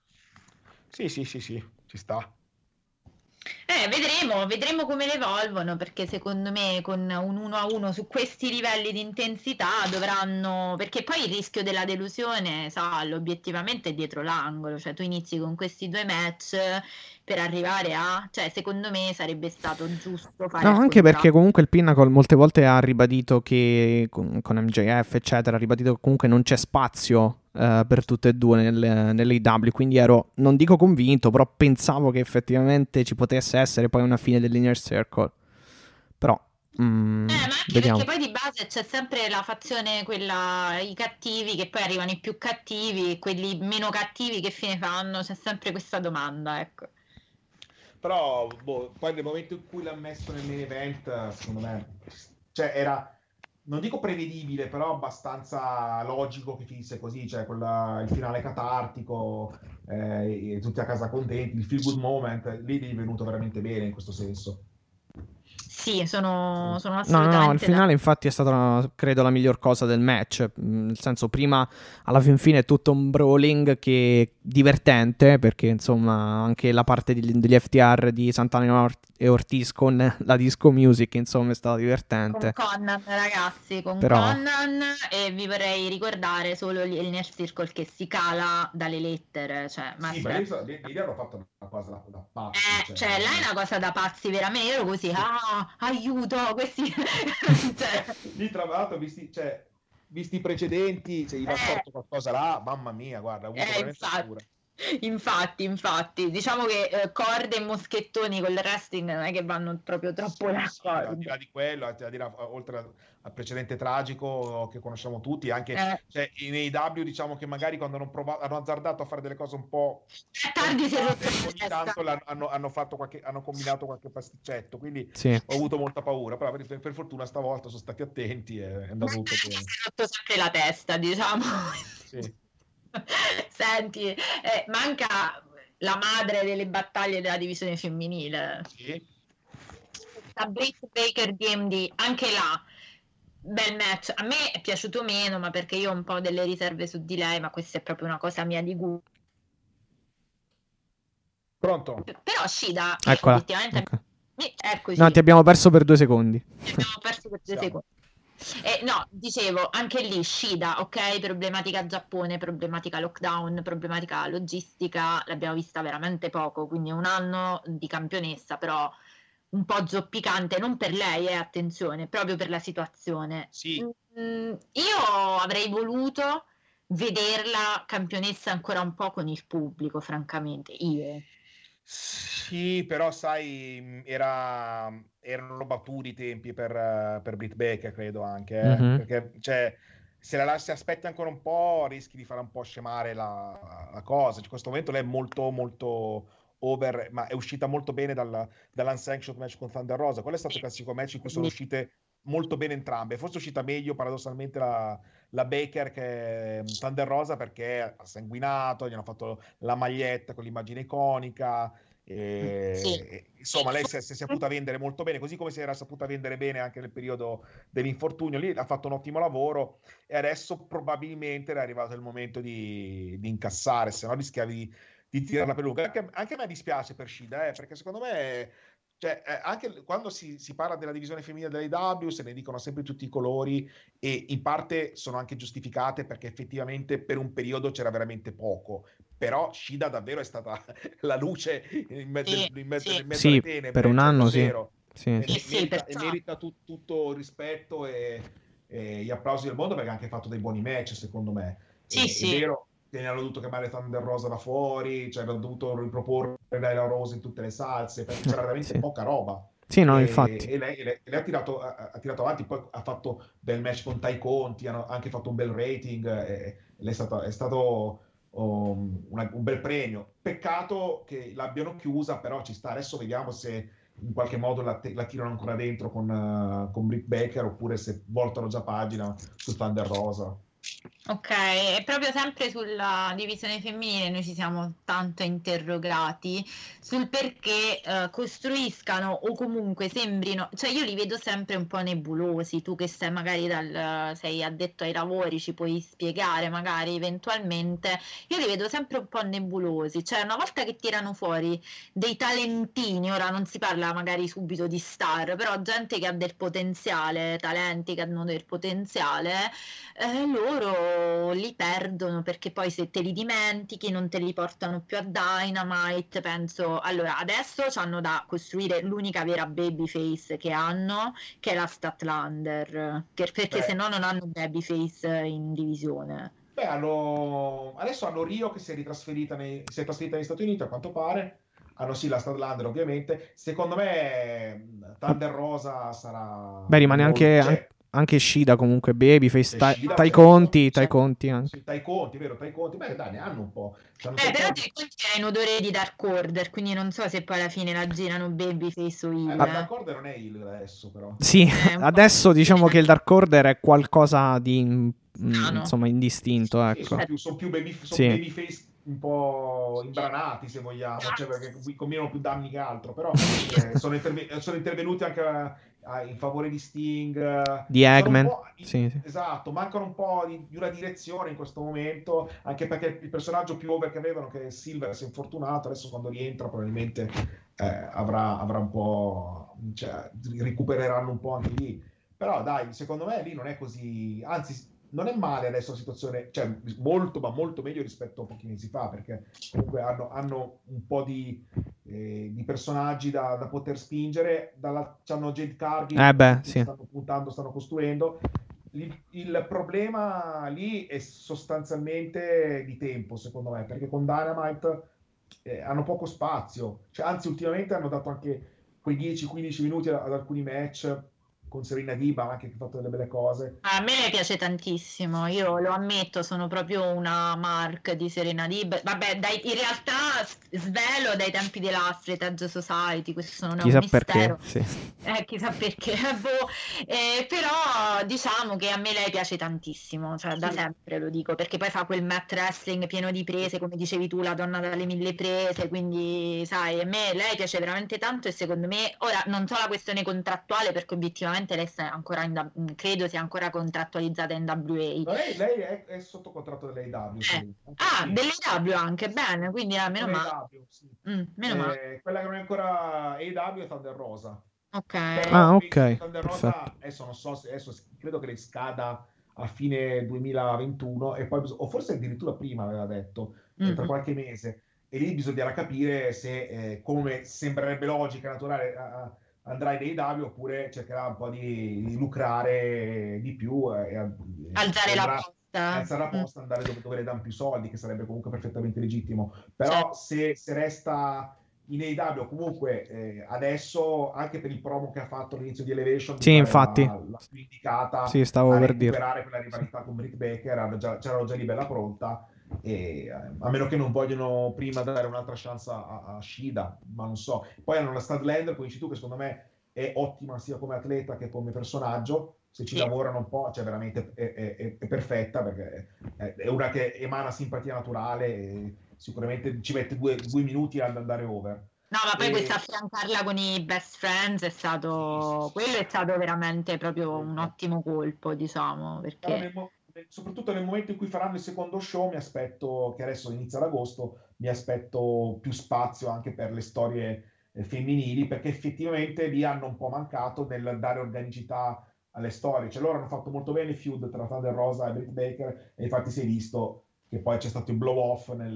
Sì, sì, sì, sì, ci sta. Eh, vedremo, vedremo come le evolvono, perché secondo me con un uno a uno su questi livelli di intensità dovranno, perché poi il rischio della delusione, Sal, obiettivamente è dietro l'angolo, cioè tu inizi con questi due match per arrivare a, cioè secondo me sarebbe stato giusto fare no, anche perché comunque il Pinnacle molte volte ha ribadito che con, con M J F eccetera, ha ribadito che comunque non c'è spazio Uh, per tutte e due nel, nell'A E W, quindi ero, non dico convinto, però pensavo che effettivamente ci potesse essere poi una fine dell'Inner Circle, però mm, eh, ma anche vediamo. Perché poi di base c'è sempre la fazione, quella, i cattivi, che poi arrivano i più cattivi, quelli meno cattivi che fine fanno, c'è sempre questa domanda, ecco. Però boh, poi nel momento in cui l'ha messo nel main event, secondo me, cioè era, non dico prevedibile, però abbastanza logico che finisse così, cioè quella, il finale catartico, eh, tutti a casa contenti, il feel good moment, lì è venuto veramente bene in questo senso. Sì, sono, sono no, assolutamente... no, no, il finale da... infatti è stata, credo, la miglior cosa del match, nel senso, prima, alla fin fine è tutto un brawling che è divertente, perché insomma anche la parte di, degli F T R di Santana e Ortiz con la disco music, insomma, è stata divertente. Con Conan, ragazzi, con Però... Conan, e vi vorrei ricordare solo il Inner Circle che si cala dalle lettere, cioè... Ma sì, ma lì hanno fatto una cosa da, da pazzi. Eh, cioè, cioè, là è una cosa da pazzi, veramente, io ero così, ah, aiuto, questi... cioè... Lì tra l'altro, visti, cioè, visti i precedenti, se gli va eh. storto qualcosa là, mamma mia, guarda, ho avuto eh, veramente infatti. paura. Infatti, infatti, diciamo che eh, corde e moschettoni con il wrestling non è che vanno proprio troppo Al d'accordo. di là di quello, al di là- oltre al al precedente tragico che conosciamo tutti, anche Eh, cioè, in A E W diciamo che magari quando hanno provato, hanno azzardato a fare delle cose un po' a tardi si è rotto complicate, la ogni testa. tanto l'hanno- hanno, hanno fatto qualche, hanno combinato qualche pasticcetto, quindi Sì. ho avuto molta paura, però per, per fortuna stavolta sono stati attenti e è andato tutto Si bene. è rotto sempre la testa, diciamo. Sì. Senti, eh, manca la madre delle battaglie della divisione femminile. Sì. La Britt Baker D M D, anche là bel match. A me è piaciuto meno, ma perché io ho un po' delle riserve su di lei, ma questa è proprio una cosa mia di gusto. Pronto? Però Shida Eccola. effettivamente Ok. mi- eccoci. No, ti abbiamo perso per due secondi. Ci abbiamo perso per due Siamo. secondi. Eh, no, dicevo, anche lì Shida, ok, problematica Giappone, problematica lockdown, problematica logistica, l'abbiamo vista veramente poco, quindi un anno di campionessa, però un po' zoppicante, non per lei, eh, attenzione, proprio per la situazione. Sì. Mm, io avrei voluto vederla campionessa ancora un po' con il pubblico, francamente, io. Sì, però sai, era, erano maturi i tempi per, eh, per Britt Baker, credo anche, eh, Mhm. perché cioè, se la lasci aspetti ancora un po', rischi di fare un po' scemare la, la cosa. In questo momento lei è molto, molto over, ma è uscita molto bene dal, dall'unsanctioned match con Thunder Rosa. Quello è stato il classico match in cui sono uscite molto bene entrambe. Forse è uscita meglio, paradossalmente, la, la Baker che Thunder Rosa, perché ha sanguinato, gli hanno fatto la maglietta con l'immagine iconica. E, Sì. e, insomma, lei si è, si è saputa vendere molto bene, così come si era saputa vendere bene anche nel periodo dell'infortunio. Lì ha fatto un ottimo lavoro e adesso probabilmente era arrivato il momento di, di incassare, se no rischiavi di, di tirarla per lunga. Anche, anche a me dispiace per Shida, eh, perché secondo me, cioè, eh, anche quando si, si parla della divisione femminile dell'A E W, se ne dicono sempre tutti i colori e in parte sono anche giustificate, perché effettivamente per un periodo c'era veramente poco. Però Shida davvero è stata la luce in mezzo, Sì, in mezzo, sì. in mezzo Sì, alle tenebre, per un cioè, anno, sì. davvero. Sì, E sì. Sì, sì, merita, e perciò. merita tu- tutto il rispetto e, e gli applausi del mondo, perché ha anche fatto dei buoni match, secondo me. Sì, E- sì. È vero che ne hanno dovuto chiamare Thunder Rosa da fuori, cioè hanno dovuto riproporre Nyla Rose in tutte le salse, perché c'era veramente Sì. poca roba. Sì, no, E, infatti. e lei, e lei- e lei ha, tirato, ha, ha tirato avanti, poi ha fatto bel match con Tai Conti, hanno anche fatto un bel rating, e, e lei è, stata, è stato um, una- un bel premio. Peccato che l'abbiano chiusa, però ci sta. Adesso vediamo se in qualche modo la, te- la tirano ancora dentro con, uh, con Britt Baker, oppure se voltano già pagina su Thunder Rosa. Ok, e proprio sempre sulla divisione femminile noi ci siamo tanto interrogati sul perché eh, costruiscano o comunque sembrino, cioè io li vedo sempre un po' nebulosi. Tu che sei magari dal, sei addetto ai lavori, ci puoi spiegare magari eventualmente. Io li vedo sempre un po' nebulosi, cioè una volta che tirano fuori dei talentini, ora non si parla magari subito di star, però gente che ha del potenziale, talenti che hanno del potenziale, eh, loro li perdono, perché poi se te li dimentichi non te li portano più a Dynamite. Penso, allora adesso hanno da costruire l'unica vera babyface che hanno, che è la Statlander, che- perché Beh. se no non hanno babyface in divisione. Beh, hanno, adesso hanno Rio che si è ritrasferita nei, si è trasferita negli Stati Uniti, a quanto pare. Hanno sì la Statlander, ovviamente. Secondo me Thunder Rosa sarà... Beh, rimane molto- anche, cioè, anche Shida comunque, Babyface, c'è Tai, Shida, Tai c'è- Conti, c'è- Tai Conti anche. sì, Tai Conti, vero? Tai Conti. Beh, dai, ne hanno un po'. C'hanno Eh, Tai però Conti. te conti è in odore di Dark Order, quindi non so se poi alla fine la girano babyface o Eh, heel. ma d'accordo non è il adesso, però. Sì, Eh, un po'. adesso diciamo che il Dark Order è qualcosa di mm, Strano. insomma indistinto, Sì, ecco. sono più, sono più baby, sono Sì. babyface un po' imbranati, se vogliamo, cioè perché qui combinano più danni che altro, però eh, sono, interve- sono intervenuti anche a- a- in favore di Sting, eh, Di sono un Eggman, po'- sì, sì. Esatto, mancano un po' di, di una direzione in questo momento, anche perché il personaggio più over che avevano, che è Silver, si è infortunato, adesso quando rientra probabilmente eh, avrà, avrà un po', cioè, recupereranno un po' anche lì, però dai, secondo me lì non è così, anzi non è male adesso la situazione, cioè molto ma molto meglio rispetto a pochi mesi fa, perché comunque hanno, hanno un po' di, eh, di personaggi da, da poter spingere, dalla, c'hanno Jade Cargill Eh beh, che sì. stanno puntando, stanno costruendo, il, il problema lì è sostanzialmente di tempo, secondo me, perché con Dynamite eh, hanno poco spazio, cioè, anzi ultimamente hanno dato anche quei dieci quindici minuti ad, ad alcuni match con Serena Deeb anche che ha fatto delle belle cose. A me piace tantissimo, io lo ammetto, sono proprio una mark di Serena Deeb. Vabbè, dai, in realtà s- svelo dai tempi della Straight Edge Society, questo non è un Chissà mistero. perché, sì. Eh, chissà perché, boh. Eh, però diciamo che a me lei piace tantissimo, cioè da Sì. sempre lo dico, perché poi fa quel mat wrestling pieno di prese, come dicevi tu, la donna dalle mille prese, quindi sai, a me lei piace veramente tanto e secondo me, ora non so la questione contrattuale perché obiettivamente lei sta ancora in, W- credo sia ancora contrattualizzata in W No, A. lei, lei è, è sotto contratto dell'A E W. Eh. Sì. Ah, Sì. dell'A E W anche, bene, quindi eh, meno Con male. A E W, sì. Mm, meno male. Eh, quella che non è ancora A E W è Thunder Rosa. Ok. Però Ah, penso ok, che Thunder Rosa, perfetto. adesso non so se adesso credo che le scada a fine duemilaventuno e poi bis- o forse addirittura prima aveva detto, eh, tra Mm, qualche mese. E lì bisognerà capire se, eh, come sembrerebbe logica e naturale, a- a- andrà in A E W oppure cercherà un po' di, di lucrare di più e, e- alzare e la andrà posta. alzare la Mm, posta, andare dove, dove le danno più soldi, che sarebbe comunque perfettamente legittimo. certo. Però se, se resta in A E W comunque eh, adesso anche per il promo che ha fatto all'inizio di Elevation mi Sì, pare infatti. la, la più indicata Sì, stavo a per dire. recuperare quella rivalità con Britt Baker, era già- c'era già lì bella pronta e eh, a meno che non vogliono prima dare un'altra chance a, a Shida, ma non so. Poi hanno la Statlander, come dici tu, che secondo me è ottima sia come atleta che come personaggio, se ci Sì. lavorano un po', cioè veramente è, è- è- è perfetta perché è, è una che emana simpatia naturale e sicuramente ci mette due, due minuti ad andare over. No, ma poi E- questa affiancarla con i best friends è stato, Sì, sì, sì, quello è sì. stato veramente proprio un Esatto. ottimo colpo, diciamo, Però perché nel mo- soprattutto nel momento in cui faranno il secondo show, mi aspetto, che adesso inizia ad agosto, mi aspetto più spazio anche per le storie eh, femminili, perché effettivamente lì hanno un po' mancato nel dare organicità alle storie. Cioè loro hanno fatto molto bene il feud tra Thunder Rosa e Britt Baker, e infatti si è visto che poi c'è stato il blow off nel,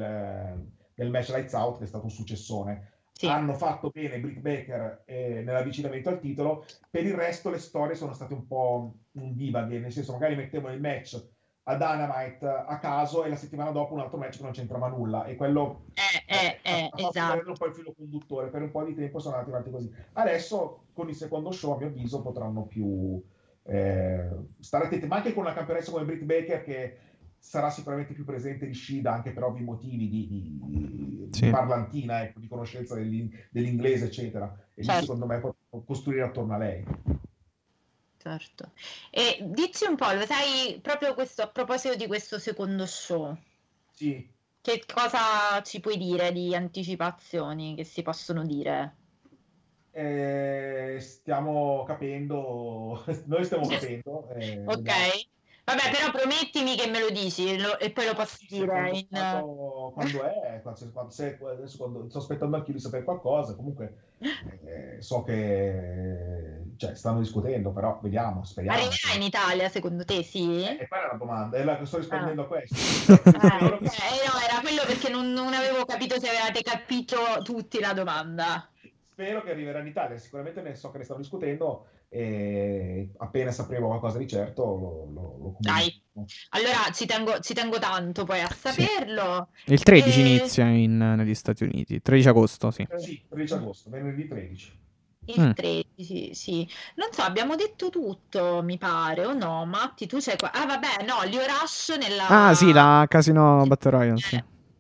nel match Lights Out, che è stato un successone. sì. Hanno fatto bene Britt Baker eh, nell'avvicinamento al titolo, per il resto le storie sono state un po' un divaghe, nel senso magari mettevano il match a Dynamite a caso e la settimana dopo un altro match che non c'entrava nulla e quello Eh, eh, eh, ha, eh, ha fatto esatto. perdere un po' il filo conduttore. Per un po' di tempo sono andati avanti così. Adesso con il secondo show a mio avviso potranno più eh, stare attenti, ma anche con una campionessa come Britt Baker che sarà sicuramente più presente di Shida anche per ovvi motivi di, di, di Sì. parlantina, ecco, di conoscenza dell'in- dell'inglese eccetera, e lì Certo. secondo me possono costruire attorno a lei. Certo. E dici un po', lo sai, proprio questo, a proposito di questo secondo show, Sì. che cosa ci puoi dire di anticipazioni che si possono dire? Eh, stiamo capendo, noi stiamo capendo. eh, Ok, vediamo. vabbè, però promettimi che me lo dici lo- e poi lo posso Sì, sì, dire quando, in... quando- quando è, quando, quando- se- adesso quando- sto aspettando anche di sapere qualcosa, comunque eh, so che cioè, stanno discutendo, però vediamo, speriamo. Arriverà in Italia, secondo te, sì? Eh, e quella è la domanda, è la che sto rispondendo a questo. Ah, Spero ok, che- eh, no, era quello perché non, non avevo capito se avevate capito tutti la domanda. Spero che arriverà in Italia, sicuramente ne so che ne stanno discutendo e appena sapremo qualcosa di certo lo, lo, lo Dai. comunico. Allora ci tengo, ci tengo tanto poi a saperlo. Il tredici E- inizia in- negli Stati Uniti. tredici agosto, sì. Eh, sì, tredici agosto, venerdì tredici. Il Mm. tredici, sì. Non so, abbiamo detto tutto, mi pare, o no? Matti, tu c'hai qua... Ah, vabbè, no, Lio Rush nella... Ah, sì, la Casino Battle Royale, sì.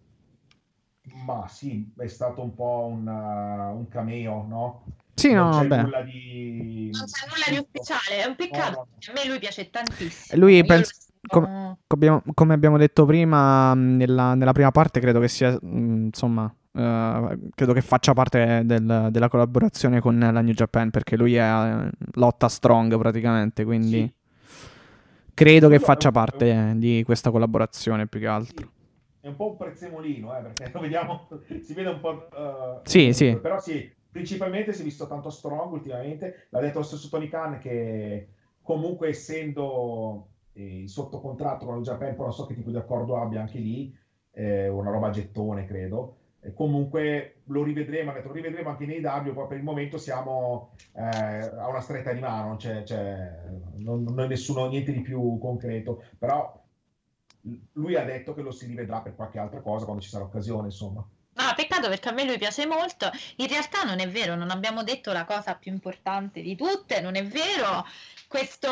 Ma sì, è stato un po' un, uh, un cameo, no? Sì, non no, c'è vabbè. nulla di... Non c'è nulla di ufficiale, è un peccato, No, no, no. perché a me lui piace tantissimo. Lui Io penso- lo- com- Abbiamo- come abbiamo detto prima, mh, nella, nella prima parte, credo che sia, mh, insomma, eh, credo che faccia parte del- della collaborazione con la New Japan, perché lui è eh, lotta strong praticamente, quindi Sì. credo che Quello è faccia un- parte di questa collaborazione più che altro. Sì. È un po' un prezzemolino, eh, perché lo vediamo, si vede un po'... uh, Sì, ovunque. sì. Però sì, principalmente si è visto tanto strong ultimamente. L'ha detto lo stesso Tony Khan che comunque essendo eh, sotto contratto con il Japan, poi non so che tipo di accordo abbia anche lì, eh, una roba a gettone credo, E comunque lo rivedremo, lo rivedremo anche nei W, poi per il momento siamo eh, a una stretta di mano, non c'è, c'è non, non è nessuno, niente di più concreto, però lui ha detto che lo si rivedrà per qualche altra cosa quando ci sarà occasione, insomma. No, peccato perché a me lui piace molto. In realtà non è vero, non abbiamo detto la cosa più importante di tutte, non è vero. Questo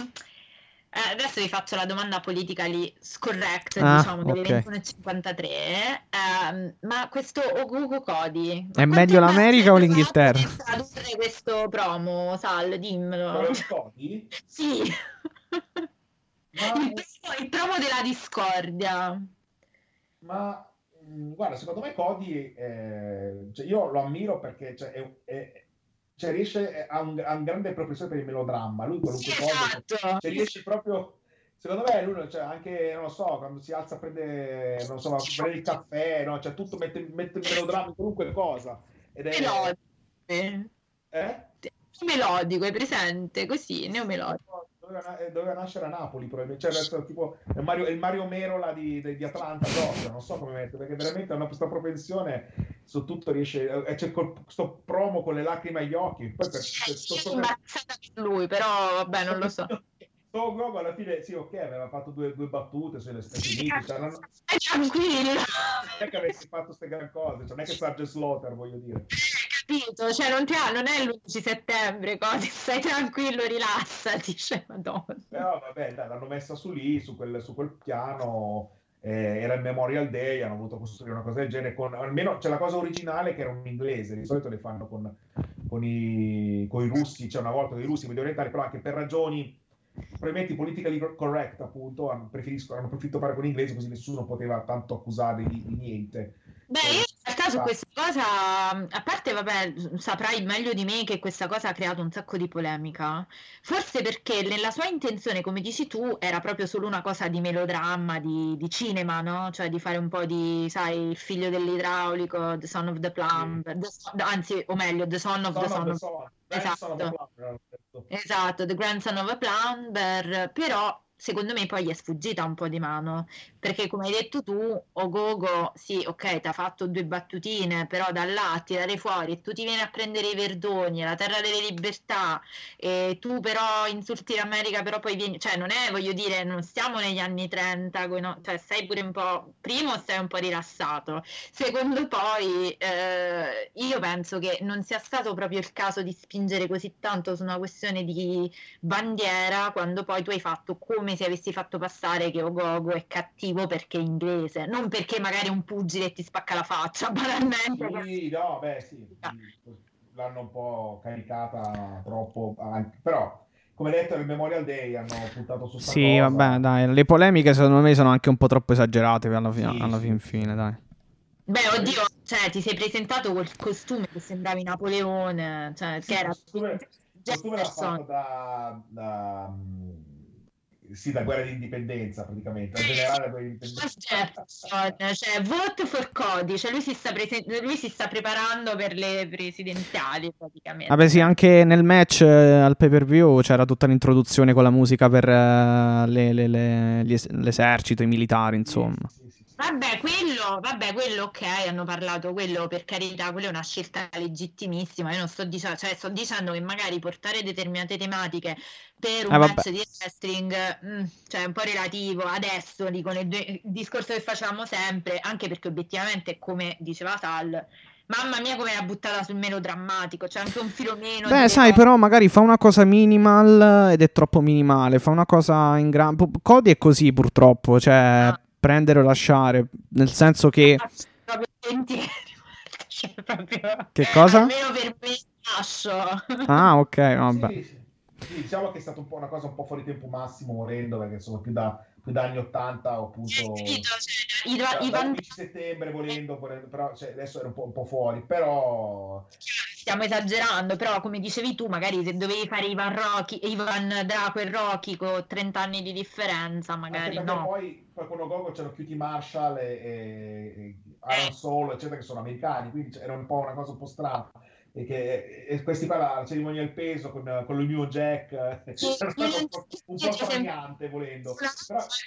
eh, adesso vi faccio la domanda politically scorrect, Ah, diciamo, delle ok. ventuno e cinquantatré. ehm, ma questo Ogogo Cody, È ma meglio quante l'America o volte l'Inghilterra? per tradurre questo promo, Sal, dimmelo. Quello di Cody? Sì. Ma- Il promo, il promo della discordia. Ma mh, guarda, secondo me Cody, eh, cioè, io lo ammiro perché cioè, è- è- cioè, riesce a un, ha un grande professore per il melodramma. Lui qualunque Sì, cosa, esatto. cioè, riesce proprio. Secondo me lui, cioè, anche, non lo so, quando si alza a prendere, non so, a prendere il caffè, no? Cioè, tutto mette, mette il melodramma in qualunque cosa. Ed è. Melodico. Eh? Melodico, è presente? Così, neomelodico. Doveva, na- doveva nascere a Napoli, probabilmente. Cioè, adesso, tipo, è Mario, è il Mario Merola di, di, di Atlanta proprio, non so come mettere, perché veramente ha questa propensione su tutto, riesce, eh, c'è col- questo promo con le lacrime agli occhi, poi per, per, Io sto- sono imbarazzata per lui, però vabbè, non lo so. Sto Gogo alla fine, sì, ok, aveva fatto due, due battute sulle Stati Uniti, cioè, non, Stai tranquillo. non è che avessi fatto queste gran cose, cioè, non è che Sergeant Slaughter, voglio dire. Capito? Cioè, non, ti ha, non è l'undici settembre, cose, stai tranquillo, rilassati, cioè, madonna. Però vabbè, dai, l'hanno messa su lì, su quel, su quel piano, eh, era il Memorial Day, hanno voluto costruire una cosa del genere, con, almeno c'è la cosa originale che era un inglese, di solito le fanno con, con, i, con i russi, cioè una volta con i russi, medio orientali, però anche per ragioni probabilmente politically correct, appunto, hanno, preferisco, hanno preferito fare con gli inglesi, così nessuno poteva tanto accusare di, di niente. Beh, io in realtà su questa cosa, a parte, vabbè, saprai meglio di me che questa cosa ha creato un sacco di polemica. Forse perché nella sua intenzione, come dici tu, era proprio solo una cosa di melodramma, di, di cinema, no? Cioè di fare un po' di, sai, il figlio dell'idraulico, The Son of the Plumber, the- anzi, o meglio, The Son of the Son of... Esatto. Esatto, The Grandson of a Plumber, però secondo me poi gli è sfuggita un po' di mano, perché come hai detto tu, Ogogo, sì, ok, ti ha fatto due battutine, però da là a tirare fuori e tu ti vieni a prendere i Verdoni, la terra delle libertà, e tu però insulti l'America, però poi vieni, cioè non è, voglio dire, non stiamo negli anni trenta, coi no- cioè stai pure un po', primo stai un po' rilassato, secondo poi eh, io penso che non sia stato proprio il caso di spingere così tanto su una questione di bandiera quando poi tu hai fatto come se avessi fatto passare che Ogogo è cattivo perché è inglese, non perché magari un pugile ti spacca la faccia, banalmente. Sì, no, beh, sì, l'hanno un po' caricata troppo avanti, però come detto nel Memorial Day hanno puntato su sta Sì, cosa. vabbè, dai, le polemiche secondo me sono anche un po' troppo esagerate alla, fine, Sì, alla sì, fin sì. fine, dai. Beh, oddio, cioè ti sei presentato col costume che sembravi Napoleone, cioè Sì, che era il costume, il costume l'ha Jefferson. fatto da, da, mm, sì, da guerra di indipendenza praticamente, da generale della guerra di indipendenza. Jefferson, cioè vote for Cody, cioè lui si sta, prese- lui si sta preparando per le presidenziali praticamente. Vabbè, sì, anche nel match eh, al pay-per-view c'era tutta l'introduzione con la musica per eh, le- le- le- gli es- l'esercito, i militari, insomma. Sì, sì, sì, sì. Vabbè, quello, vabbè, quello ok, hanno parlato, quello per carità, quella è una scelta legittimissima. Io non sto dicendo, cioè sto dicendo che magari portare determinate tematiche per un Eh, vabbè. match di wrestling, mm, cioè è un po' relativo. Adesso dico nel due- il discorso che facevamo sempre, anche perché obiettivamente, come diceva Sal, mamma mia come l'ha buttata sul melodrammatico, c'è anche un filo meno. Beh, delle sai, cose- però magari fa una cosa minimal ed è troppo minimale. Fa una cosa in gran... Cody è così purtroppo, cioè Ah. prendere o lasciare, nel senso che... Faccio proprio volentieri, cioè proprio... Che cosa? Almeno per me lascio. Ah, ok, vabbè. Sì, sì. Sì, diciamo che è stata un po' una cosa un po' fuori tempo massimo, morendo, perché insomma più da, più da anni ottanta ho appunto Capito? Cioè, i, da, i da van- undici settembre volendo, volendo, però cioè, adesso era un po', un po' fuori, però stiamo esagerando, però come dicevi tu, magari se dovevi fare Ivan Rocky, Ivan Draco e Rocky con trenta anni di differenza, magari anche perché no. poi, poi con Ogogo c'erano Q T Marshall e, e, e Aaron Solo, eccetera, che sono americani, quindi era un po' una cosa un po' strana. E, che, e questi qua la cerimonia del peso con, con l'Union Jack Sì, era una cosa un po', un po' sì, straniante volendo, però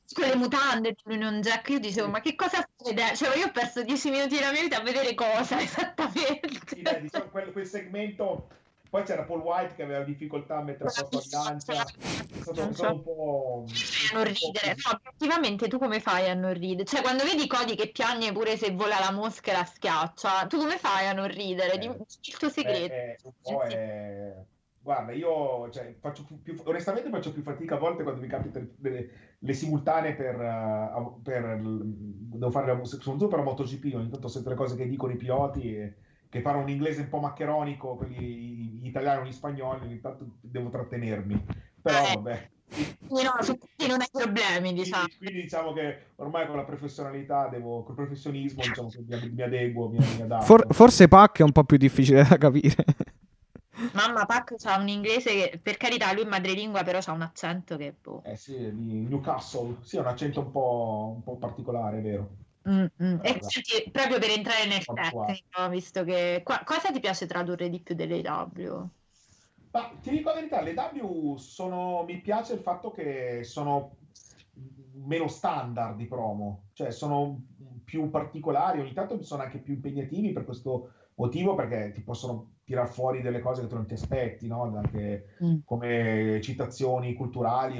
con le mutande di Union Jack, io dicevo ma che cosa sta vedendo? Cioè io ho perso dieci minuti della mia vita a vedere cosa esattamente. Sì, dai, diciamo, quel, quel segmento, poi c'era Paul White che aveva difficoltà a mettere a posto la bilancia, è stato, è stato un po'... a non ridere, no, effettivamente tu come fai a non ridere? Cioè quando vedi Cody che piange pure se vola la mosca e la schiaccia, tu come fai a non ridere? Eh, Dimmi il tuo segreto. È, è un po' è... Guarda, io cioè, faccio più, più- onestamente faccio più fatica a volte quando mi capita le, le simultanee per, uh, per devo fare la, soprattutto per la MotoGP, ogni tanto sento le cose che dicono i piloti e, che parlano un inglese un po' maccheronico, quelli gli italiani o gli spagnoli, ogni tanto devo trattenermi, però Eh, vabbè. sì, no, su tutti non hai problemi, diciamo. Quindi, quindi diciamo che ormai con la professionalità, devo, col professionismo, diciamo che mi, mi adeguo, mi, mi adatto. For- forse Pac è un po' più difficile da capire. Mamma Pac c'ha un inglese che, per carità, lui è madrelingua, però c'ha un accento che boh. Eh sì, di Newcastle, sì, è un accento un po', un po' particolare, è vero. Mm, mm. E Guarda. senti, proprio per entrare nel Qua. tecnico, visto che qua- cosa ti piace tradurre di più delle W? Ma ti dico la verità, le W sono, mi piace il fatto che sono meno standard di promo, cioè sono più particolari, ogni tanto sono anche più impegnativi per questo motivo, perché ti possono tirar fuori delle cose che tu non ti aspetti, no? Anche Mm. come citazioni culturali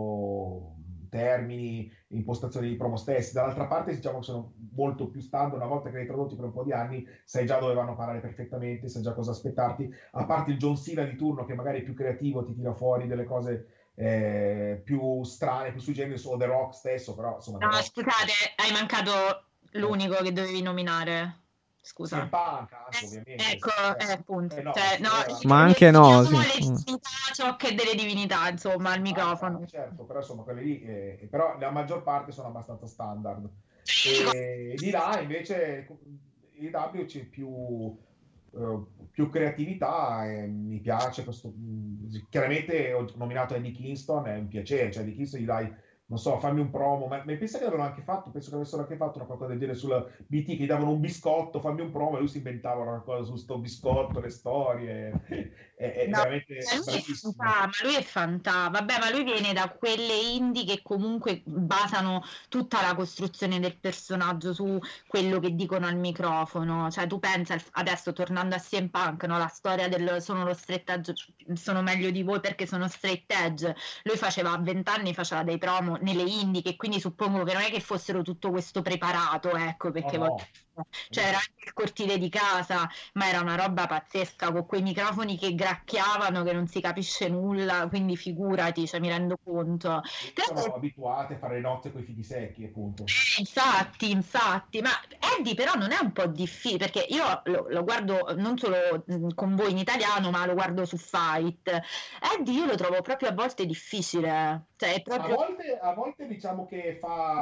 o termini, impostazioni di promo stessi. Dall'altra parte diciamo che sono molto più standard, una volta che li hai tradotti per un po' di anni sai già dove vanno a parare perfettamente, sai già cosa aspettarti, a parte il John Cena di turno che magari è più creativo, ti tira fuori delle cose eh, più strane, più sui generis, o The Rock stesso, però insomma... No, The Rock- scusate, hai mancato l'unico che dovevi nominare. Scusa. Sì, il punk anche, ovviamente. Ecco, Eh, eh, appunto. eh, no, Cioè, no, eh, Ma anche no, diciamo sì. le divinità, ciò che delle divinità, insomma, al microfono. Ah, certo, però insomma quelle lì, eh, però la maggior parte sono abbastanza standard. E di là invece in W c'è più, eh, più creatività e mi piace questo. mh, Chiaramente ho nominato Eddie Kingston, è un piacere, cioè Eddie Kingston gli dai, non so, fammi un promo, ma, ma pensa che avevano anche fatto, penso che avessero anche fatto una qualcosa del genere sulla B T, che gli davano un biscotto, fammi un promo, e lui si inventava una cosa su sto biscotto, le storie, è, è No, veramente ma lui è bravissimo. fanta, ma lui è fanta. Vabbè, ma lui viene da quelle indie che comunque basano tutta la costruzione del personaggio su quello che dicono al microfono. Cioè, tu pensa al- adesso tornando a C M Punk, no? La storia del sono lo straight edge, sono meglio di voi perché sono straight edge. Lui faceva a vent'anni, faceva dei promo nelle indie, che quindi suppongo che non è che fossero tutto questo preparato, ecco, perché No, no. voglio- cioè era anche il cortile di casa, ma era una roba pazzesca con quei microfoni che gracchiavano, che non si capisce nulla, quindi figurati, cioè mi rendo conto. Sono Però- abituate a fare le nozze con i figli secchi, appunto. Infatti, infatti, ma Eddie però non è un po' difficile, perché io lo, lo guardo non solo mh, con voi in italiano, ma lo guardo su Fight. Eddie io lo trovo proprio a volte difficile, cioè è A proprio... volte, a volte diciamo che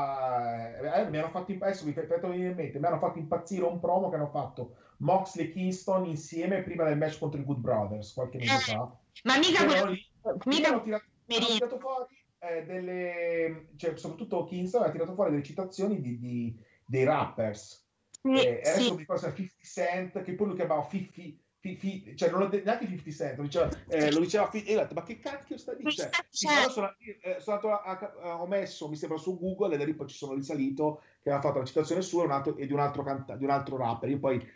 fa. eh, mi hanno fatto imp- adesso mi fai fatto venire in mente, mi hanno fatto impazzire un promo che hanno fatto Moxley e Kingston insieme prima del match contro i Good Brothers qualche mese Eh, fa. ma mica Però quello... lì, lì mica hanno tirato, hanno Merino. tirato fuori eh, delle, cioè soprattutto Kingston ha tirato fuori delle citazioni di, di- dei rappers. Sì, Eh, adesso sì. non mi ricordo se era cinquanta Cent, che poi lui chiamava cinquanta, cinquanta, cioè non lo, neanche cinquanta Cent, lo diceva, eh, lo diceva cinquanta, e ho detto, ma che cacchio sta dicendo? Cioè, sì, allora sono, eh, sono andato a, a- ho messo, mi sembra, su Google, e da lì poi ci sono risalito, che aveva fatto la citazione sua e, un altro, e di, un altro canta, di un altro rapper. Io poi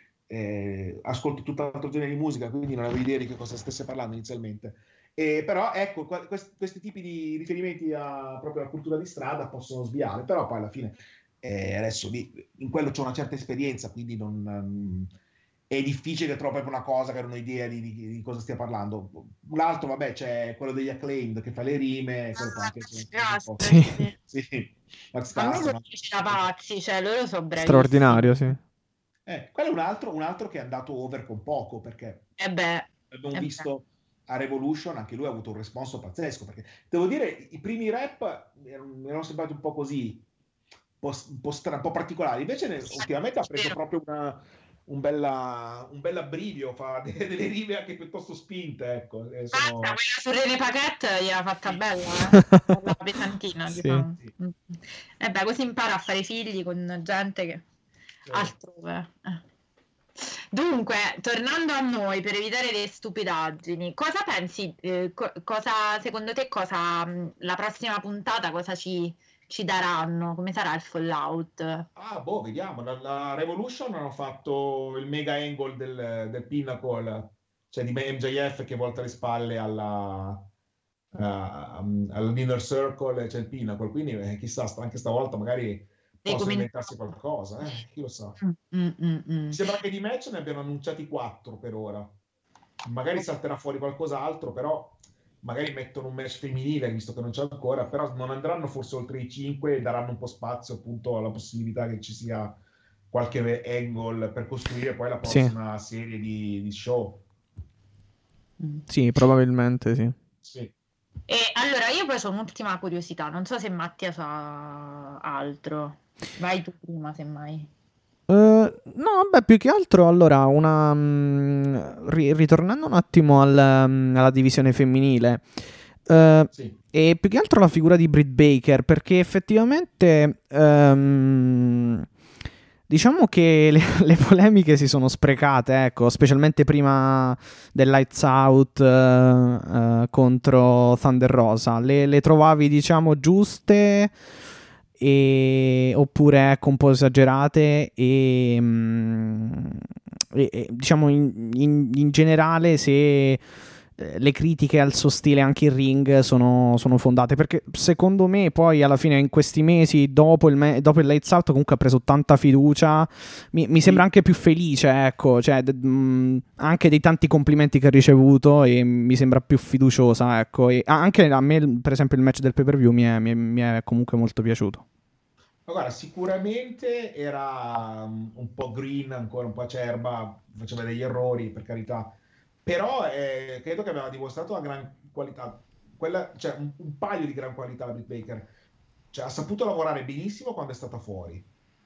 eh, ascolto tutt'altro genere di musica, quindi non avevo idea di che cosa stesse parlando inizialmente. Eh, però ecco, qua- quest- questi tipi di riferimenti a, proprio alla cultura di strada possono sviare, però poi alla fine eh, adesso lì, in quello c'è una certa esperienza, quindi non, um, è difficile che trovi proprio una cosa che non ho idea di, di- di cosa stia parlando. Un altro, vabbè, c'è quello degli Acclaimed che fa le rime, quello fa anche Grazie. Sì. sì, Max A me Caster, sono ma- piaciuti da pazzi, cioè loro sono bravissimi. Straordinario, sì. eh, quello è un altro, un altro che è andato over con poco, perché E beh, abbiamo Eh beh. visto a Revolution, anche lui ha avuto un responso pazzesco, perché devo dire i primi rap erano, mi erano sembrati un po' così, un po', un po', stra- un po' particolari, invece ne- ultimamente ha preso proprio una, un bella un bel abbrivio, fa delle, delle rime anche piuttosto spinte, ecco. eh, sono- Basta, quella su René Paquette gliela fatta bella, eh? La pesantina, Sì. diciamo. Sì. Mm. E beh, così impara a fare figli con gente che altrove. Eh. Dunque, tornando a noi per evitare le stupidaggini, cosa pensi? eh, co- cosa, secondo te, cosa mh, la prossima puntata cosa ci, ci daranno, come sarà il fallout? Ah, boh, vediamo. La, la Revolution hanno fatto il mega angle del, del Pinnacle, cioè di M J F che volta le spalle alla, uh, all'Inner Circle, c'è il Pinnacle, quindi eh, chissà, sta- anche stavolta magari possono inventarsi qualcosa, eh, chi lo sa. Mm, mm, mm. Mi sembra che di match ne abbiano annunciati quattro per ora. Magari salterà fuori qualcos'altro, però magari mettono un match femminile, visto che non c'è ancora, però non andranno forse oltre i cinque e daranno un po' spazio appunto alla possibilità che ci sia qualche angle per costruire poi la prossima sì. serie di, di show. Sì, probabilmente sì. Sì. E allora io poi ho un'ultima curiosità, non so se Mattia sa altro. Vai tu prima, semmai. Uh, no, beh, più che altro, allora, una um, ri- ritornando un attimo al, um, alla divisione femminile, uh, sì. E più che altro la figura di Britt Baker, perché effettivamente um, diciamo che le, le polemiche si sono sprecate, ecco, specialmente prima del Lights Out uh, uh, contro Thunder Rosa. Le, le trovavi, diciamo, giuste? E, oppure ecco un po' esagerate e, e, e diciamo in, in, in generale se eh, le critiche al suo stile anche in ring sono, sono fondate, perché secondo me poi alla fine in questi mesi dopo il, me- dopo il Lights Out comunque ha preso tanta fiducia, mi, mi sembra anche più felice, ecco, cioè d- mh, anche dei tanti complimenti che ha ricevuto e mi sembra più fiduciosa, ecco, e anche a me per esempio il match del pay-per-view mi è, mi è, mi è comunque molto piaciuto. Ma guarda, sicuramente era um, un po' green, ancora un po' acerba, faceva degli errori, per carità, però eh, credo che aveva dimostrato una gran qualità, quella, cioè un, un paio di gran qualità la Britt Baker, cioè ha saputo lavorare benissimo quando è stata fuori,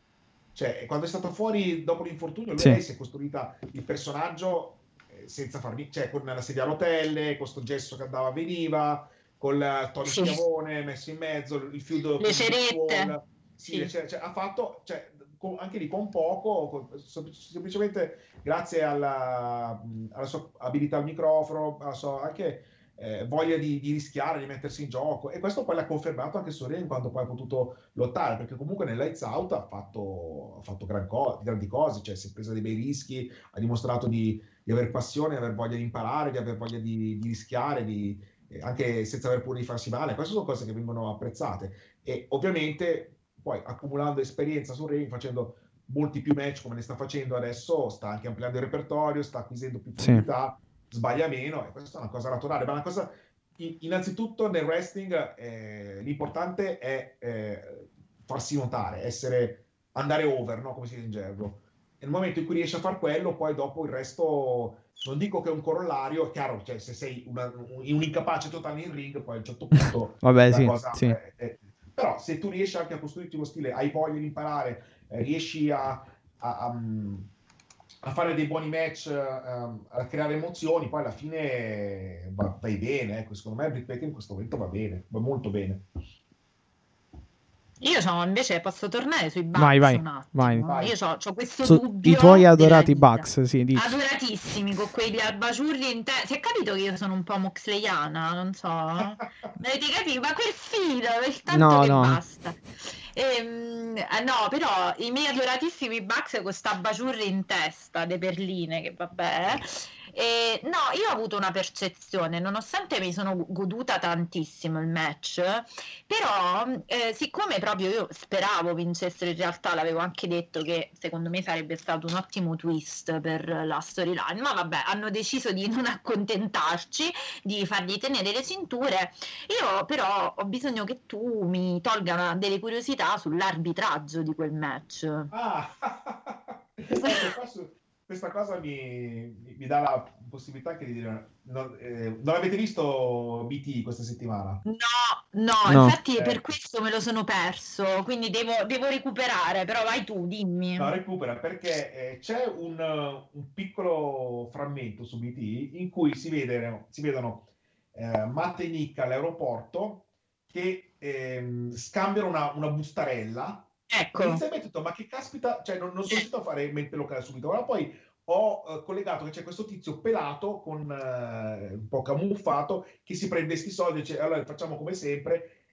cioè quando è stata fuori dopo l'infortunio, sì. lei si è costruita il personaggio eh, senza farmi, cioè con la sedia a rotelle, con sto gesso che andava e veniva, con il Tony sì. Schiavone messo in mezzo, il feudo le cerette. Sì, sì. Cioè, cioè, ha fatto cioè, con, anche lì con poco, con, semplicemente grazie alla, alla sua abilità al microfono, alla sua anche eh, voglia di, di rischiare, di mettersi in gioco, e questo poi l'ha confermato anche su Ring quando poi ha potuto lottare, perché comunque nel Lights Out ha fatto, ha fatto gran co- grandi cose, cioè si è presa dei bei rischi, ha dimostrato di, di aver passione, di aver voglia di imparare, di aver voglia di, di rischiare, di, eh, anche senza aver paura di farsi male. Queste sono cose che vengono apprezzate, e ovviamente poi accumulando esperienza sul ring, facendo molti più match come ne sta facendo adesso, sta anche ampliando il repertorio, sta acquisendo più profondità, sì. Sbaglia meno, e questa è una cosa naturale. Ma una cosa, innanzitutto nel wrestling eh, l'importante è eh, farsi notare, essere, andare over, no? Come si dice in gergo. E nel momento in cui riesci a far quello, poi dopo il resto, non dico che è un corollario, è chiaro, cioè se sei una, un, un incapace totale in ring, poi a un certo punto Vabbè, la sì, cosa sì. È, è, però se tu riesci anche a costruirti uno stile, hai voglia di imparare, eh, riesci a, a, a, a fare dei buoni match, a, a creare emozioni, poi alla fine va, vai bene. Ecco, secondo me Britt Baker in questo momento va bene, va molto bene. Io so, invece posso tornare sui Bucks vai, vai, un attimo. vai. Vai. Io ho questo Su, dubbio. I tuoi adorati Bucks, sì, dici. Adoratissimi, con quegli albaciurri in testa. Si è capito che io sono un po' moxleyana, non so. Avete capito? Ma quel filo, per tanto no, che no. basta. Ehm, no, però i miei adoratissimi Bucks con sta baciurri in testa, le perline, che vabbè. Eh, no, io ho avuto una percezione, nonostante mi sono goduta tantissimo il match, però eh, siccome proprio io speravo vincessero, in realtà l'avevo anche detto che secondo me sarebbe stato un ottimo twist per la storyline, ma vabbè, hanno deciso di non accontentarci, di fargli tenere le cinture. Io però ho bisogno che tu mi tolga una, delle curiosità sull'arbitraggio di quel match. Ah, questa cosa mi, mi dà la possibilità anche di dire, non, eh, non avete visto B T questa settimana? No, no, no. infatti eh. per questo me lo sono perso, quindi devo, devo recuperare, però vai tu, dimmi. No, recupera, perché eh, c'è un, uh, un piccolo frammento su B T in cui si, vede, si vedono eh, Matt e Nick all'aeroporto che ehm, scambiano una, una bustarella. Ecco. Inizialmente ho detto, ma che caspita, cioè non, non sono riuscito a fare mente locale subito, ma poi ho uh, collegato che c'è questo tizio pelato con uh, un po' camuffato che si prende sti soldi e dice allora facciamo come sempre,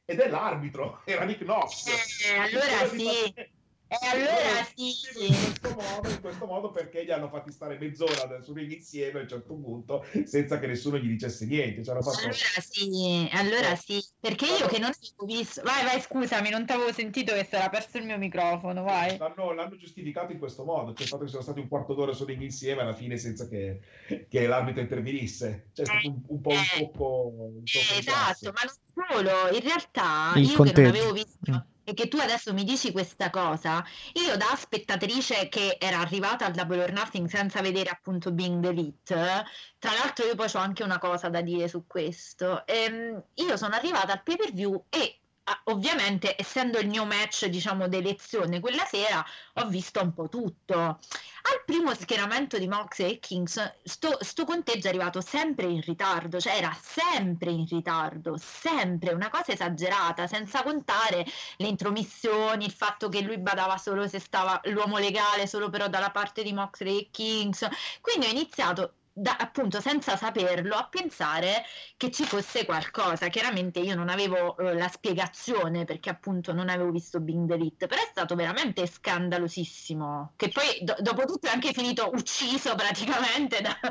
ed è l'arbitro, era Nick Knox. Eh, allora sì. E eh, allora sì, in questo, modo, in questo modo perché gli hanno fatti stare mezz'ora su ring insieme a un certo punto senza che nessuno gli dicesse niente. Cioè, fatto... Allora sì, allora sì, perché io che non avevo visto, vai vai scusami, non ti avevo sentito che si era perso il mio microfono, vai. L'hanno, l'hanno giustificato in questo modo, cioè il fatto che sono stati un quarto d'ora su ring insieme alla fine senza che, che l'arbitro intervenisse. Cioè è stato un, un po' un tocco, un tocco eh, esatto, ma non solo, in realtà il io conteggio. che non avevo visto... Mm. E che tu adesso mi dici questa cosa, io da spettatrice che era arrivata al Double or Nothing senza vedere appunto Being the Elite, tra l'altro io poi ho anche una cosa da dire su questo, ehm, io sono arrivata al pay per view e ovviamente essendo il mio match diciamo d'elezione quella sera ho visto un po' tutto. Al primo schieramento di Moxley e Kings sto, sto conteggio è arrivato sempre in ritardo, cioè era sempre in ritardo, sempre, una cosa esagerata, senza contare le intromissioni, il fatto che lui badava solo se stava l'uomo legale solo però dalla parte di Moxley e Kings, quindi ho iniziato Da, appunto senza saperlo a pensare che ci fosse qualcosa. Chiaramente io non avevo eh, la spiegazione perché appunto non avevo visto Being the Elite, però è stato veramente scandalosissimo, che poi do- dopo tutto è anche finito ucciso praticamente da...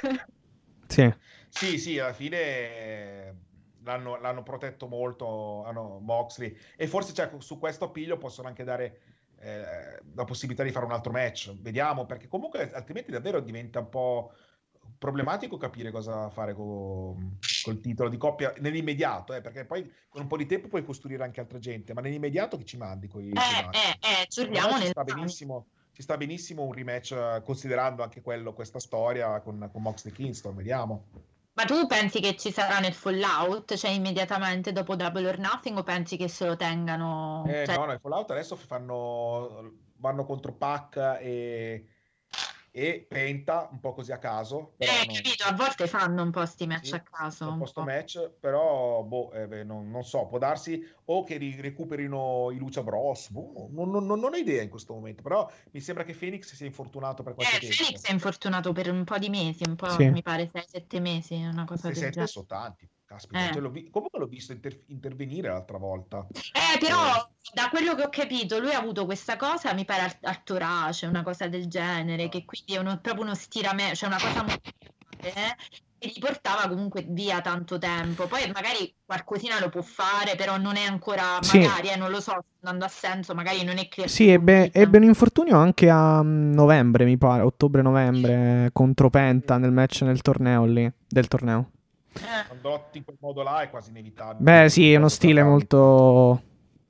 sì. sì sì alla fine l'hanno, l'hanno protetto molto hanno Moxley e forse cioè, su questo appiglio possono anche dare eh, la possibilità di fare un altro match, vediamo, perché comunque altrimenti davvero diventa un po' problematico capire cosa fare con col titolo di coppia nell'immediato, eh, perché poi con un po' di tempo puoi costruire anche altra gente, ma nell'immediato chi ci mandi coi, eh, eh, eh, ci sta benissimo ci sta benissimo un rematch considerando anche quello questa storia con, con Moxley Kingston, vediamo. Ma tu pensi che ci sarà nel Fallout, cioè immediatamente dopo Double or Nothing, o pensi che se lo tengano? Eh, cioè... no, no, il Fallout adesso fanno vanno contro Pac e e Penta un po' così a caso, però eh non... capito, a volte fanno un po' sti match sì, a caso un po' sto po'. match, però boh, eh, beh, non, non so, può darsi o che ri- recuperino i Lucha Bros, boh, non, non, non ho idea in questo momento, però mi sembra che Phoenix sia infortunato per qualche eh, tempo. Phoenix è infortunato per un po' di mesi, un po' Sì. mi pare sei sette mesi, una cosa sei del sette genere. sono tanti, caspita, Eh. cioè, l'ho vi- comunque l'ho visto inter- intervenire l'altra volta. Eh, però da quello che ho capito lui ha avuto questa cosa, mi pare al, al torace, una cosa del genere, che quindi è uno, proprio uno stiramento, cioè una cosa molto eh, che gli portava comunque via tanto tempo. Poi magari qualcosina lo può fare, però non è ancora, Sì. magari, eh, non lo so, andando a senso, magari non è clear. Sì, ebbe, ebbe un infortunio anche a mm, novembre, mi pare, ottobre-novembre, contro Penta nel match nel torneo lì, del torneo. Eh. Condotti in quel modo là è quasi inevitabile. Beh, sì, è uno stile molto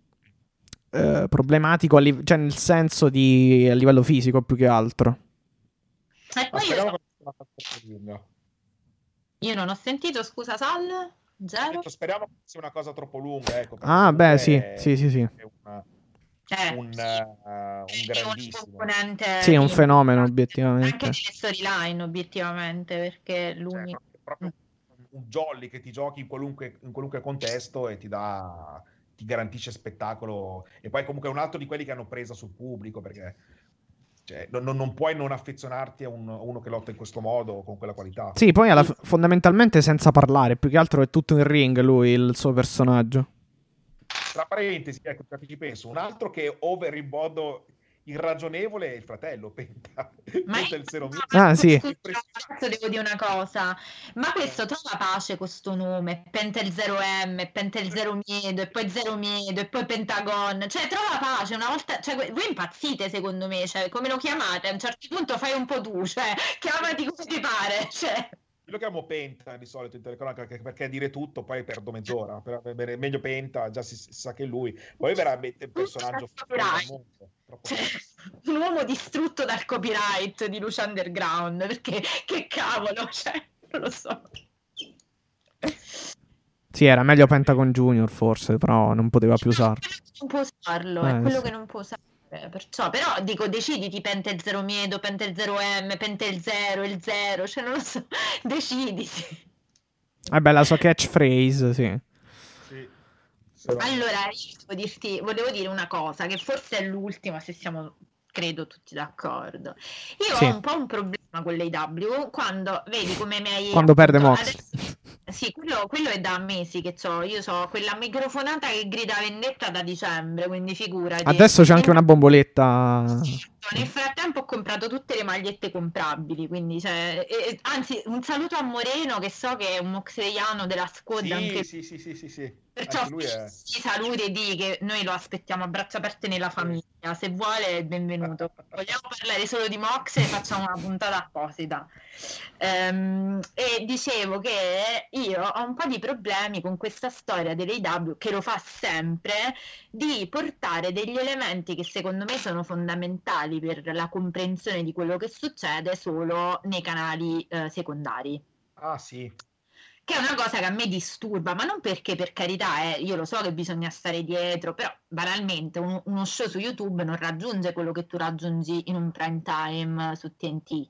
eh, problematico, a live- cioè nel senso di a livello fisico più che altro. E poi Speriamo io, che non sia una cosa troppo lunga. io non ho sentito, scusa Sal, zero. Speriamo che sia una cosa troppo lunga, ecco. perché Ah, beh, comunque sì, è- sì, sì, sì. è una- Eh, un, sì. uh, un È un grandissimo. componente Sì, è un fenomeno, importante, obiettivamente. anche nelle storyline obiettivamente, perché Cioè, lui proprio, proprio un jolly che ti giochi in qualunque, in qualunque contesto e ti dà ti garantisce spettacolo, e poi comunque è un altro di quelli che hanno presa sul pubblico, perché cioè, non, non puoi non affezionarti a, un, a uno che lotta in questo modo con quella qualità. Sì, poi alla, fondamentalmente senza parlare, più che altro è tutto in ring lui, il suo personaggio. Tra parentesi, ecco, ci penso, un altro che è over in modo irragionevole è il fratello Penta. Ma Penta il zero mille. Ah, sì. Adesso devo dire una cosa, ma questo trova pace questo nome, Pentel zero M, Pentel zero Miedo, e poi zero Miedo, e poi Pentagon, cioè trova pace una volta, cioè voi impazzite secondo me, cioè come lo chiamate? A un certo punto fai un po' tu, cioè chiamati come ti pare, cioè... Io lo chiamo Penta di solito in telecronaca perché dire tutto poi perdo mezz'ora. Per, per, meglio Penta, già si, si sa che è lui. Poi veramente un personaggio fuori dal mondo. Troppo un uomo distrutto dal copyright di Lucha Underground, perché che cavolo, cioè, non lo so. Sì, era meglio Pentagon Junior forse, però non poteva più usarlo. Non può usarlo, Eh, è quello sì. che non può usare. Perciò, però dico, deciditi Pentel zero Miedo, Pentel zero M, Pentel zero, il zero, cioè non lo so, deciditi. Vabbè, la sua catchphrase, sì. Sì. Allora, io devo dirti, volevo dire una cosa, che forse è l'ultima, se siamo, credo, tutti d'accordo. Io Sì. ho un po' un problema con l'A E W quando, vedi come mi hai... Quando perde appunto, Mox. adesso- Sì, quello, quello è da mesi che c'ho. Io ho quella microfonata che grida vendetta da dicembre, quindi figurati. Adesso c'è anche una bomboletta. Nel frattempo ho comprato tutte le magliette comprabili, quindi cioè, e- anzi un saluto a Moreno che so che è un moxeiano della squad Sì, anche sì, sì, sì, sì, sì. perciò Anche lui è... ci saluti e di che noi lo aspettiamo a braccia aperte nella famiglia, se vuole è benvenuto. Vogliamo parlare solo di Mox e facciamo una puntata apposita. Ehm, e dicevo che io ho un po' di problemi con questa storia dell'A E W che lo fa sempre di portare degli elementi che secondo me sono fondamentali per la comprensione di quello che succede solo nei canali eh, secondari. Ah, sì. Che è una cosa che a me disturba, ma non perché, per carità, eh, io lo so che bisogna stare dietro, però banalmente un- uno show su YouTube non raggiunge quello che tu raggiungi in un prime time su T N T.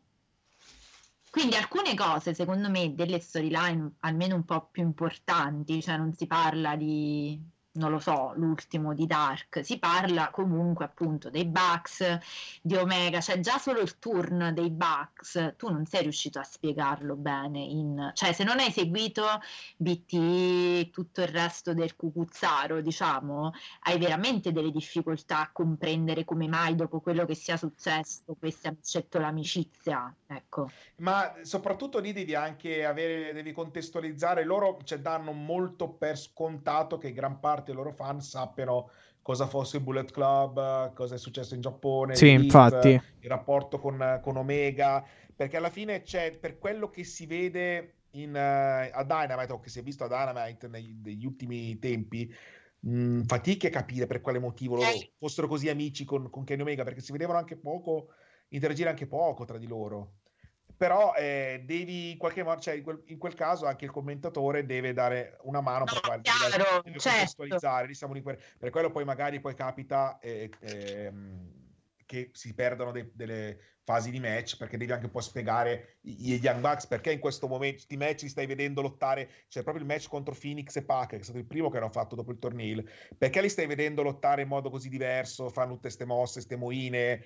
Quindi alcune cose, secondo me, delle storyline almeno un po' più importanti, cioè non si parla di, non lo so, l'ultimo di Dark, si parla comunque appunto dei Bucks, di Omega, cioè già solo il turn dei Bucks, tu non sei riuscito a spiegarlo bene, in, cioè se non hai seguito B T E, tutto il resto del cucuzzaro, diciamo, hai veramente delle difficoltà a comprendere come mai dopo quello che sia successo questi hanno scelto l'amicizia, ecco. Ma soprattutto lì devi anche avere, devi contestualizzare, loro cioè, danno molto per scontato che gran parte dei loro fan sappiano cosa fosse il Bullet Club, cosa è successo in Giappone, Sì, il infatti. Leaf, il rapporto con, con Omega, perché alla fine c'è, per quello che si vede in, uh, a Dynamite, o che si è visto a Dynamite nei- negli ultimi tempi, mh, fatichi a capire per quale motivo loro fossero così amici con, con Kenny Omega, perché si vedevano anche poco, interagire anche poco tra di loro. Però eh, devi in qualche modo, cioè in quel, in quel caso anche il commentatore deve dare una mano No, per, quale- chiaro, deve certo. contestualizzare, lì siamo in quel- per quello poi magari poi capita eh, ehm, che si perdono dei- delle fasi di match, perché devi anche un po' spiegare gli Young Bucks perché in questo momento di match li stai vedendo lottare, cioè proprio il match contro Phoenix e Pac, che è stato il primo che hanno fatto dopo il torneo, perché li stai vedendo lottare in modo così diverso, fanno tutte ste mosse, ste moine,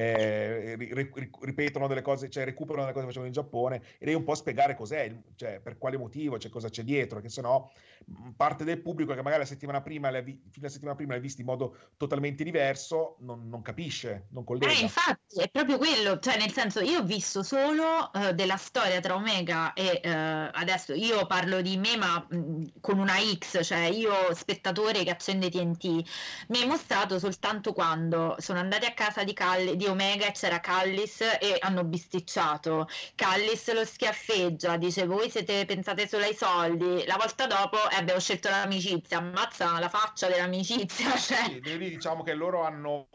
eh, ri- ri- ripetono delle cose, cioè recuperano delle cose che facevano in Giappone, e devi un po' spiegare cos'è, il- cioè per quale motivo, cioè cosa c'è dietro, perché sennò mh, parte del pubblico che magari la settimana prima, l'ha vi- fino alla settimana prima l'hai visto in modo totalmente diverso, non, non capisce, non Eh, collega. infatti, è proprio quello, cioè nel senso io ho visto solo eh, della storia tra Omega e eh, adesso io parlo di me ma mh, con una X, cioè io spettatore che accende T N T, mi hai mostrato soltanto quando sono andati a casa di, Cal- di Omega e c'era Callis e hanno bisticciato, Callis lo schiaffeggia, dice voi siete pensate solo ai soldi, la volta dopo eh, abbiamo scelto l'amicizia, ammazza la faccia dell'amicizia, cioè... Sì, lì diciamo che loro hanno,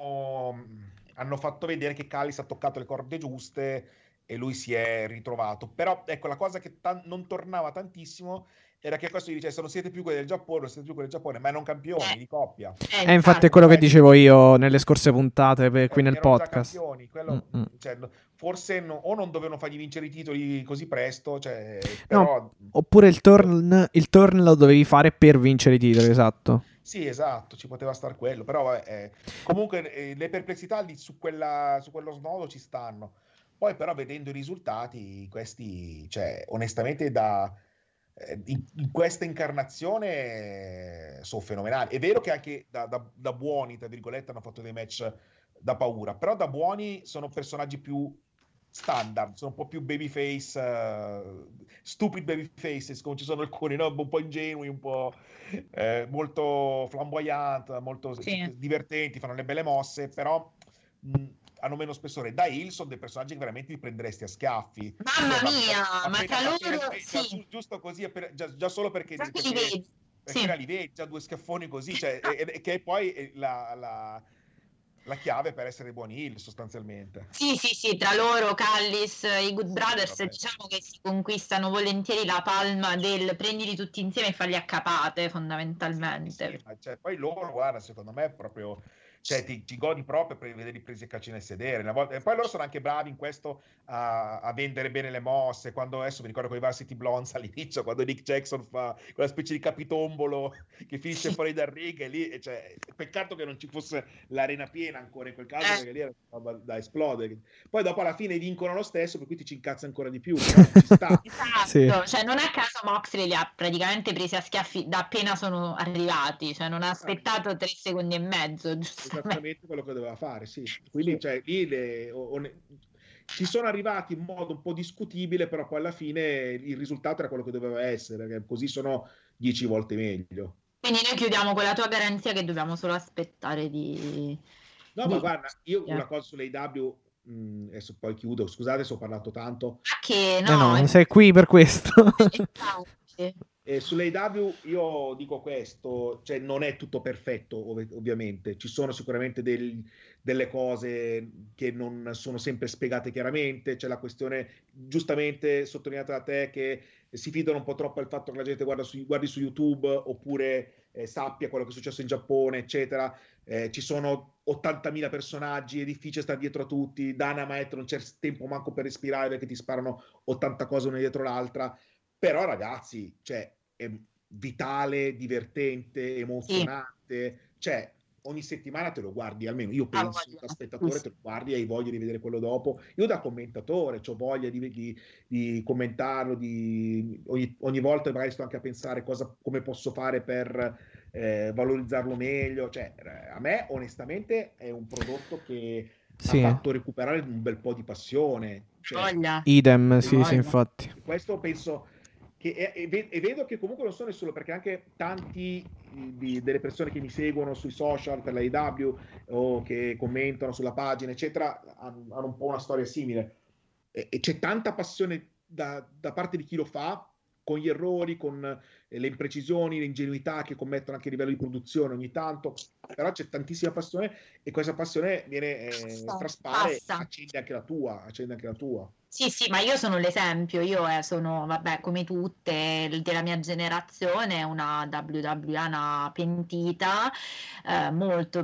hanno fatto vedere che Callis ha toccato le corde giuste e lui si è ritrovato. Però ecco, la cosa che tan- non tornava tantissimo era che questo gli dicesse non siete più quelli del Giappone, non siete più quelli del Giappone, ma non campioni Eh, di coppia. eh, E infatti è quello che Eh, dicevo io nelle scorse puntate per- qui eh, nel erano già podcast. campioni, quello, Mm-mm. cioè, no- forse no- o non dovevano fargli vincere i titoli così presto, cioè, No, però... oppure il turn, il turn lo dovevi fare per vincere i titoli, esatto. Sì, esatto, ci poteva star quello, però vabbè, eh, comunque eh, le perplessità lì su, quella, su quello snodo ci stanno. Poi però vedendo i risultati, questi, cioè, onestamente da, eh, in, in questa incarnazione eh, sono fenomenali. È vero che anche da, da- da buoni, tra virgolette, hanno fatto dei match da paura, però da buoni sono personaggi più standard, sono un po' più babyface, eh, stupid babyfaces, come ci sono alcuni, no? Un po' ingenui, un po' eh, molto flamboyant, molto Sì. divertenti, fanno le belle mosse, però mh, hanno meno spessore. Da Hill sono dei personaggi che veramente li prenderesti a schiaffi. Mamma Cioè, ma- mia, appena- ma tra appena loro li vedi, già, sì, su- giusto così, appena- già, già solo perché, già che perché, li vedi, perché sì. era li vedi, già due schiaffoni così, cioè, e- e- che è poi è la, la- la chiave per essere buoni Hill, sostanzialmente. Sì, sì, sì, tra loro, Callis, i Good Sì, Brothers, vabbè. diciamo che si conquistano volentieri la palma del prendili tutti insieme e farli a capate, Sì, fondamentalmente. ma cioè, poi loro, guarda, secondo me è proprio cioè ti, ti godi proprio per vedere presi a calci nel sedere. Una volta, e poi loro sono anche bravi in questo a, a vendere bene le mosse. Quando adesso mi ricordo con i Varsity Blondes all'inizio, quando Nick Jackson fa quella specie di capitombolo che finisce fuori dal ring, e lì, cioè, peccato che non ci fosse l'arena piena ancora in quel caso, perché lì era da esplodere. Poi dopo alla fine vincono lo stesso, per cui ti ci incazza ancora di più, però ci sta. Esatto, Sì. cioè non a caso Moxley li ha praticamente presi a schiaffi da appena sono arrivati, cioè non ha aspettato tre secondi e mezzo, giustamente. Esattamente quello che doveva fare, sì. Quindi cioè, lì le, o, o ne, ci sono arrivati in modo un po' discutibile, però poi alla fine il risultato era quello che doveva essere, perché così sono dieci volte meglio. Quindi noi chiudiamo con la tua garanzia che dobbiamo solo aspettare di... No, di... ma guarda, io Yeah. una cosa sull'A E W, mh, adesso poi chiudo, scusate se ho parlato tanto. Ah, che Eh no, no, sei qui per questo. infatti. Eh, sull'A E W io dico questo, cioè non è tutto perfetto ov- ovviamente, ci sono sicuramente del- delle cose che non sono sempre spiegate chiaramente, c'è la questione giustamente sottolineata da te che si fidano un po' troppo del fatto che la gente guarda su, guardi su YouTube oppure eh, sappia quello che è successo in Giappone, eccetera. Eh, ci sono ottantamila personaggi, è difficile stare dietro a tutti, Dynamite non c'è tempo manco per respirare perché ti sparano ottanta cose una dietro l'altra. Però ragazzi, cioè, è vitale, divertente, emozionante, cioè ogni settimana te lo guardi, almeno io Ah, penso voglio. da spettatore te lo guardi e hai voglia di vedere quello dopo. Io da commentatore ho voglia di, di, di commentarlo, di, ogni, ogni volta magari sto anche a pensare cosa, come posso fare per eh, valorizzarlo meglio. Cioè, a me onestamente è un prodotto che Sì. ha fatto recuperare un bel po' di passione. Cioè, Voglia. Idem, sì, no, sì, no. infatti. Questo penso che e, e ve- e vedo che comunque non sono solo, perché anche tanti di- delle persone che mi seguono sui social per la A E W o che commentano sulla pagina eccetera hanno, hanno un po' una storia simile e, e c'è tanta passione da, da parte di chi lo fa, con gli errori, con eh, le imprecisioni, le ingenuità che commettono anche a livello di produzione ogni tanto, però c'è tantissima passione e questa passione viene eh, traspare, Passa. accende anche la tua, accende anche la tua. Sì, sì, ma io sono l'esempio, io eh, sono, vabbè, come tutte l- della mia generazione, una W W E una pentita, eh, molto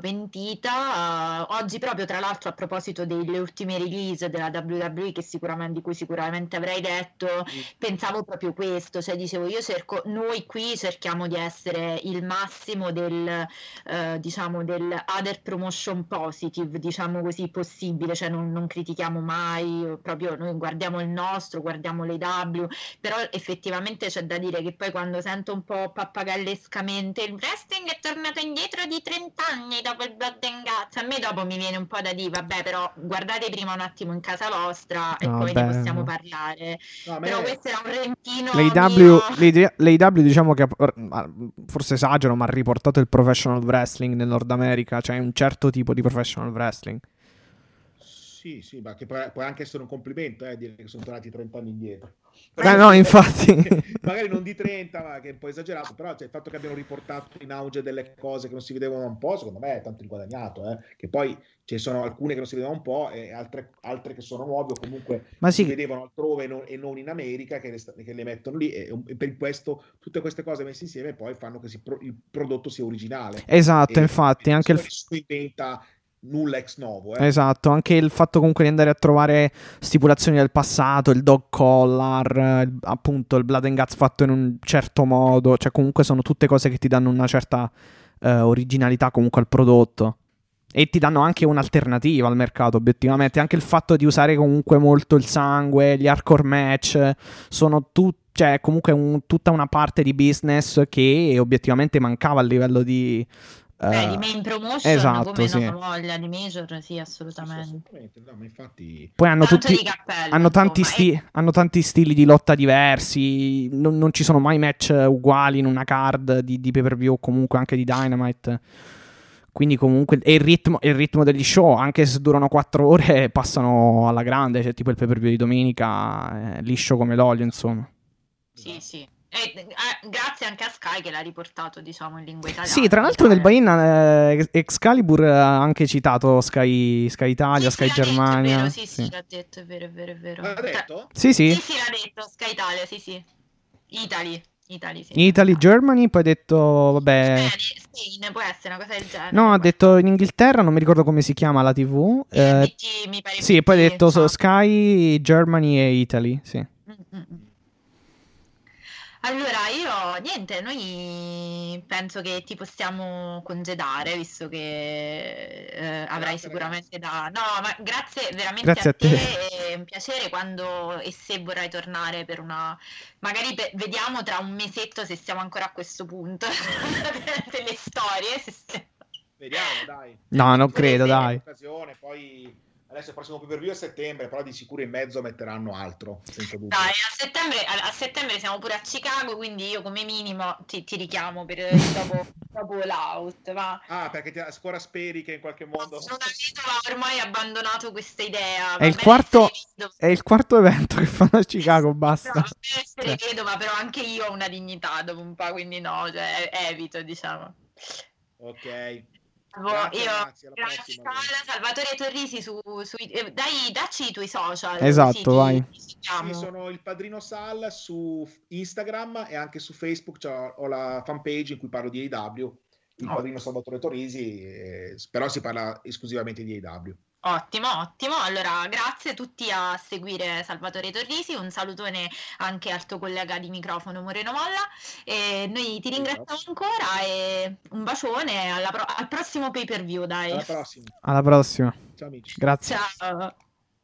pentita. Eh, oggi proprio, tra l'altro, a proposito delle ultime release della W W E, che sicuramente, di cui sicuramente avrei detto, pensavo proprio questo, cioè dicevo, io cerco, noi qui cerchiamo di essere il massimo del, eh, diciamo, del other promotion positive, diciamo così, possibile, cioè non, non critichiamo mai, proprio noi guardiamo il nostro, guardiamo le W, però effettivamente c'è da dire che poi quando sento un po' pappagallescamente il wrestling è tornato indietro di trenta anni dopo il Blood and Guts, a me dopo mi viene un po' da dire, vabbè, però guardate prima un attimo in casa vostra e No, poi vabbè, ne possiamo no. parlare. No, a me- Però questo era un rentino L'A E W, mio. l'A E W diciamo che ha- forse esagero, ma ha riportato il professional wrestling nel Nord America, cioè un certo tipo di professional wrestling. Sì, sì, ma che può può anche essere un complimento, eh, dire che sono tornati trenta anni indietro. Eh, no, infatti. Magari non di trenta, ma che è un po' esagerato, però cioè, il fatto che abbiano riportato in auge delle cose che non si vedevano da un po', secondo me è tanto riguadagnato, eh. Che poi ci sono alcune che non si vedevano un po' e altre, altre che sono nuove o comunque Ma si sì, vedevano altrove e non, e non in America che le, sta- che le mettono lì e, e per questo tutte queste cose messe insieme poi fanno che si pro- il prodotto sia originale. esatto, E- infatti, e anche il, nessuno inventa nulla ex novo, eh. esatto, anche il fatto comunque di andare a trovare stipulazioni del passato, il dog collar, il- appunto il blood and guts fatto in un certo modo, cioè comunque sono tutte cose che ti danno una certa eh, originalità comunque al prodotto e ti danno anche un'alternativa al mercato, obiettivamente. Anche il fatto di usare comunque molto il sangue, gli hardcore match, sono tutti, cioè comunque un- tutta una parte di business che obiettivamente mancava a livello di... Beh, eh, di main promotion, esatto, come sì. no, voglia di major, sì, Sì, sì, assolutamente. assolutamente. No, ma infatti Poi hanno Tanto tutti... di cappello, Hanno tanti, insomma, sti- e- hanno tanti stili di lotta diversi. Non, non ci sono mai match uguali in una card di, di pay-per-view o comunque anche di Dynamite. Quindi comunque... E il ritmo, il ritmo degli show, anche se durano quattro ore, passano alla grande. Cioè tipo il pay-per-view di domenica, eh, liscio come l'olio, insomma. Sì, sì. E, eh, grazie anche a Sky che l'ha riportato, diciamo, in lingua italiana. Sì, tra l'altro nel buy-in eh, Excalibur ha anche citato Sky, Sky Italia, Sì, sì, Sky l'ha detto, è Germania. vero, sì, sì, Sì, l'ha detto, è vero, è vero, è vero. l'ha Tra- detto? sì, sì. Sì, sì, l'ha detto, Sky Italia, sì, sì. Italy. Italy, sì. Italy, Germany, poi ha detto, vabbè... Spain, può essere una cosa del genere. No, ha detto in Inghilterra, non mi ricordo come si chiama la tivù. Eh, Eh, B T, mi pare sì, B T, poi ha detto so- fa- Sky, Germany e Italy, sì. Mm-mm. Allora, io niente, noi penso che ti possiamo congedare, visto che eh, avrai Grazie, sicuramente da... No, ma grazie veramente Grazie a a te. te, è un piacere quando e se vorrai tornare per una... Magari pe- vediamo tra un mesetto se siamo ancora a questo punto delle storie. se se- Vediamo, dai. No, non credo, Volete- dai. Occasione, poi adesso il prossimo pay-per-view è a settembre, però di sicuro in mezzo metteranno altro, senza dubbio. Dai, a settembre, a, a settembre siamo pure a Chicago, quindi io come minimo ti, ti richiamo per il dopo, dopo l'out, va. Ah, perché ti, ancora speri che in qualche modo... Sono una vedova, ormai ho abbandonato questa idea. È il quarto, è il quarto evento che fanno a Chicago, basta. No, essere vedova, però anche io ho una dignità dopo un po', quindi no, cioè, evito, diciamo. Ok. Boh, Grazie, io, ragazzi, alla grazie, prossima. Sala, Salvatore Torrisi su, su eh, dai, dacci i tuoi social. Esatto, così ti- vai. ti seguiamo. Sì, sono il Padrino Sal su Instagram e anche su Facebook, cioè, ho la fanpage in cui parlo di A E W, il Oh. Padrino Salvatore Torrisi, eh, però si parla esclusivamente di A E W. Ottimo, ottimo. Allora, grazie tutti a seguire Salvatore Torrisi. Un salutone anche al tuo collega di microfono Moreno Molla. E noi ti ringraziamo ancora e un bacione alla pro- al prossimo pay per view, dai. Alla prossima. Alla prossima. Ciao amici. Grazie. Ciao.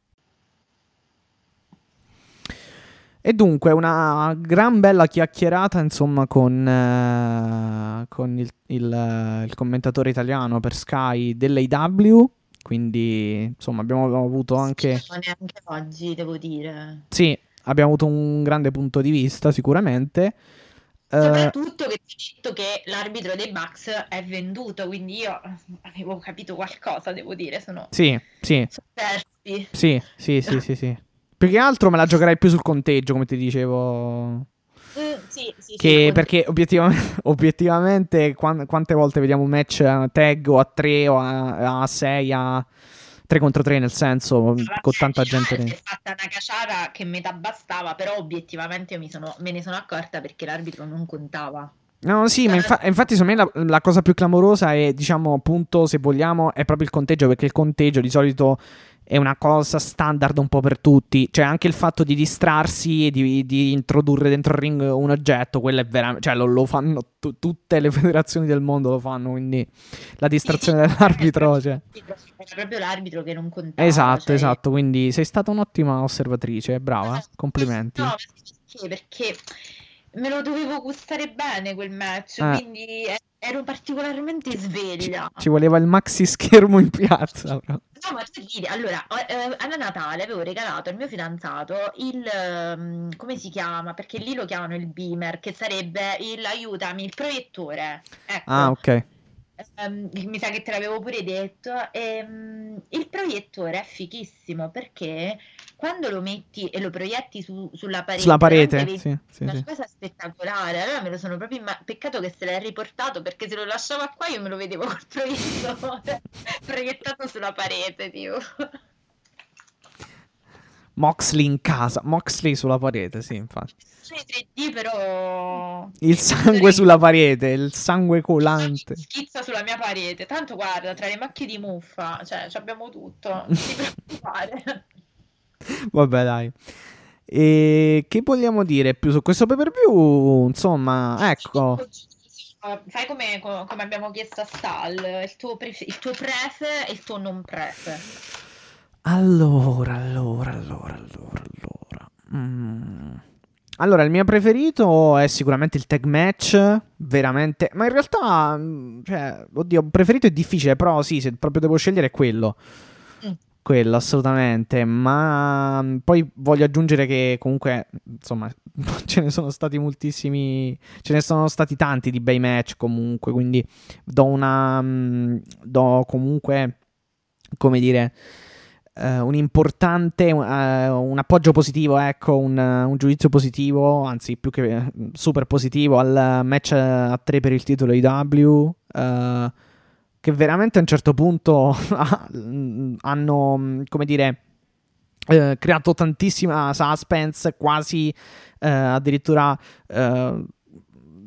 E dunque una gran bella chiacchierata, insomma, con, eh, con il, il- il commentatore italiano per Sky dell'A E W. Quindi, insomma, abbiamo avuto anche... Sì, neanche oggi, devo dire. Sì, abbiamo avuto un grande punto di vista, sicuramente. Eh, Soprattutto che ti ho detto che l'arbitro dei Bucks è venduto, quindi io avevo capito qualcosa, devo dire. Sono sì, sì, sofferti. sì, sì, sì, sì, sì. Più che altro me la giocherei più sul conteggio, come ti dicevo. Mm, sì, sì, Che sì, perché obiettivamente, obiettivamente quan- quante volte vediamo un match a tag o a tre o a sei a tre contro tre, nel senso, Vabbè, con tanta diciamo gente che dentro. si è fatta una caciara che metà bastava, però obiettivamente io mi sono, me ne sono accorta perché l'arbitro non contava. No, sì, ma infa- infatti secondo me la, la cosa più clamorosa è, diciamo, appunto, se vogliamo, è proprio il conteggio, perché il conteggio di solito è una cosa standard un po' per tutti. Cioè anche il fatto di distrarsi e di, di introdurre dentro il ring un oggetto, quello è veramente... Cioè lo, lo fanno tu- tutte le federazioni del mondo, lo fanno, quindi la distrazione dell'arbitro, cioè... Era proprio l'arbitro che non contava. Esatto, cioè- esatto, quindi sei stata un'ottima osservatrice, brava, complimenti. No, perché? Perché me lo dovevo gustare bene quel match, Eh. quindi eh, ero particolarmente sveglia. Ci voleva il maxi schermo in piazza, però. No, ma tu ridi, allora, eh, a Natale avevo regalato al mio fidanzato il, ehm, come si chiama? Perché lì lo chiamano il beamer, che sarebbe il, aiutami, il proiettore. Ecco. Ah, ok. Ehm, mi sa che te l'avevo pure detto. Ehm, il proiettore è fichissimo perché quando lo metti e lo proietti su- sulla parete, Sulla parete, veramente sì, vedi sì, una sì. cosa spettacolare. Allora me lo sono proprio imma- peccato che se l'hai riportato, perché se lo lasciava qua io me lo vedevo col proiettore proiettato sulla parete, tipo. Moxley in casa, Moxley sulla parete, sì, infatti. tre D però Il sangue sulla parete, il sangue colante. schizza sulla mia parete. Tanto guarda, tra le macchie di muffa, cioè ci abbiamo tutto, non ti preoccupare. Vabbè, dai. E che vogliamo dire più su questo pay-per-view? Insomma, ecco. Fai come, co- come abbiamo chiesto a Sal, il tuo, pref- il tuo pref e il tuo non pref. Allora, allora, allora, allora, allora. Mm. Allora, il mio preferito è sicuramente il tag match, veramente. Ma in realtà, mm, cioè, oddio, preferito è difficile, però sì, se proprio devo scegliere è quello. Mm. Quello, assolutamente. Ma mm, poi voglio aggiungere che comunque, insomma, ce ne sono stati moltissimi, ce ne sono stati tanti di bei match comunque, quindi do una, mm, do comunque, come dire... Uh, un importante, uh, un appoggio positivo, ecco, un, uh, un giudizio positivo, anzi più che uh, super positivo al match a tre per il titolo A E W, uh, che veramente a un certo punto hanno, come dire, uh, creato tantissima suspense, quasi uh, addirittura uh,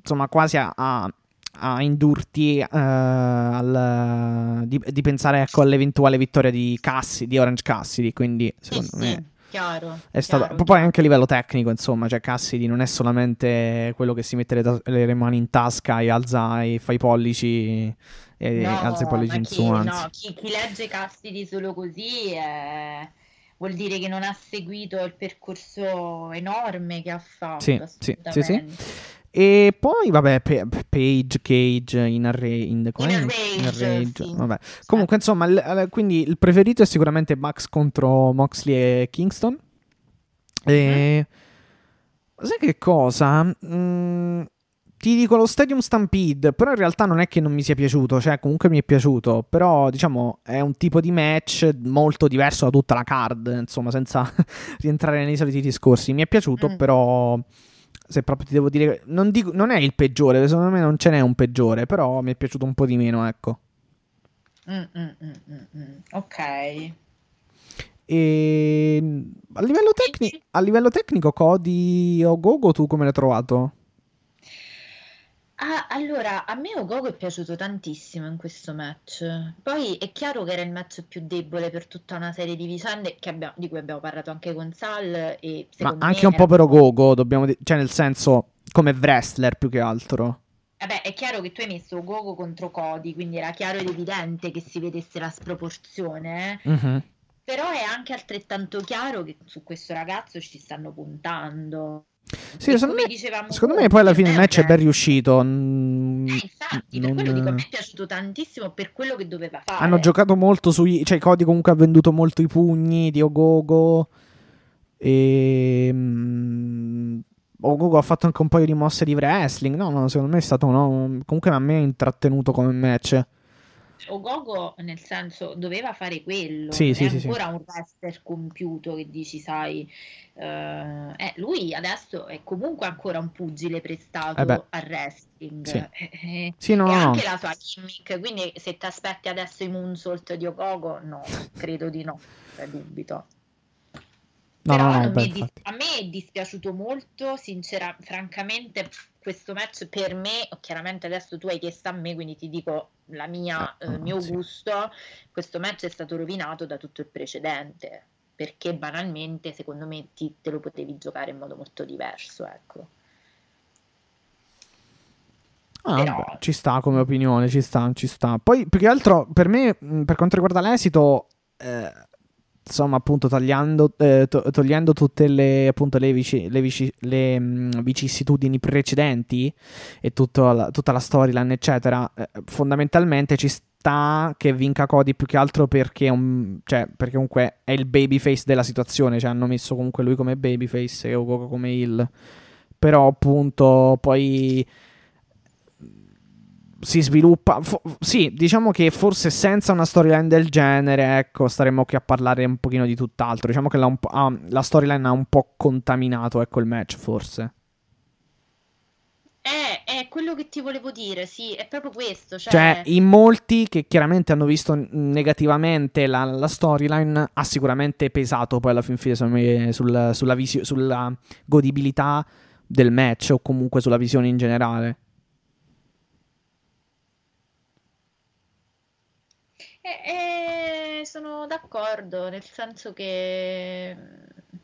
insomma quasi a, a, a indurti uh, al, di, di pensare, ecco, all'eventuale vittoria di Cassidy, di Orange Cassidy, quindi secondo sì, me sì, chiaro, è stato chiaro, poi anche a livello tecnico, insomma, cioè Cassidy non è solamente quello che si mette le, ta- le mani in tasca e alza e fa i pollici e no, alza i pollici ma in chi, su, anzi. no, chi, chi legge Cassidy solo così eh, vuol dire che non ha seguito il percorso enorme che ha fatto, Sì, sì, sì, sì. assolutamente. E poi, vabbè, Pe- Page, Cage, in array, in, com'è? In a rage, In rage, sì. vabbè. Comunque, insomma, l- quindi il preferito è sicuramente Bucks contro Moxley e Kingston. E sai che cosa? Mm, ti dico lo Stadium Stampede, però in realtà non è che non mi sia piaciuto, cioè comunque mi è piaciuto, però diciamo è un tipo di match molto diverso da tutta la card, insomma, senza rientrare nei soliti discorsi. Mi è piaciuto, Mm. però se proprio ti devo dire, non, dico, non è il peggiore, secondo me non ce n'è un peggiore, però mi è piaciuto un po' di meno, ecco. Mm, mm, mm, mm, mm. Ok. E a livello, tecni- a livello tecnico, Cody Ogogo, tu come l'hai trovato? Ah, allora, a me Ogogo è piaciuto tantissimo in questo match. Poi è chiaro che era il match più debole per tutta una serie di vicende che abbiamo- di cui abbiamo parlato anche con Sal. E Ma secondo anche me un po' era per Ogogo, dobbiamo dire, cioè nel senso come wrestler più che altro. Vabbè, è chiaro che tu hai messo Ogogo contro Cody, quindi era chiaro ed evidente che si vedesse la sproporzione. eh. Mhm. Però è anche altrettanto chiaro che su questo ragazzo ci stanno puntando. Sì, E secondo come me, dicevamo secondo me con- poi alla per fine il me è match è un ben wrestler. riuscito. Mm, Eh, infatti, per non- quello dico, a me è piaciuto tantissimo per quello che doveva fare. Hanno giocato molto sui. Cioè, Cody comunque ha venduto molto i pugni di Ogogo. E. mm, Ogogo ha fatto anche un paio di mosse di wrestling. No, no, secondo me è stato. No, comunque a me ha intrattenuto come match. Ogogo, nel senso, doveva fare quello, Sì, non sì, è sì, sì. ancora un wrestler compiuto che dici, sai, eh, eh, lui adesso è comunque ancora un pugile prestato Eh beh. al wrestling. Sì. Eh, eh, Sì, no, e no. anche la sua gimmick, quindi se ti aspetti adesso i moonsault di Ogogo, no, credo di no, cioè, dubito. No, Però no, no, non beh, mi è dis- infatti. a me è dispiaciuto molto, sincera, francamente, questo match per me, chiaramente adesso tu hai chiesto a me, quindi ti dico la mia, Eh, eh, il mio sì. gusto, questo match è stato rovinato da tutto il precedente, perché banalmente secondo me ti, te lo potevi giocare in modo molto diverso, ecco. Ah, Però- vabbè, ci sta come opinione, ci sta, ci sta. Poi, più che altro, per me, mh, per quanto riguarda l'esito, eh, insomma, appunto, tagliando, eh, to- togliendo tutte le, appunto, le, vici- le, vici- le, mh, vicissitudini precedenti e tutto la- tutta la storyline, eccetera, eh, fondamentalmente ci sta che vinca Cody più che altro perché, è un, cioè, perché comunque è il babyface della situazione, cioè hanno messo comunque lui come babyface e Ogogo come heel. Però, appunto, poi si sviluppa. Fo- sì, diciamo che forse senza una storyline del genere, ecco, staremmo qui a parlare un pochino di tutt'altro. Diciamo che la, un po', ah, la storyline ha un po' contaminato, ecco, il match, forse. È, è quello che ti volevo dire, sì, è proprio questo, cioè, Cioè, in molti che chiaramente hanno visto negativamente la, la storyline, ha sicuramente pesato poi alla fin fine, secondo me, sul- sulla, visio- sulla godibilità del match o comunque sulla visione in generale. Eh, eh, sono d'accordo, nel senso che mm,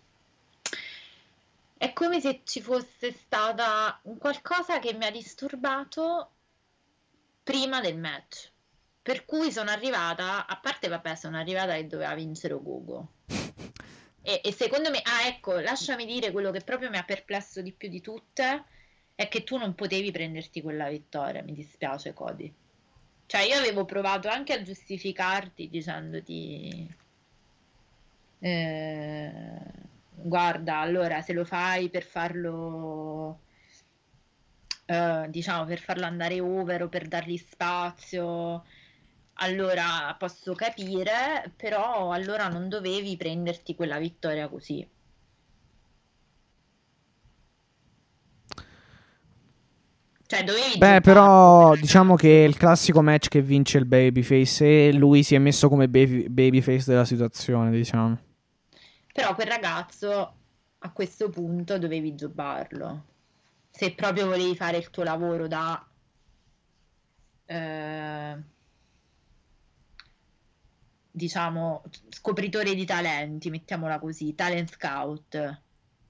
è come se ci fosse stata un qualcosa che mi ha disturbato prima del match. Per cui sono arrivata, a parte vabbè, sono arrivata che doveva vincere Ogogo. E, e secondo me, ah ecco, lasciami dire quello che proprio mi ha perplesso di più di tutte, è che tu non potevi prenderti quella vittoria, mi dispiace Cody. Cioè io avevo provato anche a giustificarti dicendoti eh, guarda, allora se lo fai per farlo eh, diciamo per farlo andare over o per dargli spazio, allora posso capire, però allora non dovevi prenderti quella vittoria così. Cioè dovevi Beh, giocarlo, però quella diciamo cazzo. che è il classico match che vince il babyface e lui si è messo come baby- babyface della situazione, diciamo. Però quel ragazzo a questo punto dovevi giocarlo. se proprio volevi fare il tuo lavoro da eh, diciamo scopritore di talenti, mettiamola così, talent scout.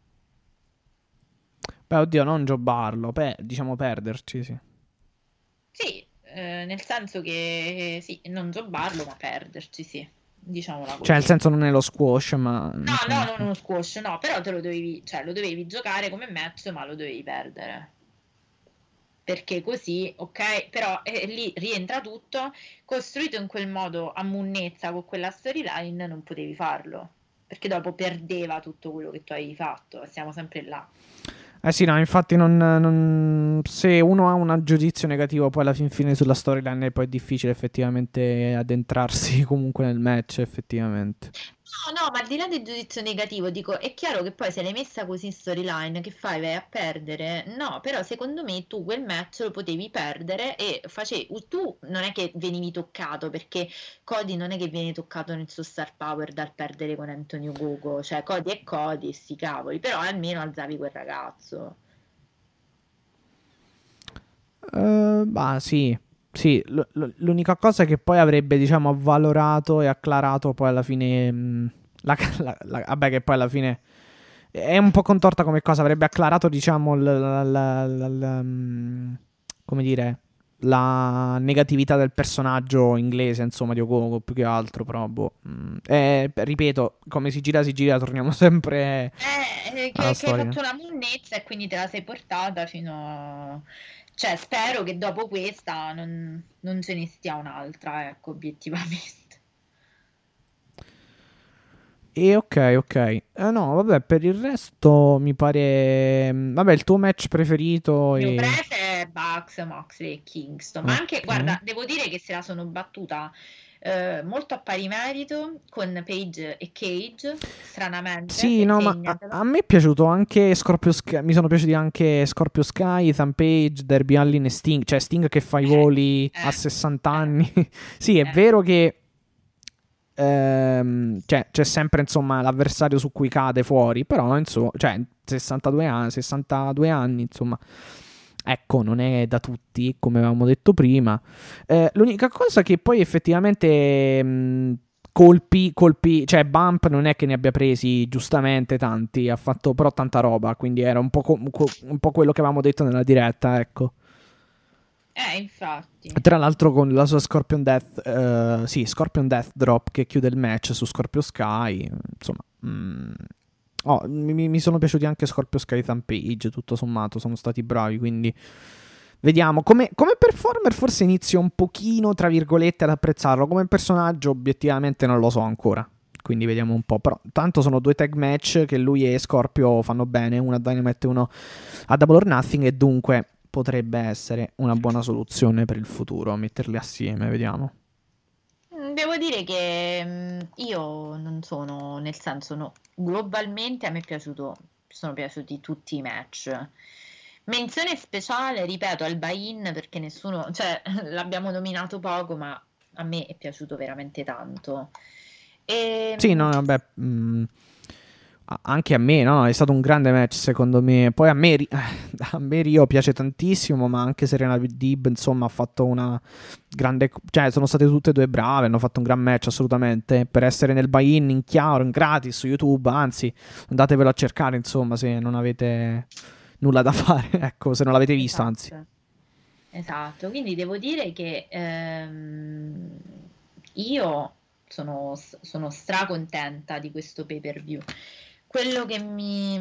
Beh, oddio, non jobbarlo, pe- diciamo perderci, sì. Sì, eh, nel senso che sì, non jobbarlo, ma perderci, sì, diciamola così. Cioè, nel senso non è lo squash, ma... No, no, non uno squash, no, però te lo dovevi, cioè, lo dovevi giocare come match, ma lo dovevi perdere. Perché così, ok, però eh, lì rientra tutto, costruito in quel modo a munnezza con quella storyline, non potevi farlo, perché dopo perdeva tutto quello che tu avevi fatto, siamo sempre là. Eh sì, no, infatti non, non- se uno ha un giudizio negativo poi alla fin fine sulla storyline poi è difficile effettivamente addentrarsi comunque nel match, effettivamente. No, no, ma al di là del giudizio negativo, dico, è chiaro che poi se l'hai messa così in storyline, che fai? Vai a perdere? No, però secondo me tu quel match lo potevi perdere e facevi, tu non è che venivi toccato, perché Cody non è che viene toccato nel suo star power dal perdere con Antonio Gogo, cioè Cody è Cody, sti cavoli, però almeno alzavi quel ragazzo. Uh, bah, sì. Sì, l- l- l'unica cosa è che poi avrebbe, diciamo, avvalorato e acclarato poi alla fine... mh, la, la- la- vabbè, che poi alla fine è un po' contorta come cosa. Avrebbe acclarato, diciamo, l- la, la- la- la- mh, come dire, la negatività del personaggio inglese, insomma, di Ogogo, più che altro, però, boh. mh. Eh, ripeto, come si gira, si gira, torniamo sempre Eh, che, alla che hai storia. fatto la munnezza e quindi te la sei portata fino a... Cioè, spero che dopo questa non, non ce ne sia un'altra, ecco, obiettivamente. E ok, ok. Eh, no, vabbè, per il resto mi pare... mh, Vabbè, il tuo match preferito Il mio e... prefe è Bucks, Moxley e Kingston, ma anche, guarda, Ok. devo dire che se la sono battuta eh, molto a pari merito con Paige e Cage, stranamente, Sì, se- no, ma a, segnatelo. a me è piaciuto anche Scorpio Sky. Mi sono piaciuti anche Scorpio Sky, Ethan Page, Darby Allin e Sting. Cioè, Sting che fa i Eh, voli eh, a sessanta eh, anni. Sì, è eh. vero che ehm, cioè, c'è sempre, insomma, l'avversario su cui cade fuori. Però, insomma, cioè, sessantadue anni, sessantadue anni, insomma. Ecco, non è da tutti, come avevamo detto prima. Eh, l'unica cosa che poi effettivamente mh, colpi, colpi, cioè Bump non è che ne abbia presi giustamente tanti, ha fatto però tanta roba, quindi era un po', co- co- un po' quello che avevamo detto nella diretta, ecco. Eh, infatti. Tra l'altro con la sua Scorpion Death, eh, sì, Scorpion Death Drop che chiude il match su Scorpio Sky, insomma... mh, oh, mi, mi sono piaciuti anche Scorpio Sky e Ethan Page, tutto sommato, sono stati bravi, quindi... Vediamo, come, come performer forse inizio un pochino, tra virgolette, ad apprezzarlo. Come personaggio obiettivamente non lo so ancora. Quindi vediamo un po'. Però tanto sono due tag match che lui e Scorpio fanno bene. Uno a Dynamite e uno a Double or Nothing. E dunque potrebbe essere una buona soluzione per il futuro. Metterli assieme, vediamo. Mm, Devo dire che mm, io non sono, nel senso, no, globalmente a me è piaciuto, sono piaciuti tutti i match. Menzione speciale, ripeto, al buy-in perché nessuno, cioè l'abbiamo nominato poco, ma a me è piaciuto veramente tanto. E, Sì, no, vabbè... mh, anche a me, no? È stato un grande match secondo me. Poi a me, a me Rio piace tantissimo, ma anche Serena Deeb, insomma, ha fatto una grande... Cioè, sono state tutte e due brave, hanno fatto un gran match assolutamente. Per essere nel buy-in in chiaro, in gratis su YouTube, anzi, andatevelo a cercare, insomma, se non avete nulla da fare, ecco, se non l'avete visto, anzi. esatto, esatto. Quindi devo dire che ehm, io sono, sono stracontenta di questo pay-per-view. Quello che mi...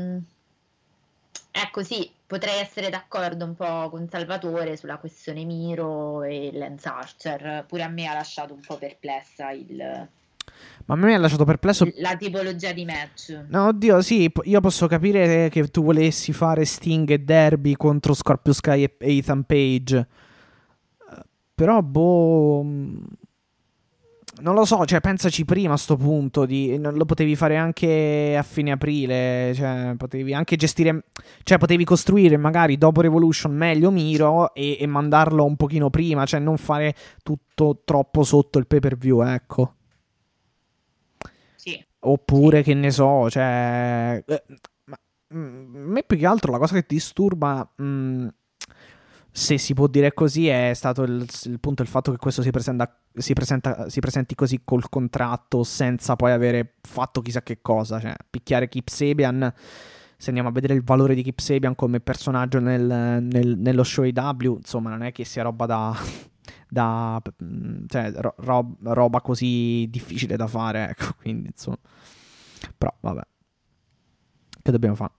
Ecco, sì, potrei essere d'accordo un po' con Salvatore sulla questione Miro e Lance Archer. Pure a me ha lasciato un po' perplessa il- Ma a me mi ha lasciato perplesso. la tipologia di match. No, oddio, sì, po- io posso capire che tu volessi fare Sting e Derby contro Scorpio Sky e e Ethan Page. Eh, Però, boh... mh, non lo so, cioè, pensaci prima a sto punto. Di, non lo potevi fare anche a fine aprile. Cioè, potevi anche gestire. Cioè, potevi costruire magari dopo Revolution meglio Miro e, e mandarlo un pochino prima. Cioè, non fare tutto troppo sotto il pay per view, ecco. Sì, Oppure, che ne so, cioè... eh, ma, mm, me più che altro la cosa che ti disturba, mh, se si può dire così, è stato il, il punto il fatto che questo si presenta, si presenta si presenti così col contratto senza poi avere fatto chissà che cosa, cioè picchiare Kip Sabian. Se andiamo a vedere il valore di Kip Sabian come personaggio nel, nel, nello show A E W, insomma non è che sia roba da da cioè ro, ro, roba così difficile da fare, ecco, quindi insomma, però vabbè, che dobbiamo fare?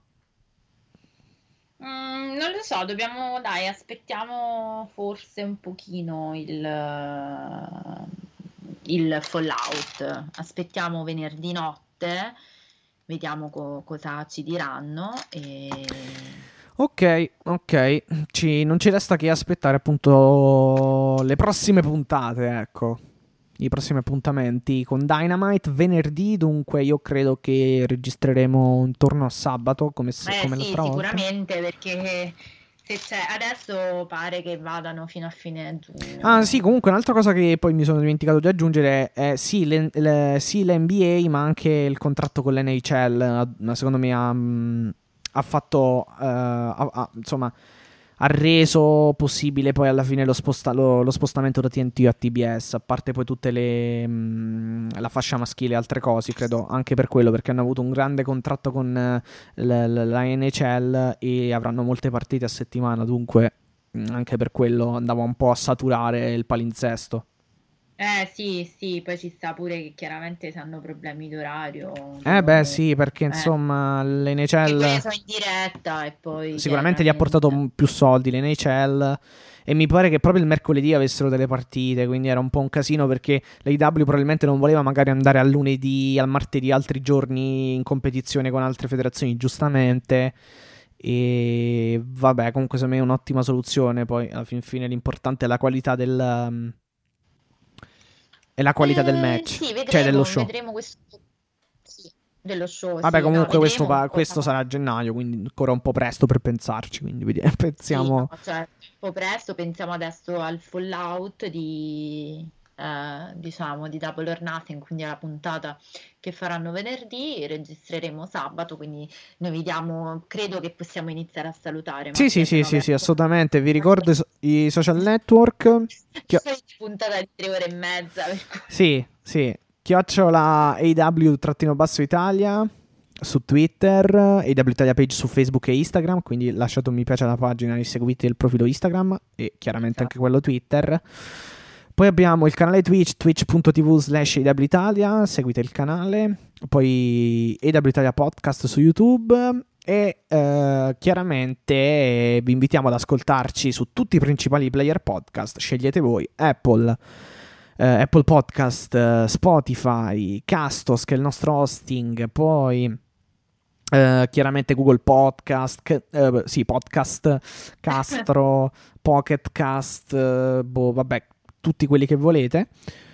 Mm, non lo so, dobbiamo, dai, aspettiamo forse un pochino il, il Fallout, aspettiamo venerdì notte, vediamo co- cosa ci diranno e... Ok, ok, ci, non ci resta che aspettare appunto le prossime puntate, ecco, i prossimi appuntamenti con Dynamite venerdì, dunque io credo che registreremo intorno a sabato come, se, Eh come sì, l'altra volta. sicuramente, perché se c'è, adesso pare che vadano fino a fine giugno. Ah sì, comunque un'altra cosa che poi mi sono dimenticato di aggiungere è sì, le, le, sì l'N B A, ma anche il contratto con l'N H L, secondo me ha, ha fatto, uh, ha, ha, insomma, ha reso possibile poi alla fine lo, sposta, lo, lo spostamento da T N T a T B S, a parte poi tutte le mh, la fascia maschile e altre cose, credo anche per quello, perché hanno avuto un grande contratto con uh, la, la, la N H L e avranno molte partite a settimana, dunque mh, anche per quello andava un po' a saturare il palinsesto. Eh sì, sì, poi ci sta pure che chiaramente se hanno problemi d'orario. Eh beh devono- sì, perché eh, insomma l'N H che poi L sono in diretta e poi sicuramente gli ha portato chiaramente- più soldi l'N H L, e mi pare che proprio il mercoledì avessero delle partite, quindi era un po' un casino perché l'A E W probabilmente non voleva magari andare al lunedì, al martedì, altri giorni in competizione con altre federazioni, giustamente. E vabbè, comunque secondo me è un'ottima soluzione. Poi alla fin fine l'importante è la qualità del um, è la qualità Eh, del match, sì, vedremo, cioè dello show. vedremo questo sì, dello show. Vabbè, sì, no, comunque questo, vedremo va- un po'. questo sarà a gennaio, quindi ancora un po' presto per pensarci, quindi vediamo, Sì, pensiamo. no, cioè, un po' presto, pensiamo adesso al Fallout di, eh, diciamo, di Double or Nothing, quindi alla puntata che faranno venerdì, registreremo sabato, quindi noi vediamo, credo che possiamo iniziare a salutare. Sì, sì, sì, sì, sì, assolutamente. Vi ricordo i, so- i social network. Chio- puntata di tre ore e mezza, per cui... sì, sì. Chiocciola A E W-Italia su Twitter, A E W Italia Page su Facebook e Instagram, quindi lasciate un mi piace alla pagina e seguite il profilo Instagram e chiaramente anche quello Twitter. Poi abbiamo il canale Twitch, twitch.tv slash AWItalia, seguite il canale. Poi A W Italia Podcast su YouTube. E eh, chiaramente eh, vi invitiamo ad ascoltarci su tutti i principali player podcast. Scegliete voi: Apple, eh, Apple Podcast, eh, Spotify, Castos, che è il nostro hosting. Poi eh, chiaramente Google Podcast, c- eh, sì, Podcast, Castro, Pocket Cast, eh, boh, vabbè, tutti quelli che volete.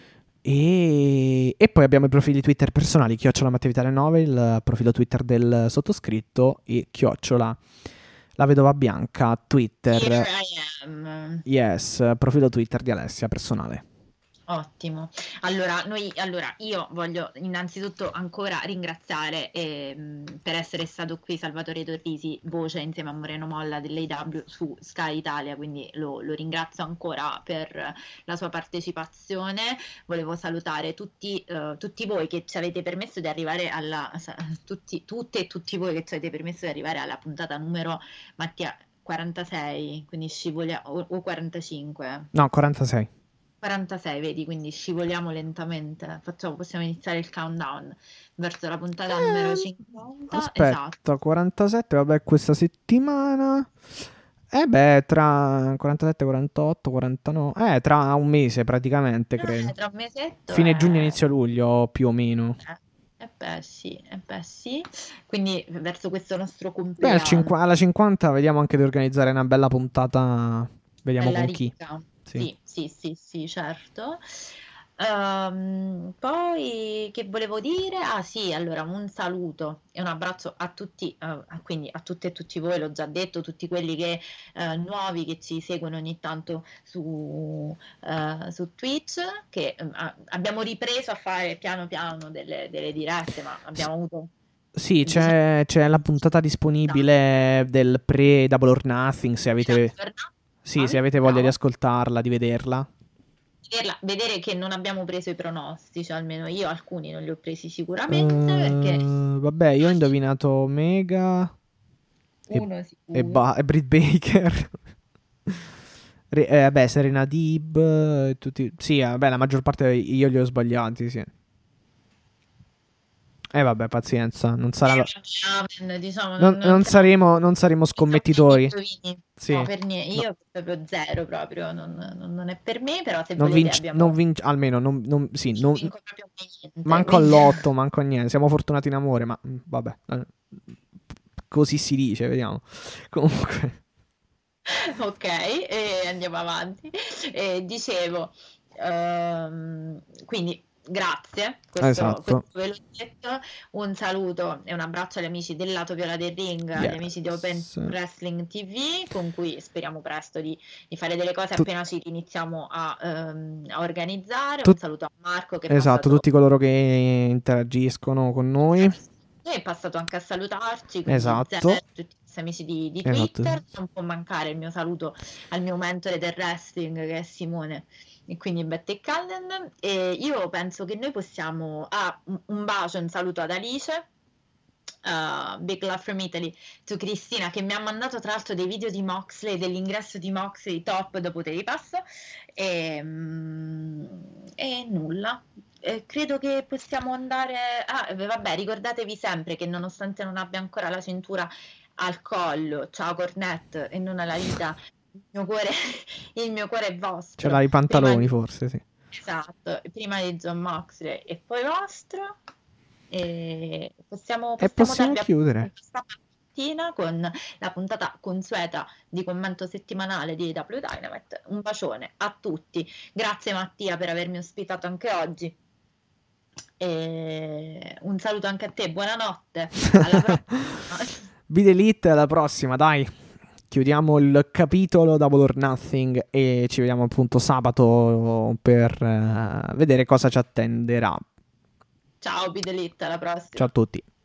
E, e poi abbiamo i profili Twitter personali, chiocciola Mattevitale nove, il profilo Twitter del sottoscritto, e chiocciola La Vedova Bianca, Twitter. Here I am. Yes, profilo Twitter di Alessia personale. Ottimo. Allora, noi, allora, io voglio innanzitutto ancora ringraziare eh, per essere stato qui Salvatore Torrisi, voce insieme a Moreno Molla dell'A E W su Sky Italia, quindi lo, lo ringrazio ancora per la sua partecipazione. Volevo salutare tutti, uh, tutti voi che ci avete permesso di arrivare alla tutti, tutte e tutti voi che ci avete permesso di arrivare alla puntata numero Mattia quarantasei, quindi scivoliamo, o, o quarantacinque. No, quarantasei. quarantasei, vedi, quindi scivoliamo lentamente. Facciamo, possiamo iniziare il countdown verso la puntata eh, numero cinquanta. Aspetta, esatto. quarantasette, vabbè, questa settimana. Eh beh, tra quarantasette, quarantotto, quarantanove, eh, tra un mese praticamente, credo. Eh, tra un mesetto. Fine è... giugno, inizio luglio, più o meno. Eh. Eh beh sì, eh beh sì, quindi verso questo nostro compleanno. Beh, al cinqu- alla cinquanta vediamo anche di organizzare una bella puntata, vediamo bella con chi. ricca. Sì, sì, sì, sì, certo. Um, poi che volevo dire? Ah sì, allora un saluto e un abbraccio a tutti, uh, quindi a tutte e tutti voi, l'ho già detto, tutti quelli che uh, nuovi che ci seguono ogni tanto su, uh, su Twitch, che uh, abbiamo ripreso a fare piano piano delle, delle dirette, ma abbiamo avuto Sì, c'è, c'è la puntata disponibile del pre-Double or Nothing, se avete, sì, se avete voglia di ascoltarla, di vederla. Vederla, vedere che non abbiamo preso i pronostici, almeno io alcuni non li ho presi sicuramente, perché Uh, vabbè, io ho indovinato Omega e, uno e, sicuro. ba- e Britt Baker. Re- eh, vabbè, Serena Deeb, eh, tutti... Sì, vabbè, la maggior parte io li ho sbagliati, sì. E eh, vabbè, pazienza, non sarà lo- Amen, diciamo, non, non, non siamo- saremo, non saremo scommettitori. indovini. Sì. No, per niente, No. io proprio zero proprio, non, non- non è per me, però se Non volete vinci, abbiamo... non vinci, almeno, non, non- sì, non non- vinco proprio niente, manco quindi- all'otto, manco a niente. Siamo fortunati in amore, ma mm, vabbè, eh, così si dice, vediamo. Comunque, Ok, e andiamo avanti. E dicevo, ehm, quindi grazie, questo, Esatto. questo ve l'ho detto. Un saluto e un abbraccio agli amici del lato viola del ring, agli Yes. amici di Open Wrestling T V, con cui speriamo presto di, di fare delle cose Tu- appena ci iniziamo a, ehm, a organizzare. Tu- Un saluto a Marco che è esatto, passato... tutti coloro che interagiscono con noi. è passato anche a salutarci, quindi Esatto. Zer, tutti i nostri amici di, di Esatto. Twitter. Non può mancare il mio saluto al mio mentore del wrestling che è Simone, e quindi Bette Callen. E io penso che noi possiamo ah, un- un bacio, un saluto ad Alice. Uh, big love from Italy to Cristina, che mi ha mandato tra l'altro dei video di Moxley, dell'ingresso di Moxley top dopo Te li passo, e, mm, e nulla. Eh, credo che possiamo andare. Ah, eh, vabbè, ricordatevi sempre che nonostante non abbia ancora la cintura al collo, ciao Cornette, e non alla vita, il mio cuore, il mio cuore è vostro. Ce l'ha i pantaloni, Prima di- forse, sì. Esatto, prima di John Moxley e poi vostro. E possiamo, E possiamo possiamo darvi chiudere. appuntamento questa mattina con la puntata consueta di commento settimanale di A E W Dynamite. Un bacione a tutti. Grazie Mattia per avermi ospitato anche oggi. E un saluto anche a te, buonanotte. Alla prossima. Vide Elite, alla prossima, dai. Chiudiamo il capitolo Double or Nothing e ci vediamo appunto sabato per eh, vedere cosa ci attenderà. Ciao Bidelit, alla prossima. Ciao a tutti.